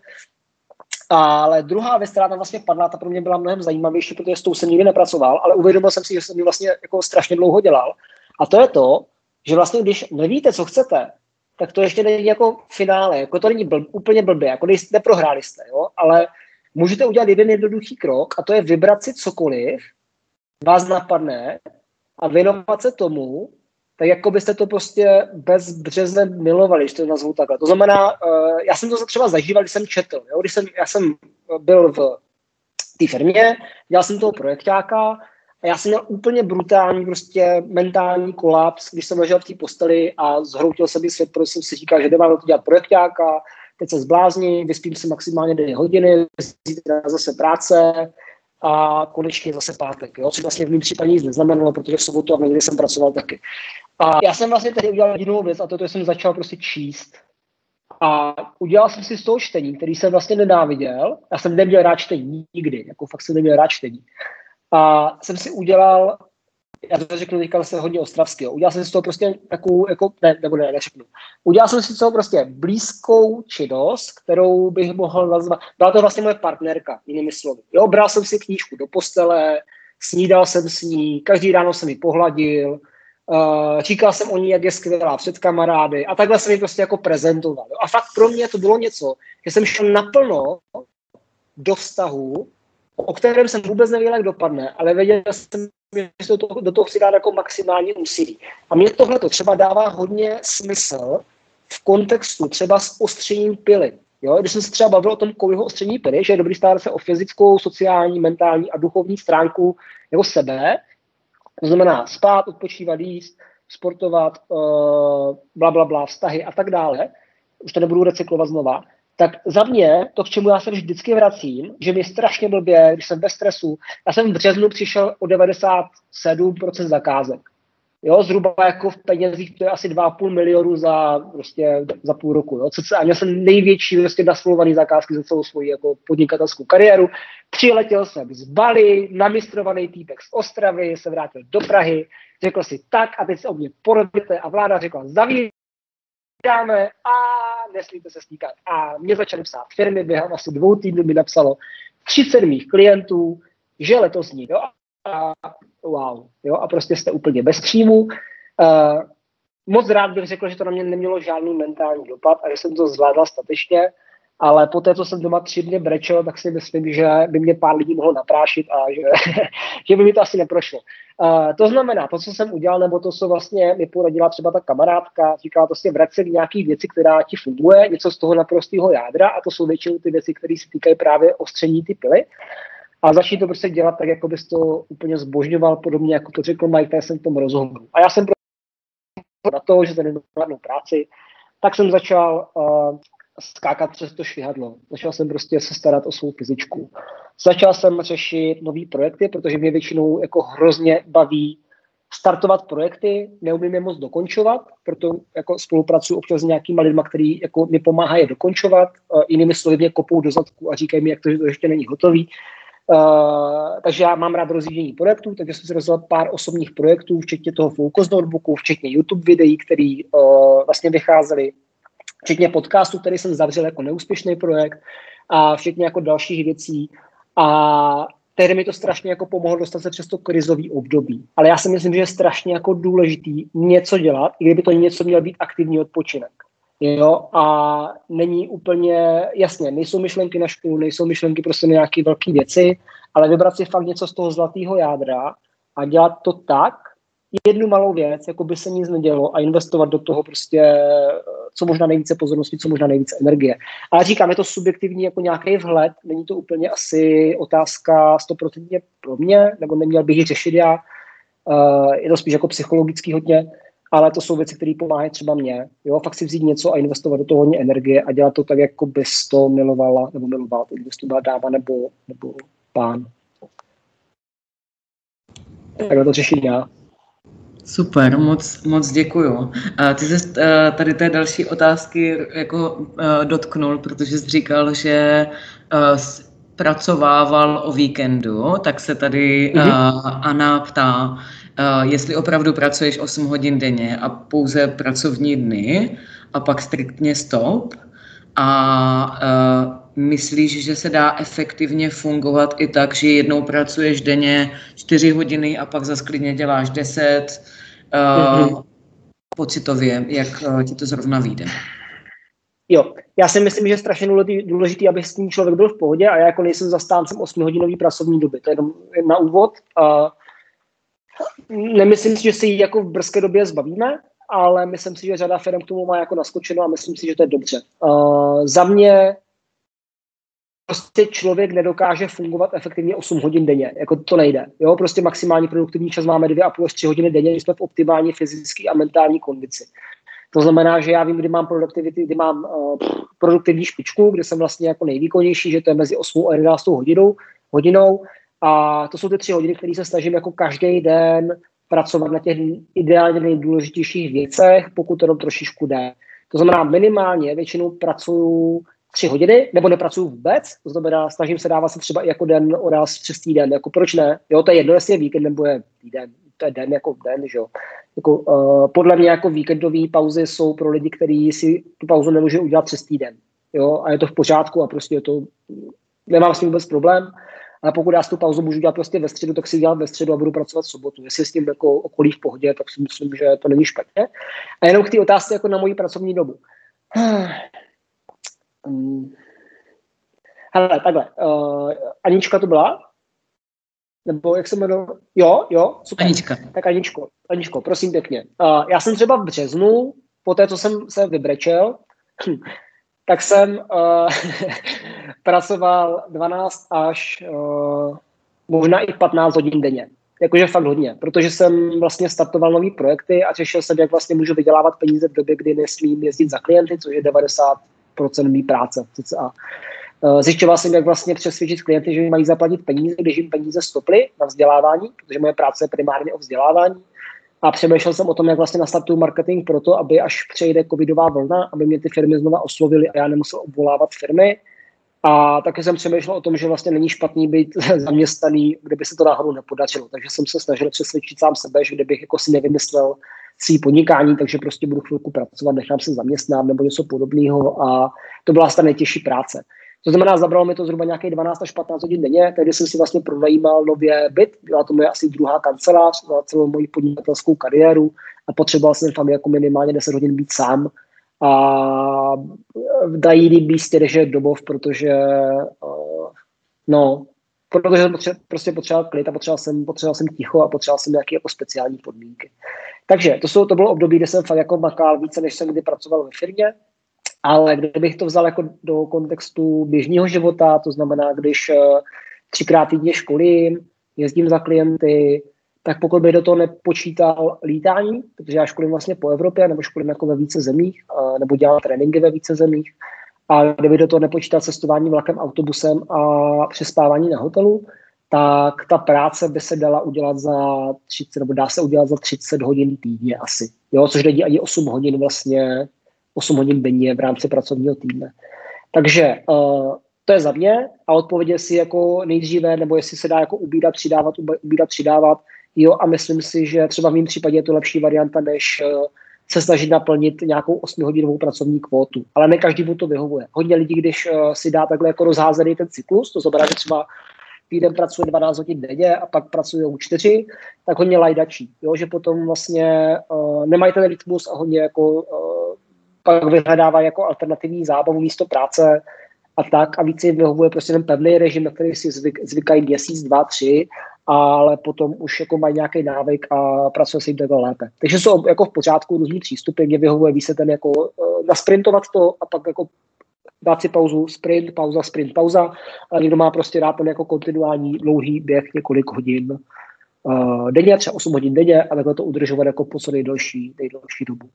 Ale druhá věc, která tam vlastně padla, ta pro mě byla mnohem zajímavější, protože s tou jsem nikdy nepracoval, ale uvědomil jsem si, že jsem ji vlastně jako strašně dlouho dělal. A to je to, že vlastně když nevíte, co chcete, tak to ještě není jako finále, jako to není blb, úplně blbě, jako když neprohráli jste, jo? Ale můžete udělat jeden jednoduchý krok a to je vybrat si cokoliv, vás napadne a věnovat se tomu, tak jako byste to prostě bezbřezně milovali, když to nazvu takhle. To znamená, uh, já jsem to třeba zažíval, když jsem četl. Jo? Když jsem, já jsem byl v té firmě, dělal jsem toho projekťáka A já jsem měl úplně brutální prostě mentální kolaps, když jsem ležel v té posteli a zhroutil se mi svět, protože jsem si říkal, že nemám to dělat projekťáka, teď se zblázním, vyspím si maximálně dvě hodiny, zítra zase práce a konečně zase pátek. Jo? Což vlastně v mém případě nic neznamenalo, protože v sobotu a v neděli jsem pracoval taky. A já jsem vlastně tady udělal jedinou věc a to, to jsem začal prostě číst. A udělal jsem si z toho čtení, který jsem vlastně nenáviděl. Já jsem neměl rád čtení nikdy, jako fakt jsem neměl rád čtení. A jsem si udělal, já to řeknu teďka se hodně ostravský, udělal jsem si z toho prostě takovou, jako, ne, nebo ne, neřeknu. Udělal jsem si z toho prostě blízkou činnost, kterou bych mohl nazvat, byla to vlastně moje partnerka, jinými slovy. Jo, bral jsem si knížku do postele, snídal jsem s ní, každý ráno jsem ji pohladil, Uh, říkal jsem o ní, jak je skvělá před kamarády a takhle jsem ji prostě jako prezentoval. A fakt pro mě to bylo něco, že jsem šel naplno do vztahu, o kterém jsem vůbec nevěděl, jak dopadne, ale věděl jsem, že do toho, do toho chci dát jako maximální úsilí. A mě tohle to třeba dává hodně smysl v kontextu třeba s ostřením pily. Jo? Když jsem se třeba bavil o tom Coveyho ostření pily, že je dobrý starat se o fyzickou, sociální, mentální a duchovní stránku jeho sebe, to znamená spát, odpočívat, jíst, sportovat, uh, bla, bla, bla, vztahy a tak dále, už to nebudu recyklovat znova, tak za mě, to, k čemu já se vždycky vracím, že mi strašně blbě, když jsem bez stresu, já jsem v březnu přišel o devadesát sedm procent zakázek. Jo, zhruba jako v penězích to je asi dva a půl milionu za, prostě, za půl roku. Jo. A měl jsem největší prostě nasmluvaný zakázky za celou svoji jako podnikatelskou kariéru. Přiletěl jsem z Bali, namistrovaný týpek z Ostravy, se vrátil do Prahy, řekl si tak a teď se o mě porobíte a vláda řekla zavíráme a nesmíte se stýkat. A mě začaly psát firmy, během asi dvou týdnů mi napsalo třicet mých klientů, že letos ní, jo. A wow, jo, a prostě jste úplně bez příjmu. Uh, moc rád bych řekl, že to na mě nemělo žádný mentální dopad a že jsem to zvládal statečně, ale po té, co jsem doma tři dny brečel, tak si myslím, že by mě pár lidí mohlo naprášit a že, že by mi to asi neprošlo. Uh, to znamená, to, co jsem udělal, nebo to, co vlastně mi poradila třeba ta kamarádka, říkala prostě vrať se k nějaký věci, která ti funguje, něco z toho naprostého jádra a to jsou většinou ty věci, které se týkají právě ostření ty pily. A začít to prostě dělat tak, jako bys to úplně zbožňoval, podobně jako to řekl Mike Tyson v tom rozhovoru. A já jsem prostě na to, že tady nemám práci, tak jsem začal uh, skákat přes to švihadlo. Začal jsem prostě se starat o svou fyzičku. Začal jsem řešit nový projekty, protože mě většinou jako hrozně baví startovat projekty, neumím je moc dokončovat, proto jako spolupracuji občas s nějakýma lidma, kteří jako mi pomáhají je dokončovat, uh, jinými slovy mě kopou do zadku a říkají mi, jak to, že to ještě není hotový. Uh, takže já mám rád rozvíjení projektů, takže jsem si rozdělal pár osobních projektů, včetně toho Focus Notebooku, včetně YouTube videí, které uh, vlastně vycházely, včetně podcastu, který jsem zavřel jako neúspěšný projekt a včetně jako dalších věcí. A tehdy mi to strašně jako pomohlo dostat se přes to krizový období. Ale já si myslím, že je strašně jako důležitý něco dělat, i kdyby to něco měl být aktivní odpočinek. Jo, a není úplně, jasně, nejsou myšlenky na školu, nejsou myšlenky prostě na nějaké velké věci, ale vybrat si fakt něco z toho zlatého jádra a dělat to tak, jednu malou věc, jako by se nic nedělo a investovat do toho prostě co možná nejvíce pozornosti, co možná nejvíce energie. Ale říkám, je to subjektivní jako nějaký vhled, není to úplně asi otázka stoprocentně pro mě, nebo neměl bych ji řešit já, uh, je to spíš jako psychologický hodně, ale to jsou věci, které pomáhají třeba mě. Jo, fakt si vzít něco a investovat do toho hodně energie a dělat to tak, jako bys to milovala, nebo milovala, teď bys to byla dáma nebo, nebo pán. Takhle to řeším já. Super, moc, moc děkuju. A ty jsi tady té další otázky jako dotknul, protože jsi říkal, že pracovával o víkendu, tak se tady mm-hmm. Anna ptá, jestli opravdu pracuješ osm hodin denně a pouze pracovní dny a pak striktně stop a myslíš, že se dá efektivně fungovat i tak, že jednou pracuješ denně čtyři hodiny a pak zase klidně děláš deset, mm-hmm. pocitově, jak ti to zrovna vyjde? Jo, já si myslím, že je strašně důležitý, aby s tím člověk byl v pohodě a já jako nejsem zastáncem osmihodinové pracovní doby, to je jenom na úvod. Uh, nemyslím si, že si ji jako v brzké době zbavíme, ale myslím si, že řada firm k tomu má jako naskočeno a myslím si, že to je dobře. Uh, za mě prostě člověk nedokáže fungovat efektivně osm hodin denně, jako to nejde. Jo? Prostě maximální produktivní čas máme dvě a půl až tři hodiny denně, když jsme v optimální fyzické a mentální kondici. To znamená, že já vím, kdy mám produktivity, kdy mám uh, produktivní špičku, kde jsem vlastně jako nejvýkonnější, že to je mezi osmou a jedenáctou hodinou, hodinou a to jsou ty tři hodiny, které se snažím jako každý den pracovat na těch ideálně nejdůležitějších věcech, pokud to jenom trošičku jde. To znamená, minimálně většinou pracuju tři hodiny, nebo nepracuju vůbec, to znamená, snažím se dávat se třeba i jako den o raz přes týden, jako proč ne? Jo, to je jedno, jestli je víkend nebo je týden, to je den jako den, že jo. Jako, uh, podle mě jako víkendové pauzy jsou pro lidi, kteří si tu pauzu nemůžou udělat přes týden, jo, a je to v pořádku a prostě je to, nemám s tím vůbec problém, ale pokud já si tu pauzu můžu dělat prostě ve středu, tak si dělám ve středu a budu pracovat v sobotu. Jestli s tím jako okolí v pohodě, tak si myslím, že to není špatně. A jenom k té otázce jako na moji pracovní dobu. Hele, takhle. Uh, Anička to byla? Nebo jak se jmenuje? Jo, jo, super. Anička. Tak Aničko, Aničko, prosím pěkně. Uh, já jsem třeba v březnu, po té, co jsem se vybrečel, tak jsem uh, pracoval dvanáct až uh, možná i patnáct hodin denně. Jakože fakt hodně, protože jsem vlastně startoval nový projekty a řešil jsem, jak vlastně můžu vydělávat peníze v době, kdy nesmím jezdit za klienty, což je devadesát procent mý práce. cca. Zjišťoval jsem, jak vlastně přesvědčit klienty, že mi mají zaplatit peníze, když jim peníze stoply na vzdělávání, protože moje práce je primárně o vzdělávání. A přemýšlel jsem o tom, jak vlastně nastartuju marketing pro to, aby až přejde covidová vlna, aby mě ty firmy znova oslovily a já nemusel obvolávat firmy. A taky jsem přemýšlel o tom, že vlastně není špatný být zaměstnaný, kdyby se to náhodou nepodařilo. Takže jsem se snažil přesvědčit sám sebe, že kdybych jako si nevymyslel svý podnikání, takže prostě budu chvilku pracovat, nechám se zaměstnat nebo něco podobného a to byla ta nejtěžší práce. To znamená, zabralo mi to zhruba nějakých dvanáct až patnáct hodin denně, tehdy jsem si vlastně pronajímal nově byt, byla to moje asi druhá kancelář za celou moji podnikatelskou kariéru a potřeboval jsem fakt jako minimálně deset hodin být sám a dají líbí stědeže domov, protože uh, no, protože jsem potře- prostě potřeboval klid a potřeboval jsem, potřeboval jsem ticho a potřeboval jsem nějaké jako speciální podmínky. Takže to, jsou, to bylo období, kdy jsem fakt jako makal více, než jsem kdy pracoval ve firmě. Ale kdybych to vzal jako do kontextu běžného života, to znamená, když uh, třikrát týdně školím, jezdím za klienty, tak pokud bych do toho nepočítal lítání, protože já školím vlastně po Evropě, nebo školím jako ve více zemích, uh, nebo dělám tréninky ve více zemích, a kdybych do toho nepočítal cestování vlakem, autobusem a přespávání na hotelu, tak ta práce by se dala udělat za třicet, nebo dá se udělat za třicet hodin týdně asi, jo, což není ani osm hodin vlastně, osm hodin denně v rámci pracovního týdne. Takže uh, to je za mě a odpovědět si jako nejdříve, nebo jestli se dá jako ubírat, přidávat, ubírat, přidávat. Jo, a myslím si, že třeba v mém případě je to lepší varianta, než uh, se snažit naplnit nějakou osmihodinovou pracovní kvótu. Ale ne každému to vyhovuje. Hodně lidí, když uh, si dá takhle jako rozházený ten cyklus, to znamená, že třeba týden pracuje dvanáct hodin denně a pak pracuje čtyři, tak hodně lajdačí. Jo, že potom vlastně uh, nemají ten rytmus a hodně jako uh, pak vyhledává jako alternativní zábavu místo práce a tak a víc jim vyhovuje prostě ten pevný režim, na který si zvyk, zvykají měsíc, dva, tři, ale potom už jako mají nějaký návyk a pracuje se jim takhle lépe. Takže jsou jako v pořádku různý přístupy, mě vyhovuje více ten jako uh, nasprintovat to a pak jako dát si pauzu, sprint, pauza, sprint, pauza a někdo má prostě rád ten jako kontinuální dlouhý běh několik hodin uh, denně, třeba osm hodin denně a takhle to udržovat jako po co nejdelší, nejdelší dobu.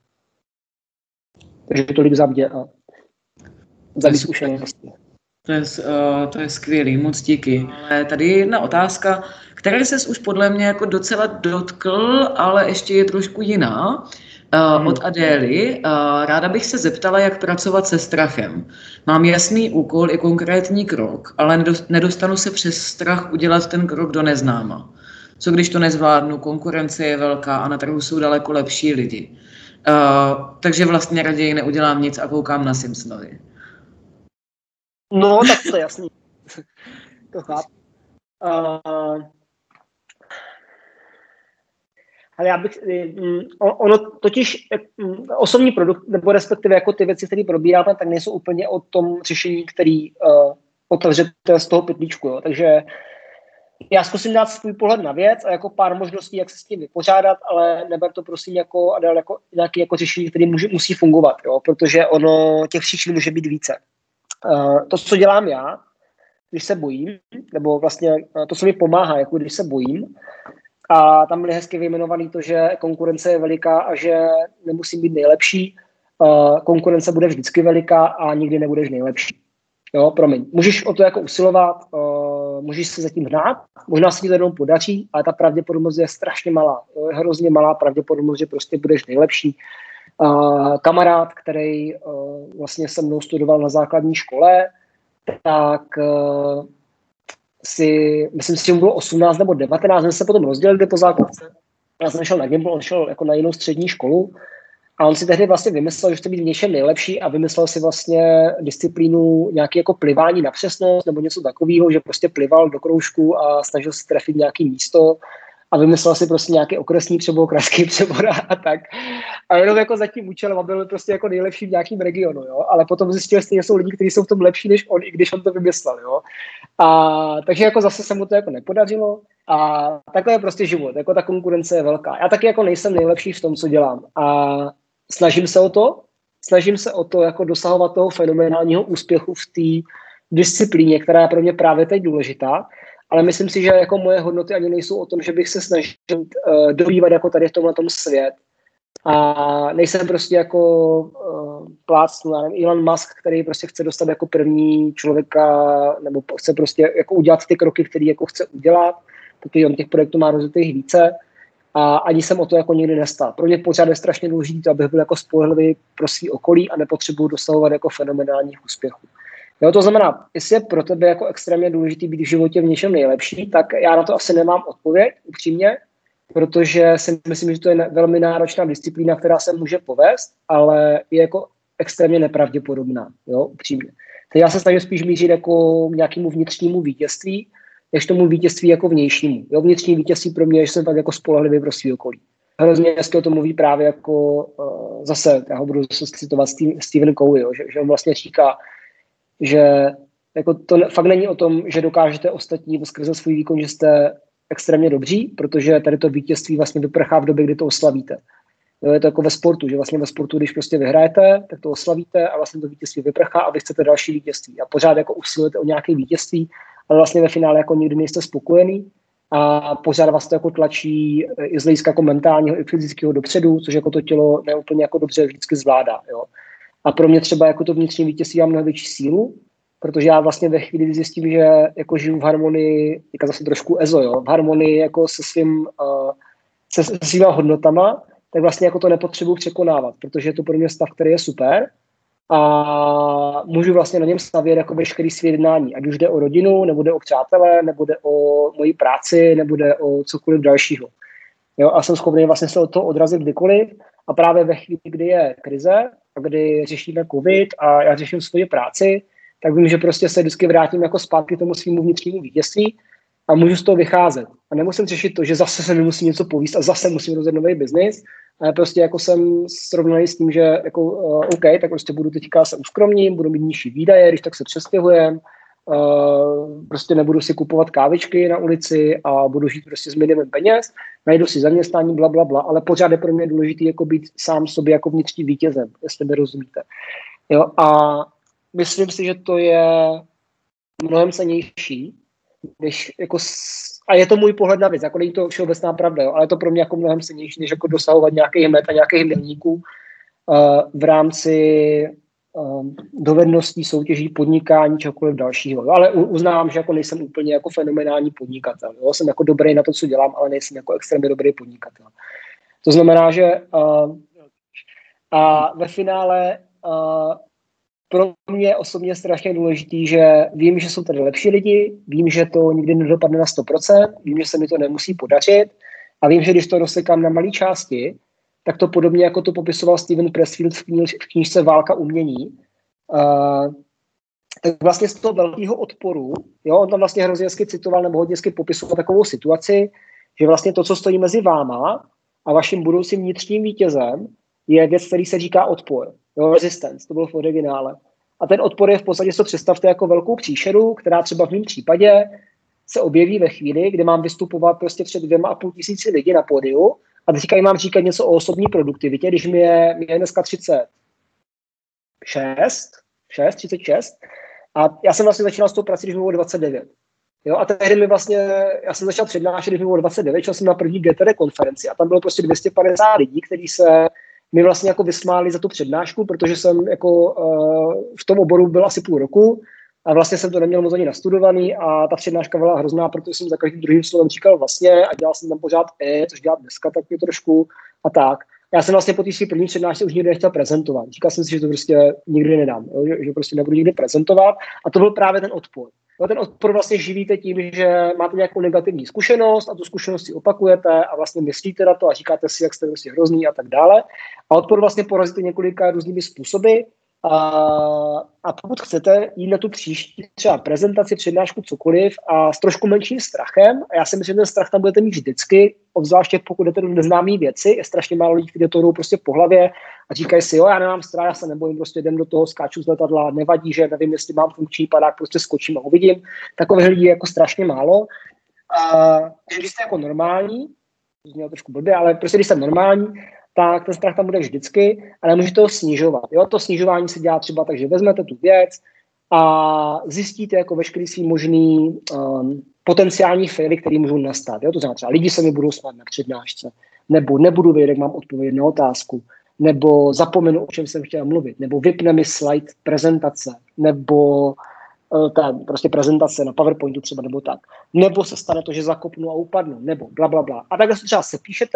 Takže tolik za mě a za mý zkušenosti. To je, uh, to je skvělý, moc díky. Ale tady je jedna otázka, které ses už podle mě jako docela dotkl, ale ještě je trošku jiná. Uh, od Adély. Uh, ráda bych se zeptala, jak pracovat se strachem. Mám jasný úkol i konkrétní krok, ale nedostanu se přes strach udělat ten krok do neznáma. Co když to nezvládnu, konkurence je velká a na trhu jsou daleko lepší lidi. Uh, takže vlastně raději neudělám nic a koukám na Simpsonovi. No, tak to je jasný. To chápu. Uh, ale já bych, um, ono totiž um, osobní produkt, nebo respektive jako ty věci, které probíráme, tak nejsou úplně o tom řešení, který uh, otevřete z toho pytlíčku. Jo. Takže já zkusím dát svůj pohled na věc a jako pár možností, jak se s tím vypořádat, ale neber to prosím jako, Adel, jako nějaké jako řešení, které může, musí fungovat, jo, protože ono těch příčin může být více. Uh, to, co dělám já, když se bojím, nebo vlastně to, co mi pomáhá, jako když se bojím. A tam byly hezky vyjmenovaný to, že konkurence je veliká a že nemusím být nejlepší. Uh, konkurence bude vždycky veliká a nikdy nebudeš nejlepší. Jo, promiň. Můžeš o to jako usilovat, uh, můžeš se zatím hnát, možná se ti to jednou podaří, ale ta pravděpodobnost je strašně malá. Je hrozně malá pravděpodobnost, že prostě budeš nejlepší. Uh, kamarád, který uh, vlastně se mnou studoval na základní škole, tak uh, si, myslím si, že mu bylo osmnáct nebo devatenáct, jsme se potom rozdělili po základce. Já jsem šel na Gimbal, on šel jako na jinou střední školu a on si tehdy vlastně vymyslel, že chce být v něčem nejlepší a vymyslel si vlastně disciplínu nějaký jako plivání na přesnost nebo něco takového, že prostě plival do kroužku a snažil se trefit nějaký místo a vymyslel si prostě nějaký okresní přebor, krajský přebor a tak. A jenom jako za tím účelem a byl prostě jako nejlepší v nějakém regionu, jo. Ale potom zjistil, že jsou lidi, kteří jsou v tom lepší než on, i když on to vymyslel, jo. A takže jako zase se mu to jako nepodařilo a takhle je prostě život, jako ta konkurence je velká. Já taky jako nejsem nejlepší v tom, co dělám a snažím se o to, snažím se o to jako dosahovat toho fenomenálního úspěchu v té disciplíně, která je pro mě právě teď důležitá. Ale myslím si, že jako moje hodnoty ani nejsou o tom, že bych se snažil uh, dobývat jako tady v tomhletom svět. A nejsem prostě jako uh, plácnu, Elon Musk, který prostě chce dostat jako první člověka, nebo chce prostě jako udělat ty kroky, které jako chce udělat, protože on těch projektů má rozjetých více. A ani jsem o to jako nikdy nestal. Pro mě pořád je strašně důležité, abych byl jako spolehlivý pro svý okolí a nepotřebuji dosahovat jako fenomenálních úspěchů. Jo, to znamená, jestli je pro tebe jako extrémně důležitý být v životě v něčem nejlepší, tak já na to asi nemám odpověď, upřímně, protože si myslím, že to je velmi náročná disciplína, která se může povést, ale je jako extrémně nepravděpodobná, jo, upřímně. Takže já se snažím spíš mířit jako k nějakému vnitřnímu vítězství, než tomu vítězství jako vnějšímu. Jo, vnitřní vítězství pro mě je, že jsem tak jako spolehlivý pro svý okolí. Hrozně hezky o tom mluví právě jako uh, zase, já ho budu zase citovat Stephen Covey, jo, že, že on vlastně říká, že jako to ne, fakt není o tom, že dokážete ostatní skrze svůj výkon, že jste extrémně dobří, protože tady to vítězství vlastně vyprchá v době, kdy to oslavíte. Jo, je to jako ve sportu, že vlastně ve sportu, když prostě vyhrajete, tak to oslavíte a vlastně to vítězství vyprchá a vy chcete další vítězství. A pořád jako usilujete o nějaké vítězství, ale vlastně ve finále jako nikdy nejste spokojený a pořád vás to jako tlačí i z hlediska jako mentálního i fyzického dopředu, což jako to tělo neúplně jako dobře vždycky zvládá. Jo. A pro mě třeba jako to vnitřní vítězství má mnohem větší sílu, protože já vlastně ve chvíli, kdy zjistím, že jako žiju v harmonii, jako zase trošku ezo, jo, v harmonii jako se svým, uh, se, se svýma hodnotama, tak vlastně jako to nepotřebuji překonávat, protože je to pro mě stav, který je super a můžu vlastně na něm stavět jako veškerý svý jednání, ať už jde o rodinu, nebo jde o přátele, nebo jde o moji práci, nebo jde o cokoliv dalšího. Jo, a jsem schopný vlastně se od toho odrazit kdykoliv a právě ve chvíli, kdy je krize a kdy řešíme covid a já řeším svoji práci, tak vím, že prostě se vždycky vrátím jako zpátky tomu svýmu vnitřnímu vítězství a můžu z toho vycházet. A nemusím řešit to, že zase se mi musí něco povíst a zase musím rozjet nový biznis, ale prostě jako jsem srovnaný s tím, že jako uh, OK, tak prostě budu teďka se uskromním, budu mít nižší výdaje, když tak se přestěhujem, uh, prostě nebudu si kupovat kávičky na ulici a budu žít prostě s minimem peněz, najdu si zaměstnání, bla, bla, bla, ale pořád je pro mě důležitý jako být sám sobě jako vnitřní vítězem, jestli mi rozumíte. Jo, a myslím si, že to je mnohem cennější, než jako, a je to můj pohled na věc, jako není to všeobecná pravda, jo, ale je to pro mě jako mnohem cennější, než jako dosahovat nějakých met a nějakých milníků uh, v rámci uh, dovedností, soutěží, podnikání, čokoliv dalšího. Ale uznávám, že jako nejsem úplně jako fenomenální podnikatel. Jo. Jsem jako dobrý na to, co dělám, ale nejsem jako extrémně dobrý podnikatel. To znamená, že uh, a ve finále uh, pro mě osobně je strašně důležitý, že vím, že jsou tady lepší lidi, vím, že to nikdy nedopadne na sto procent, vím, že se mi to nemusí podařit a vím, že když to rozsekám na malé části, tak to podobně jako to popisoval Steven Pressfield v, kníž, v knížce Válka umění, uh, tak vlastně z toho velkého odporu, jo, on tam vlastně hrozně hezky citoval nebo hodně hezky popisoval takovou situaci, že vlastně to, co stojí mezi váma a vaším budoucím vnitřním vítězem, je věc, který se říká odpor. Jo, resistance, to bylo v originále. A ten odpor je v podstatě, co představte jako velkou příšeru, která třeba v mém případě se objeví ve chvíli, kdy mám vystupovat prostě před dvěma a půl tisíci lidí na pódiu a teďka jim mám říkat něco o osobní produktivitě, když mi je, mi je dneska třicet šest, třicet šest A já jsem vlastně začínal s tou prací, když mi bylo dvacet devět. Jo, a tehdy mi vlastně, já jsem začal přednášet, když mi bylo dvacet devět, šel jsem na první G T D konferenci a tam bylo prostě dvě stě padesát lidí, kteří se mi vlastně jako vysmáli za tu přednášku, protože jsem jako uh, v tom oboru byl asi půl roku a vlastně jsem to neměl moc ani nastudovaný a ta přednáška byla hrozná, protože jsem za každým druhým slovem říkal vlastně a dělal jsem tam pořád e, což dělat dneska taky trošku a tak. Já jsem vlastně po té své první přednášce už nikdy nechtěl prezentovat. Říkal jsem si, že to prostě nikdy nedám, jo? Že, že prostě nebudu nikdy prezentovat a to byl právě ten odpor. Jo, ten odpor vlastně živíte tím, že máte nějakou negativní zkušenost a tu zkušenost si opakujete a vlastně myslíte na to a říkáte si, jak jste prostě hrozný a tak dále. A odpor vlastně porazíte několika různými způsoby. A, a pokud chcete jít na tu příští třeba prezentaci, přednášku, cokoliv a s trošku menším strachem, a já si myslím, že ten strach tam budete mít vždycky, obzvláště pokud jdete do neznámé věci, je strašně málo lidí, kteří to jdou prostě po hlavě a říkají si, jo, já nemám strach, já se nebojím, prostě jdem do toho, skáču z letadla, nevadí, že nevím, jestli mám funkční padák, prostě skočím a uvidím. Takových lidí je jako strašně málo. A když jste jako normální, to znělo trošku blbě, ale prostě když jste normální, tak ten strach tam bude vždycky, ale můžete ho snižovat. Jo? To snižování se dělá třeba tak, že vezmete tu věc a zjistíte jako veškerý svý možný um, potenciální faily, které můžou nastat. Jo? To znamená třeba lidi se mi budou smát na přednášce, nebo nebudu vědět, jak mám odpovědět na otázku, nebo zapomenu, o čem jsem chtěl mluvit, nebo vypne mi slide prezentace, nebo uh, ta prostě prezentace na PowerPointu třeba, nebo tak. Nebo se stane to, že zakopnu a upadnu, nebo bla, bla, bla. A takhle se třeba sepíšete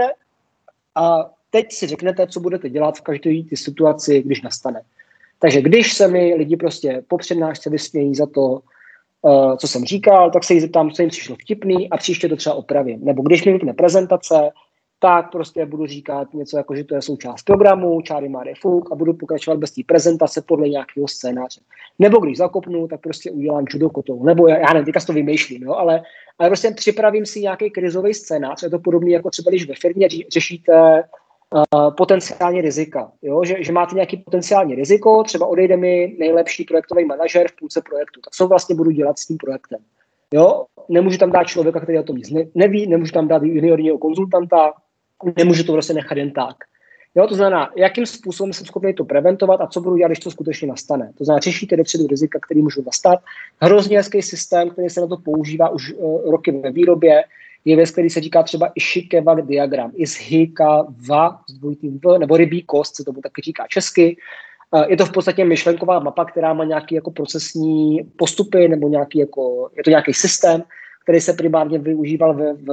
a teď si řeknete, co budete dělat v každé té situaci, když nastane. Takže když se mi lidi prostě po přednášce vysmějí za to, uh, co jsem říkal, tak se jich zeptám, co jim přišlo vtipný a příště to třeba opravím. Nebo když mi vypne prezentace, tak prostě budu říkat něco jako, že to je součást programu, čáry má fuk a budu pokračovat bez té prezentace podle nějakého scénáře. Nebo když zakopnu, tak prostě udělám judo kotou. Nebo já, já nevím, teďka to vymýšlím, jo, ale, ale prostě připravím si nějaký krizový scénář. Je to podobné jako třeba, když ve firmě řešíte Uh, potenciální rizika, jo? Že, že máte nějaký potenciální riziko, třeba odejde mi nejlepší projektový manažer v půlce projektu, tak co vlastně budu dělat s tím projektem. Jo? Nemůžu tam dát člověka, který o tom nic neví, nemůžu tam dát juniorního konzultanta, nemůžu to prostě nechat jen tak. Jo? To znamená, jakým způsobem jsem schopný to preventovat a co budu dělat, když to skutečně nastane. To znamená, řešíte dopředu rizika, které můžou nastat. Hrozně hezký systém, který se na to používá už uh, roky ve výrobě, je věc, který se říká třeba Ishikawa diagram, Ishikawa s dvojitým V, nebo rybí kost, se tomu taky říká česky. Je to v podstatě myšlenková mapa, která má nějaký jako procesní postupy, nebo nějaký jako, je to nějaký systém, který se primárně využíval v, v,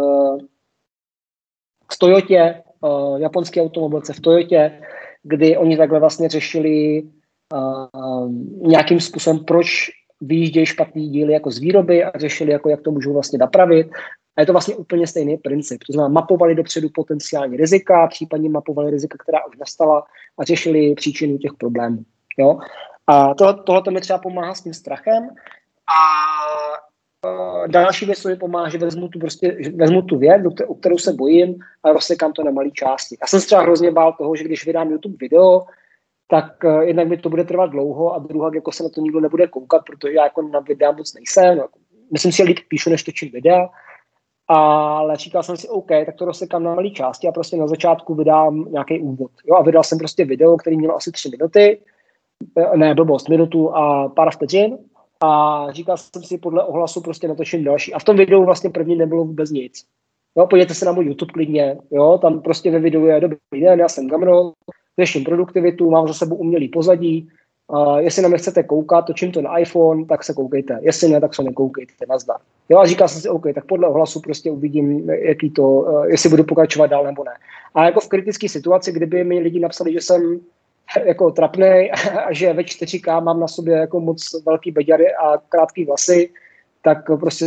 v Toyotě, uh, japonské automobilce v Toyotě, kdy oni takhle vlastně řešili uh, nějakým způsobem, proč vyjíždějí špatný díly jako z výroby a řešili, jako, jak to můžou vlastně napravit. A je to vlastně úplně stejný princip. To znamená, mapovali dopředu potenciální rizika, případně mapovali rizika, která už nastala a řešili příčinu těch problémů. Jo? A tohle to mi třeba pomáhá s tím strachem. A uh, další věc, co mi pomáhá, že vezmu tu, prostě, že vezmu tu věc, o kterou se bojím a rozsekám to na malé části. Já jsem se třeba hrozně bál toho, že když vydám YouTube video, tak uh, jednak mi to bude trvat dlouho a druhá, jako se na to nikdo nebude koukat, protože já jako na videa moc nejsem. No, myslím si, že líp píšu, než točím videa. Ale říkal jsem si, OK, tak to rozsekám na malé části a prostě na začátku vydám nějaký úvod. Jo, a vydal jsem prostě video, který mělo asi tři minuty, ne, blbost, minutu a pár vteřin. A říkal jsem si, podle ohlasu prostě natočím další. A v tom videu vlastně první nebylo vůbec nic. Jo, podívejte se na můj YouTube klidně, jo, tam prostě ve videu je dobrý den, já jsem Gamro, řeším produktivitu, mám za sebou umělý pozadí. Uh, jestli na mě chcete koukat, točím to na iPhone, tak se koukejte. Jestli ne, tak se nekoukejte, nazdar. Jo, a říkal jsem si, OK, tak podle ohlasu prostě uvidím, jaký to, uh, jestli budu pokračovat dál nebo ne. A jako v kritické situaci, kdyby mi lidi napsali, že jsem jako trapnej a že ve čtyři ká mám na sobě jako moc velký beďary a krátký vlasy, tak prostě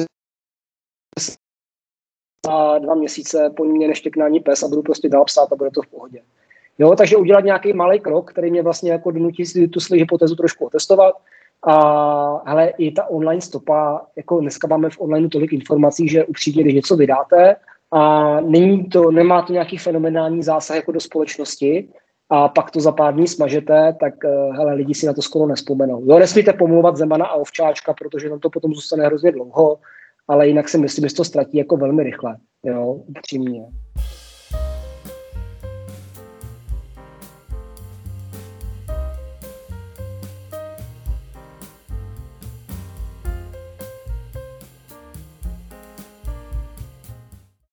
za dva měsíce po mě neštěkne ani pes a budu prostě dál psát a bude to v pohodě. Jo, takže udělat nějaký malý krok, který mě vlastně jako donutí si tu svou hypotézu trošku otestovat. A hele, i ta online stopa, jako dneska máme v online tolik informací, že upřímně, když něco vydáte a není to, nemá to nějaký fenomenální zásah jako do společnosti a pak to za pár dní smažete, tak hele, lidi si na to skoro nespomenou. Jo, nesmíte pomlouvat Zemana a Ovčáčka, protože tam to potom zůstane hrozně dlouho, ale jinak si myslím, že to ztratí jako velmi rychle. Jo, upřímně.